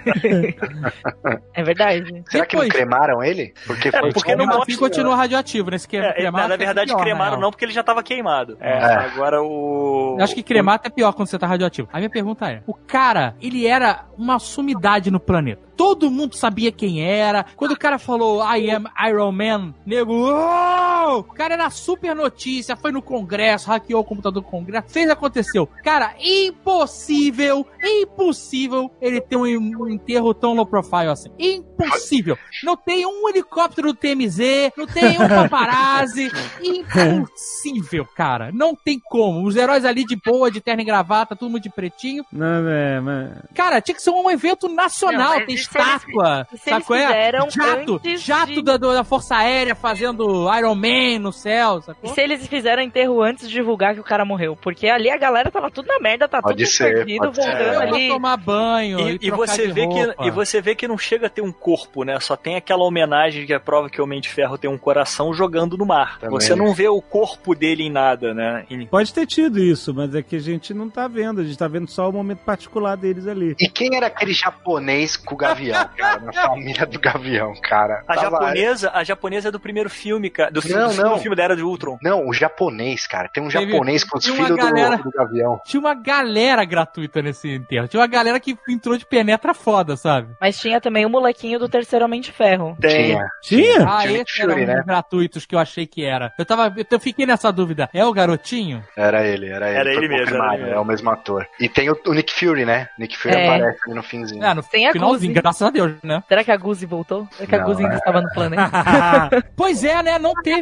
É verdade. Será que não cremaram ele? Porque no assim continua radioativo, né? Na verdade, cremaram não, porque ele já tava queimado. Agora o... Eu acho que cremar até pior quando você tá radioativo. A minha pergunta é, o cara, ele era uma sumidade no planeta. Todo mundo sabia quem era. Quando o cara falou I am Iron Man, nego, o cara era super notícia, foi no Congresso, hackeou o computador do Congresso, aconteceu. Cara, impossível ele ter um enterro tão low profile assim. Impossível. Não tem um helicóptero do TMZ, não tem um paparazzi. Impossível, cara. Não tem como. Os heróis ali de boa, de terno e gravata, todo mundo de pretinho. Não, mas... Cara, tinha que ser um evento nacional, tem estátua, sabe qual é? Jato da Força Aérea fazendo Iron Man no céu, sacou? E se eles fizeram enterro antes de divulgar que o cara morreu? Porque ali a galera tava tudo na merda, tá tudo perdido, voltando ali. Tomar banho e você vê que não chega a ter um corpo, né? Só tem aquela homenagem que é a prova que o Homem de Ferro tem um coração jogando no mar. Também. Você não vê o corpo dele em nada, né? Pode ter tido isso, mas é que a gente não tá vendo. A gente tá vendo só o momento particular deles ali. E quem era aquele japonês com o Gavião, cara? Na família do Gavião, cara. A japonesa é do primeiro filme, cara. Do segundo filme da Era de Ultron. Não, o japonês, cara. Tem um japonês com os filhos do Gavião. Tinha uma galera gratuita nesse enterro. Tinha uma galera que entrou de penetra foda, sabe? Mas tinha também o molequinho do terceiro Homem de Ferro. Tinha? Esses eram os gratuitos que eu achei que era. Eu fiquei nessa dúvida. É o garotinho? Era ele mesmo. É o mesmo ator. E tem o Nick Fury, né? Nick Fury aparece ali no finzinho. No finalzinho, graças a Deus, né? Será que a Guzi voltou? Será que a Guzi ainda estava no planeta? Pois é, né? Não teve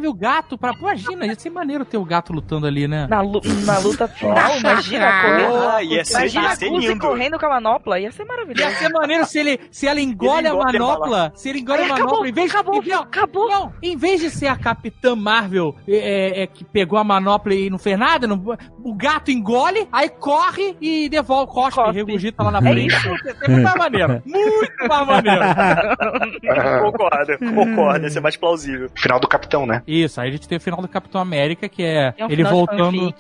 o gato pra... Imagina, ia ser maneiro ter o gato lutando ali, né? Na luta final, imagina correndo. Ia ser lindo. Correndo com a manopla, ia ser maravilhoso. Ia ser maneiro se ela engole a manopla. Se ele engole a manopla, acabou. Não, em vez de ser a Capitã Marvel que pegou a manopla e não fez nada, o gato engole, aí corre e devolve, cospe, regurgita lá na frente. É muito mais maneiro. Muito mais maneiro. Concordo, ia ser mais plausível. Final do Capitão, né? Isso, aí a gente tem o final do Capitão América, que é ele voltando...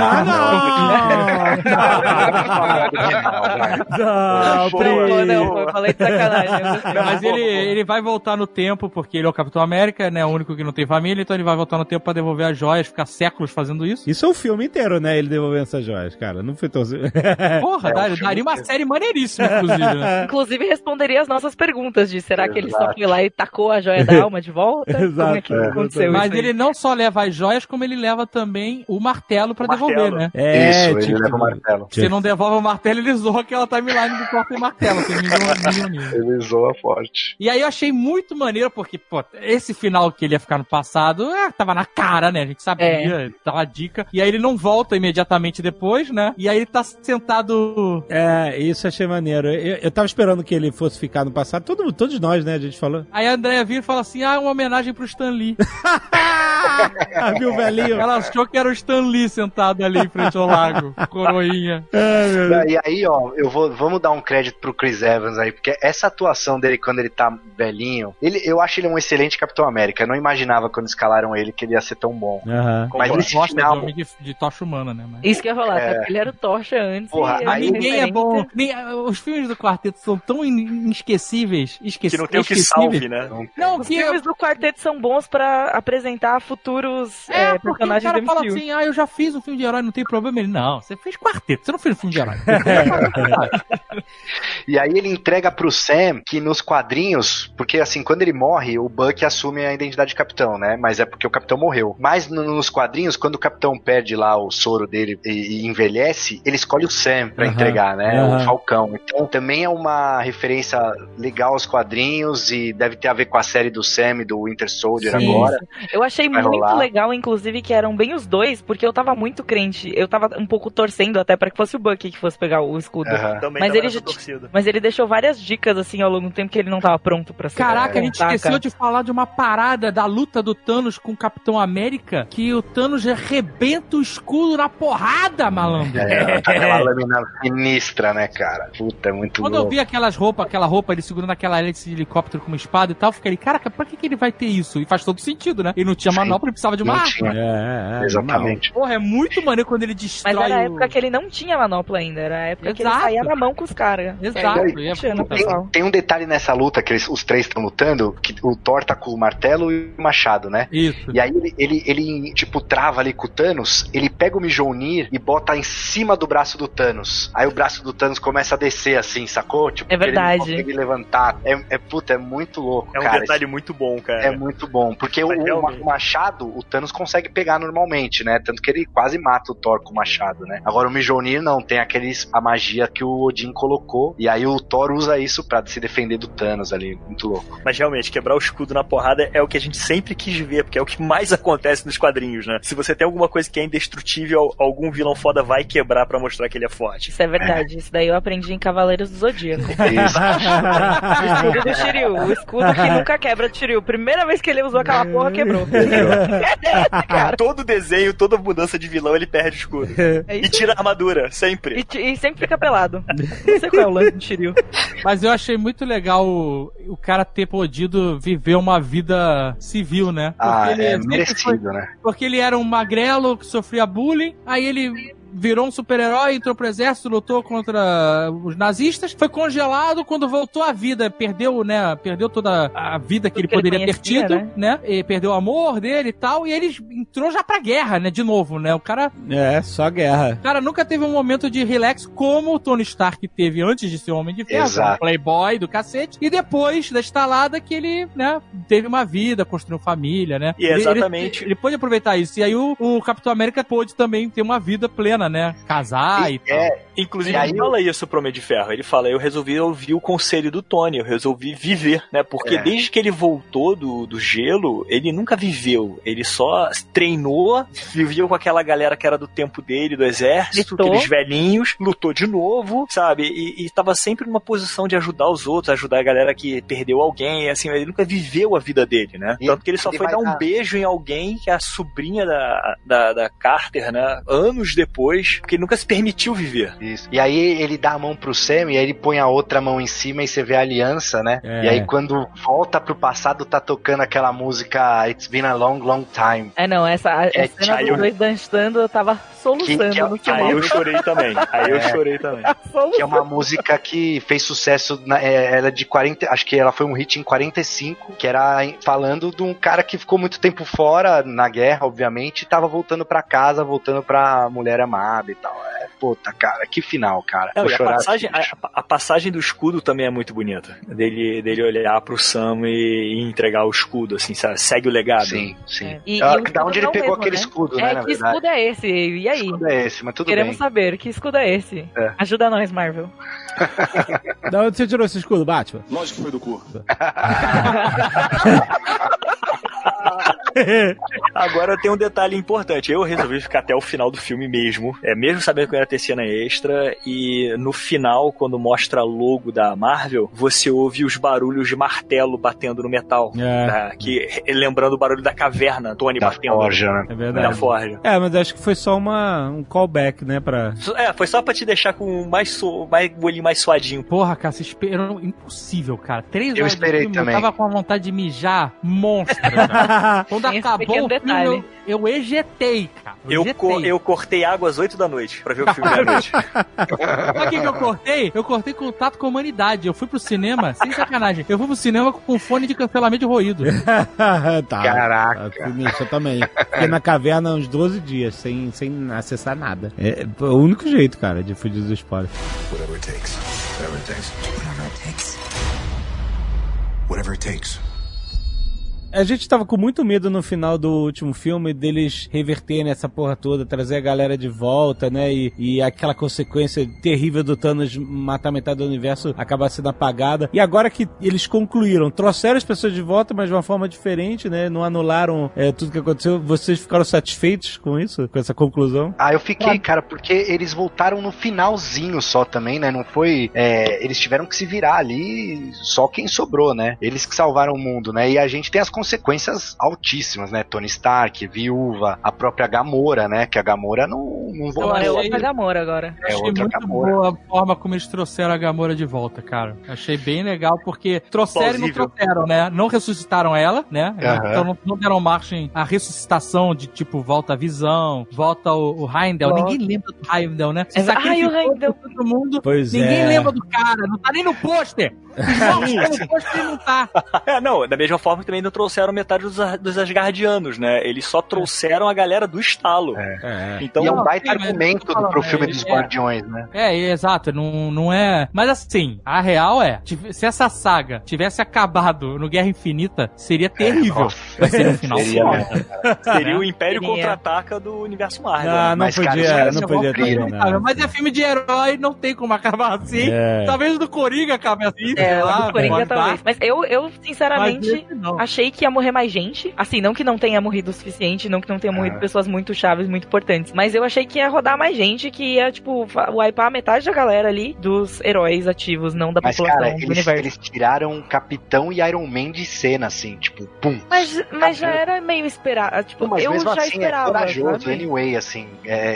Não, eu falei de sacanagem. Mas ele vai voltar no tempo, porque ele é o Capitão América, né? O único que não tem família, então ele vai voltar no tempo pra devolver as joias, ficar séculos fazendo isso. Isso é o filme inteiro, né? Ele devolvendo essas joias, cara. Não foi tão... Porra, daria uma série maneiríssima, inclusive, né? Inclusive, responderia as nossas perguntas de será que ele só foi lá e tacou a joia da alma de volta? Exato. Como é que aconteceu Mas isso ele não só leva as joias, como ele leva também o martelo pra devolver, né? Isso, ele leva o martelo. Se não devolve o martelo, ele zoa aquela timeline do corpo e martelo. Ele zoa forte. E aí eu achei muito maneiro, porque, pô, esse final que ele ia ficar no passado, tava na cara, né? A gente sabia, tava a dica. E aí ele não volta imediatamente depois, né? E aí ele tá sentado... Isso eu achei maneiro. Eu tava esperando que ele fosse ficar no passado. Todos nós, né? A gente falou. Aí a Andrea vira e fala assim, uma homenagem pro Stan Lee. Viu o velhinho? Ela achou que era o Stan Lee sentado ali em frente ao lago. Coroinha. E aí, ó, vamos dar um crédito pro Chris Evans aí, porque essa atuação dele quando ele tá velhinho, eu acho ele um excelente Capitão América. Eu não imaginava quando escalaram ele que ele ia ser tão bom. Mas esse final... de tocha humana, né? Mas... Isso que eu ia falar, porque ele era o Tocha antes. Porra, aí ninguém é bom. Os filmes do Quarteto são tão inesquecíveis. Que não tem o que salve, né? Não, os filmes do Quarteto são bons pra apresentar futuros personagens do MCU. O cara fala assim, eu já fiz um filme de herói, não tem problema. Ele, não, você fez Quarteto, você não fez um filme de herói. E aí ele entrega pro Sam que nos quadrinhos, porque assim, quando ele morre, o Buck assume a identidade de capitão, né? Mas é porque o capitão morreu. Mas nos quadrinhos, quando o capitão perde lá o soro dele e envelhece, ele escolhe o Sam pra entregar, né? O Falcão. Então também é uma referência legal aos quadrinhos e deve ter a ver com a série do Sam e do Winter Soldier agora. Eu achei muito legal, inclusive, que eram bem os dois, porque eu tava muito crente. Eu tava um pouco torcendo até pra que fosse o Bucky que fosse pegar o escudo. Mas ele deixou várias dicas, assim, ao longo do tempo que ele não tava pronto pra ser. Caraca, a gente esqueceu de falar de uma parada da luta do Thanos com o Capitão América, que o Thanos arrebenta o escudo na porrada, malandro. Aquela lâmina sinistra, né, cara? Puta, é muito Quando louco. eu vi aquela roupa, ele segurando aquela hélice de helicóptero com uma espada e tal, eu fiquei, caraca, pra que ele vai ter isso? E faz todo sentido, né? Ele não tinha manopla, ele precisava de uma arma. Exatamente. Porra, é muito maneiro quando ele destrói. Mas era a época que ele não tinha manopla ainda, era a época que ele saía na mão com os caras. Exato. Tem um detalhe nessa luta que os três estão lutando, que o Thor tá com o martelo e o machado, né? Isso. E aí ele tipo, trava ali com o Thanos, ele pega o Mjolnir e bota em cima do braço do Thanos. Aí o braço do Thanos começa a descer assim, sacou? Tipo, é verdade. Ele não consegue levantar. É muito louco, cara. É um detalhe muito bom, cara. É muito bom, porque o machado, o Thanos consegue pegar normalmente, né? Tanto que ele quase mata o Thor com o machado, né? Agora o Mjolnir não, tem a magia que o Odin colocou, e aí o Thor usa isso pra se defender do Thanos ali, muito louco. Mas realmente, quebrar o escudo na porrada é o que a gente sempre quis ver, porque é o que mais acontece nos quadrinhos, né? Se você tem alguma coisa que é indestrutível, algum vilão foda vai quebrar pra mostrar que ele é forte. Isso é verdade, isso daí eu aprendi em Cavaleiros do Zodíaco. Isso. O escudo do Shiryu, o escudo que nunca quebra do Shiryu. Primeira vez que ele usou aquela porra, quebrou. Cara. Todo desenho, toda mudança de vilão, ele perde o escudo. E tira a armadura, sempre. E sempre fica pelado. Não sei qual é o lance do Shiryu. Mas eu achei muito legal o cara ter podido viver uma vida civil, né? Porque ele merecido, né? Porque ele era um magrelo que sofria bullying, aí ele virou um super-herói, entrou pro exército, lutou contra os nazistas, foi congelado, quando voltou à vida, perdeu toda a vida que ele poderia ter tido, né? E perdeu o amor dele e tal, e ele entrou já pra guerra, né? De novo, né? O cara... só guerra. O cara nunca teve um momento de relax como o Tony Stark teve antes de ser o Homem de Ferro, um playboy do cacete, e depois da estalada que ele, né, teve uma vida, construiu família, né? E exatamente. Ele pôde aproveitar isso, e aí o Capitão América pôde também ter uma vida plena, grana, né? Casar e tal. Inclusive, ele fala isso pro Homem de Ferro. Ele fala, eu resolvi ouvir o conselho do Tony, eu resolvi viver, né? Porque desde que ele voltou do gelo, ele nunca viveu. Ele só treinou, viveu com aquela galera que era do tempo dele, do exército, aqueles velhinhos, lutou de novo, sabe? E tava sempre numa posição de ajudar os outros, ajudar a galera que perdeu alguém, assim, ele nunca viveu a vida dele, né? Tanto que ele só foi dar um beijo em alguém, que é a sobrinha da Carter, né? Anos depois, porque ele nunca se permitiu viver. Isso. E aí ele dá a mão pro Sam e aí ele põe a outra mão em cima e você vê a aliança, né? E aí quando volta pro passado tá tocando aquela música It's Been a Long, Long Time. Não, essa cena dos dois dançando eu tava soluçando no final. Aí eu chorei também. Que é uma música que fez sucesso, ela é de 40, acho que ela foi um hit em 45, que era falando de um cara que ficou muito tempo fora, na guerra, obviamente, e tava voltando pra casa, voltando pra mulher amada e tal. Puta, cara, que final, cara. A passagem do escudo também é muito bonita. Dele olhar pro Sam e entregar o escudo, assim, sabe? Segue o legado. Sim. Da onde ele pegou aquele escudo, né, na verdade? Que escudo é esse? E aí? Que escudo é esse? Mas tudo Queremos saber, que escudo é esse? Ajuda nós, Marvel. Da onde você tirou esse escudo, Batman? Lógico que foi do cu. Agora tem um detalhe importante. Eu resolvi ficar até o final do filme mesmo. Mesmo sabendo que ia ter cena extra. E no final, quando mostra o logo da Marvel, você ouve os barulhos de martelo batendo no metal. Lembrando o barulho da caverna, Tony da batendo. Forja, né? É verdade. Da Forja. Mas acho que foi só um callback, né? Foi só pra te deixar com o olhinho mais suadinho. Porra, cara, você esperou. Impossível, cara. 3 horas eu esperei filme, também. Eu tava com a vontade de mijar monstro, cara. Quando acabou o filme, eu ejetei, cara. Eu cortei água às 8 da noite pra ver o filme meia-noite. Sabe o que eu cortei? Eu cortei contato com a humanidade. Eu fui pro cinema, sem sacanagem. Eu fui pro cinema com fone de cancelamento de ruído. Tá. Caraca. Eu também. Fiquei na caverna uns 12 dias, sem acessar nada. É o único jeito, cara, de fugir dos spoilers. Whatever it takes. Whatever it takes. Whatever it takes. Whatever it takes. A gente tava com muito medo no final do último filme deles reverterem essa porra toda, trazer a galera de volta, né? E aquela consequência terrível do Thanos matar metade do universo acabar sendo apagada. E agora que eles concluíram, trouxeram as pessoas de volta, mas de uma forma diferente, né? Não anularam tudo que aconteceu. Vocês ficaram satisfeitos com isso? Com essa conclusão? Eu fiquei, cara, porque eles voltaram no finalzinho só também, né? Não foi... eles tiveram que se virar ali, só quem sobrou, né? Eles que salvaram o mundo, né? E a gente tem as consequências altíssimas, né? Tony Stark, Viúva, a própria Gamora, né? Que a Gamora não voltou. É outra Gamora agora. Achei muito boa a forma como eles trouxeram a Gamora de volta, cara. Achei bem legal, porque trouxeram e não trouxeram, né? Não ressuscitaram ela, né? Então não deram margem à ressuscitação de tipo, volta a Visão, volta o Heimdall. Ninguém lembra do Heimdall, né? O Heimdall. Todo mundo. Ninguém lembra do cara, não tá nem no pôster. No pôster não tá. Da mesma forma que também não trouxeram metade dos Asgardianos, né? Eles só trouxeram a galera do estalo. Então, e é um baita argumento pro filme dos Guardiões, né? Exato, não é... Mas assim, a real se essa saga tivesse acabado no Guerra Infinita, seria terrível. Vai ser no final. Seria o Império Contra-Ataca do universo Marvel. Não podia ter nada. Mas é filme de herói, não tem como acabar assim. Talvez o do Coringa acabe assim. O do Coringa talvez. Mas eu sinceramente, achei que ia morrer mais gente. Assim, não que não tenha morrido o suficiente, não que não tenha morrido pessoas muito chaves, muito importantes. Mas eu achei que ia rodar mais gente, que ia, tipo, wipear metade da galera ali dos heróis ativos, não da população do universo. Eles tiraram Capitão e Iron Man de cena, assim, tipo, pum. Mas já era meio esperado. Tipo, mas eu mesmo já assim, esperava. Corajoso, anyway, assim.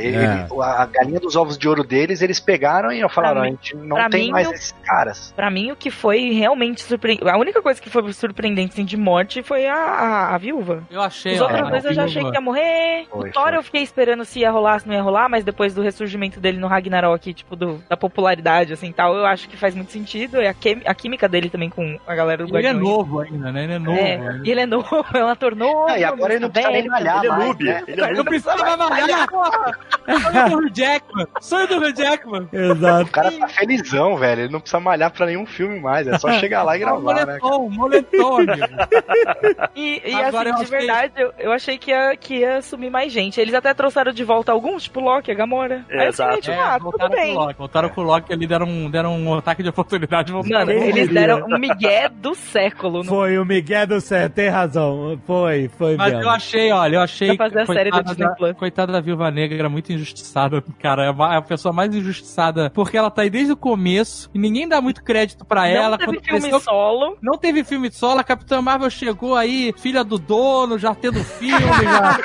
A galinha dos ovos de ouro deles, eles pegaram e falaram, a gente não tem mais esses caras. Pra mim, o que foi realmente surpreendente, a única coisa que foi surpreendente, assim, de morte foi a Viúva. Eu achei. Os outros dois eu já achei que ia morrer. O Thor eu fiquei esperando se ia rolar, se não ia rolar, mas depois do ressurgimento dele no Ragnarok, tipo, da popularidade, assim, tal, eu acho que faz muito sentido. E a química dele também com a galera do Guardiões. Ele é novo ainda, né? Ele é novo. E ele é novo, é um ator novo. E agora ele não precisa nem malhar mais, né? Ele não precisa mais malhar, porra! Sonho do Hugh Jackman! Exato. O cara tá felizão, velho. Ele não precisa malhar pra nenhum filme demais. É só chegar lá e gravar, né? Moletom, amigo. E agora, assim, de verdade, eu achei que ia sumir mais gente. Eles até trouxeram de volta alguns, tipo o Loki, a Gamora. Exato. Tudo bem. Voltaram com o Loki ali, deram um ataque de oportunidade. Mano, eles deram um migué do século. Foi o migué do século, tem razão. Foi Mas mesmo. eu achei Pra fazer a série da Disney Plus. Coitada da Viúva Negra, era muito injustiçada, cara. É a pessoa mais injustiçada, porque ela tá aí desde o começo e ninguém dá muito crédito pra ela. Não teve filme solo. Não teve filme solo, a Capitã Marvel chegou aí, filha do dono, já tendo filme, já.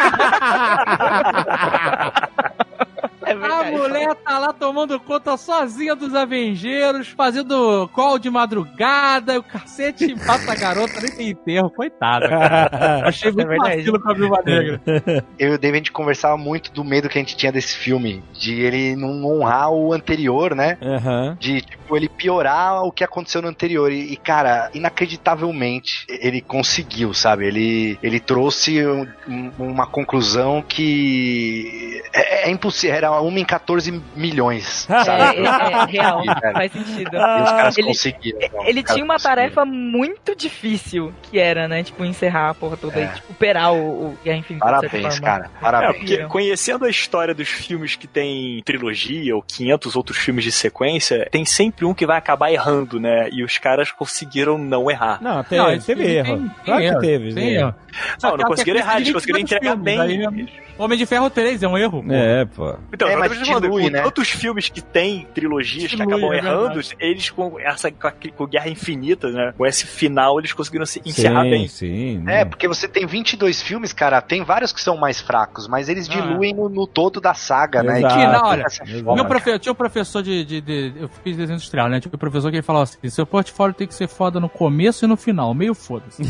A mulher tá lá tomando conta sozinha dos Avengeiros, fazendo call de madrugada, o cacete mata a garota, nem tem enterro, coitada. Achei muito vacilo com a Viúva Negra. Eu e o David, a gente conversava muito do medo que a gente tinha desse filme, de ele não honrar o anterior, né? De, tipo, ele piorar o que aconteceu no anterior. E cara, inacreditavelmente, ele conseguiu, sabe? Ele trouxe uma conclusão que é impossível, era 1 em 14 milhões, sabe? É real, faz sentido. E os caras conseguiram. Ele tinha uma tarefa muito difícil, que era, né, tipo, encerrar a porra toda e tipo, superar o Guerra Infinita. Parabéns, cara, parabéns. Porque conhecendo a história dos filmes que tem trilogia ou 500 outros filmes de sequência, tem sempre um que vai acabar errando, né? E os caras conseguiram não errar. Não, teve erro. Claro que teve. Tem erro. Não conseguiram errar, eles conseguiram entregar bem. Homem de Ferro 3 é um erro. Pô. Então, mas dilui, né? Outros filmes que tem trilogias que acabam errando, eles com Guerra Infinita, né? Com esse final, eles conseguiram se encerrar bem. Sim. Porque você tem 22 filmes, cara, tem vários que são mais fracos, mas eles diluem no todo da saga, né? Olha, tinha um professor eu fiz desenho industrial, né? Tinha um professor que ele falava assim: seu portfólio tem que ser foda no começo e no final, meio foda-se.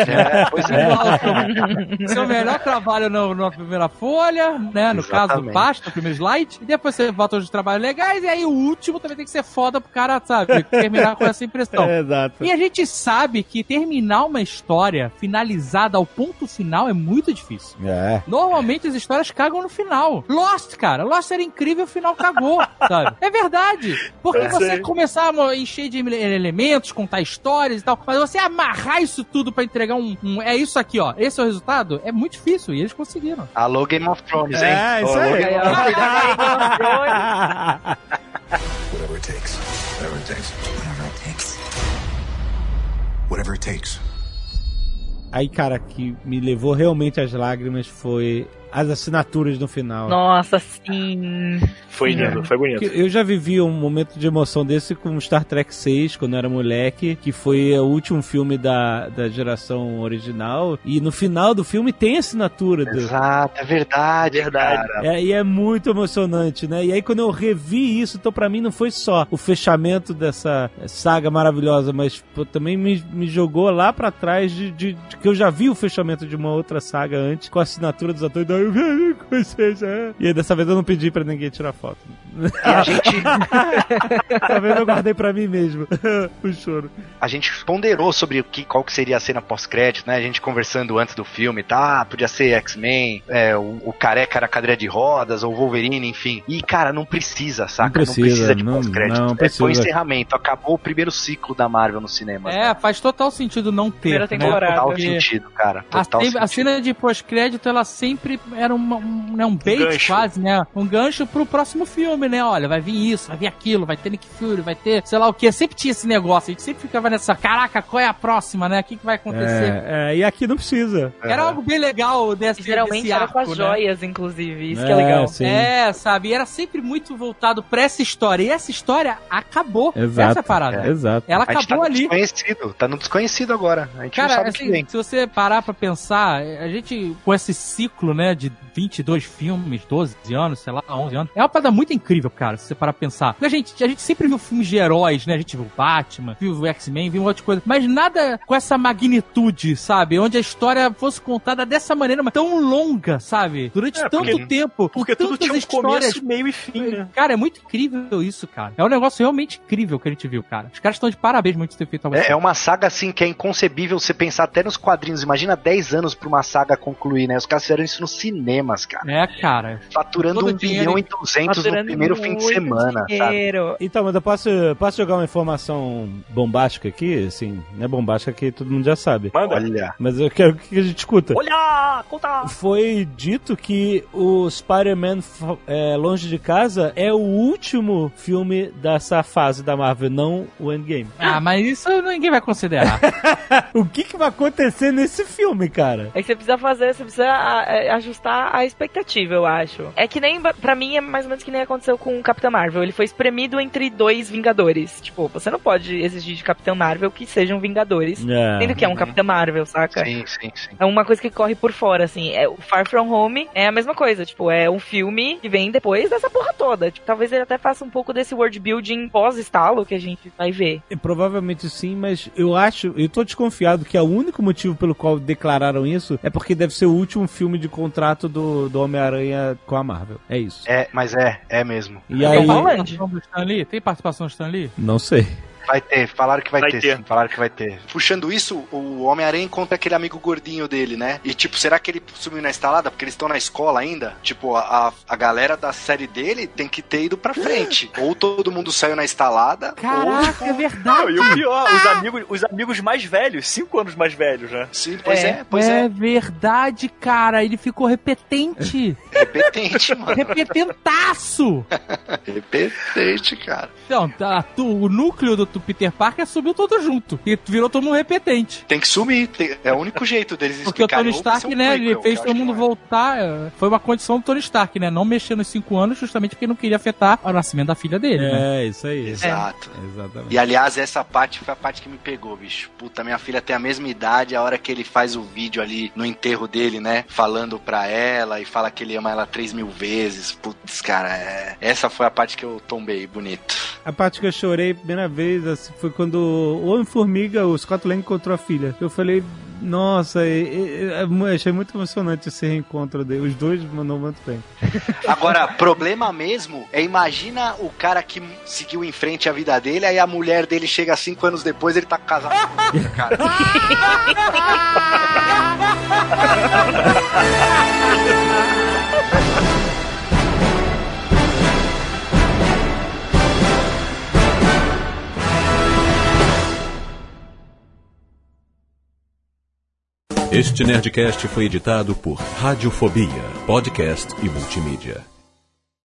Seu melhor trabalho na primeira folha, né? No caso do pasta, no primeiro slide, e depois você volta aos trabalhos legais, e aí o último também tem que ser foda pro cara, sabe? Terminar com essa impressão. Exato. E a gente sabe que terminar uma história finalizada ao ponto final é muito difícil. Normalmente as histórias cagam no final. Lost, cara. Lost era incrível, o final cagou, sabe? É verdade. Porque você começar a encher de elementos, contar histórias e tal, mas você amarrar isso tudo pra entregar é isso aqui, ó. Esse é o resultado? É muito difícil, e eles conseguiram. Alô, Game of Thrones, hein? Isso aí. Whatever it takes. Whatever it takes. Whatever it takes. Whatever it takes. Aí, cara, que me levou realmente às lágrimas foi as assinaturas no final. Nossa, sim. Foi lindo, foi bonito. Eu já vivi um momento de emoção desse com Star Trek 6, quando eu era moleque, que foi o último filme da geração original, e no final do filme tem assinatura. Exato, é verdade. E é muito emocionante, né? E aí quando eu revi isso, então pra mim não foi só o fechamento dessa saga maravilhosa, mas também me jogou lá pra trás de que eu já vi o fechamento de uma outra saga antes, com a assinatura dos atores, e aí dessa vez eu não pedi pra ninguém tirar foto. E a gente... Dessa vez eu guardei pra mim mesmo o choro. A gente ponderou sobre qual que seria a cena pós-crédito, né? A gente conversando antes do filme, podia ser X-Men, o careca era cadeira de rodas, ou Wolverine, enfim. E, cara, não precisa, saca? Não precisa de pós-crédito. Foi o encerramento, acabou o primeiro ciclo da Marvel no cinema. Faz total sentido não ter, né? Total sentido, cara. A cena de pós-crédito, ela sempre era um bait, gancho. Quase, né? Um gancho pro próximo filme, né? Olha, vai vir isso, vai vir aquilo, vai ter Nick Fury, vai ter sei lá o que. Sempre tinha esse negócio, a gente sempre ficava nessa, caraca, qual é a próxima, né? O que vai acontecer? E aqui não precisa. Era algo bem legal geralmente arco, era com as né? joias, inclusive, isso que é legal. Sim. Sabe? E era sempre muito voltado pra essa história, e essa história acabou. Exato. Essa parada. Exato. Ela acabou ali. Tá no desconhecido agora. A gente cara, não sabe assim, o que vem. se você parar pra pensar, a gente, com esse ciclo, né, de 22 filmes, 12 anos, sei lá, 11 anos, é uma parada muito incrível, cara, se você parar pra pensar. Porque a gente sempre viu filmes de heróis, né, a gente viu o Batman, viu o X-Men, viu um monte de coisa, mas nada com essa magnitude, sabe, onde a história fosse contada dessa maneira, mas tão longa, sabe, durante tanto tempo. Porque tudo tinha um começo, meio e fim, né? Cara, é muito incrível isso, cara. É um negócio realmente incrível que a gente viu, cara. Os caras estão de parabéns muito ter feito algo assim. É uma saga, assim, que é inconcebível você pensar até nos quadrinhos. Imagina 10 anos pra uma saga concluir, né? Os caras fizeram isso no cinema, cinemas, cara. É, cara. Faturando 1 bilhão e 200 no primeiro fim de semana, sabe? Então, mas eu posso jogar uma informação bombástica aqui? Assim, não é bombástica que todo mundo já sabe. Manda. Olha. Mas eu quero que a gente escuta. Olha! Conta! Foi dito que o Spider-Man Longe de Casa é o último filme dessa fase da Marvel, não o Endgame. Ah, mas isso ninguém vai considerar. O que vai acontecer nesse filme, cara? É que você precisa ajustar a expectativa, eu acho. É que nem, pra mim, é mais ou menos que nem aconteceu com o Capitão Marvel. Ele foi espremido entre 2 Vingadores. Tipo, você não pode exigir de Capitão Marvel que sejam Vingadores, sendo que é um Capitão Marvel, saca? Sim. É uma coisa que corre por fora, assim. O Far From Home é a mesma coisa, tipo, é um filme que vem depois dessa porra toda. Tipo, talvez ele até faça um pouco desse world building pós-estalo que a gente vai ver. Provavelmente sim, mas eu tô desconfiado que o único motivo pelo qual declararam isso é porque deve ser o último filme de contrato do Homem-Aranha com a Marvel. É isso. Mas é mesmo. E aí... Tem participação do Stan Lee? Não sei. Vai ter, falaram que vai ter, sim, falaram que vai ter. Puxando isso, o Homem-Aranha encontra aquele amigo gordinho dele, né? E tipo, será que ele sumiu na estalada? Porque eles estão na escola ainda? Tipo, a galera da série dele tem que ter ido pra frente. Ou todo mundo saiu na estalada. Caraca, ou, tipo... é verdade. Não, e o pior, os amigos mais velhos, 5 anos mais velhos, né? Sim, pois é. É verdade, cara. Ele ficou repetente. Repetente, mano. Repetentaço. Repetente, cara. Então, o núcleo do Peter Parker subiu todo junto. E virou todo mundo repetente. Tem que sumir. É o único jeito deles porque explicarem. Porque o Tony Stark, né, ele fez todo mundo voltar. Foi uma condição do Tony Stark, né? Não mexer nos 5 anos, justamente porque não queria afetar o nascimento da filha dele, né? Isso aí. Exato. Exatamente. E aliás, essa parte foi a parte que me pegou, bicho. Puta, minha filha tem a mesma idade, a hora que ele faz o vídeo ali no enterro dele, né? Falando pra ela e fala que ele ama ela 3.000 vezes. Putz, cara, essa foi a parte que eu tombei, bonito. A parte que eu chorei a primeira vez, assim, foi quando o Homem-Formiga, o Scott Lang, encontrou a filha. Eu falei, nossa, achei muito emocionante esse reencontro dele. Os dois mandou muito bem. Agora, problema mesmo é, imagina o cara que seguiu em frente a vida dele, aí a mulher dele chega 5 anos depois, ele tá casado com ele, cara. Este Nerdcast foi editado por Radiofobia, podcast e multimídia.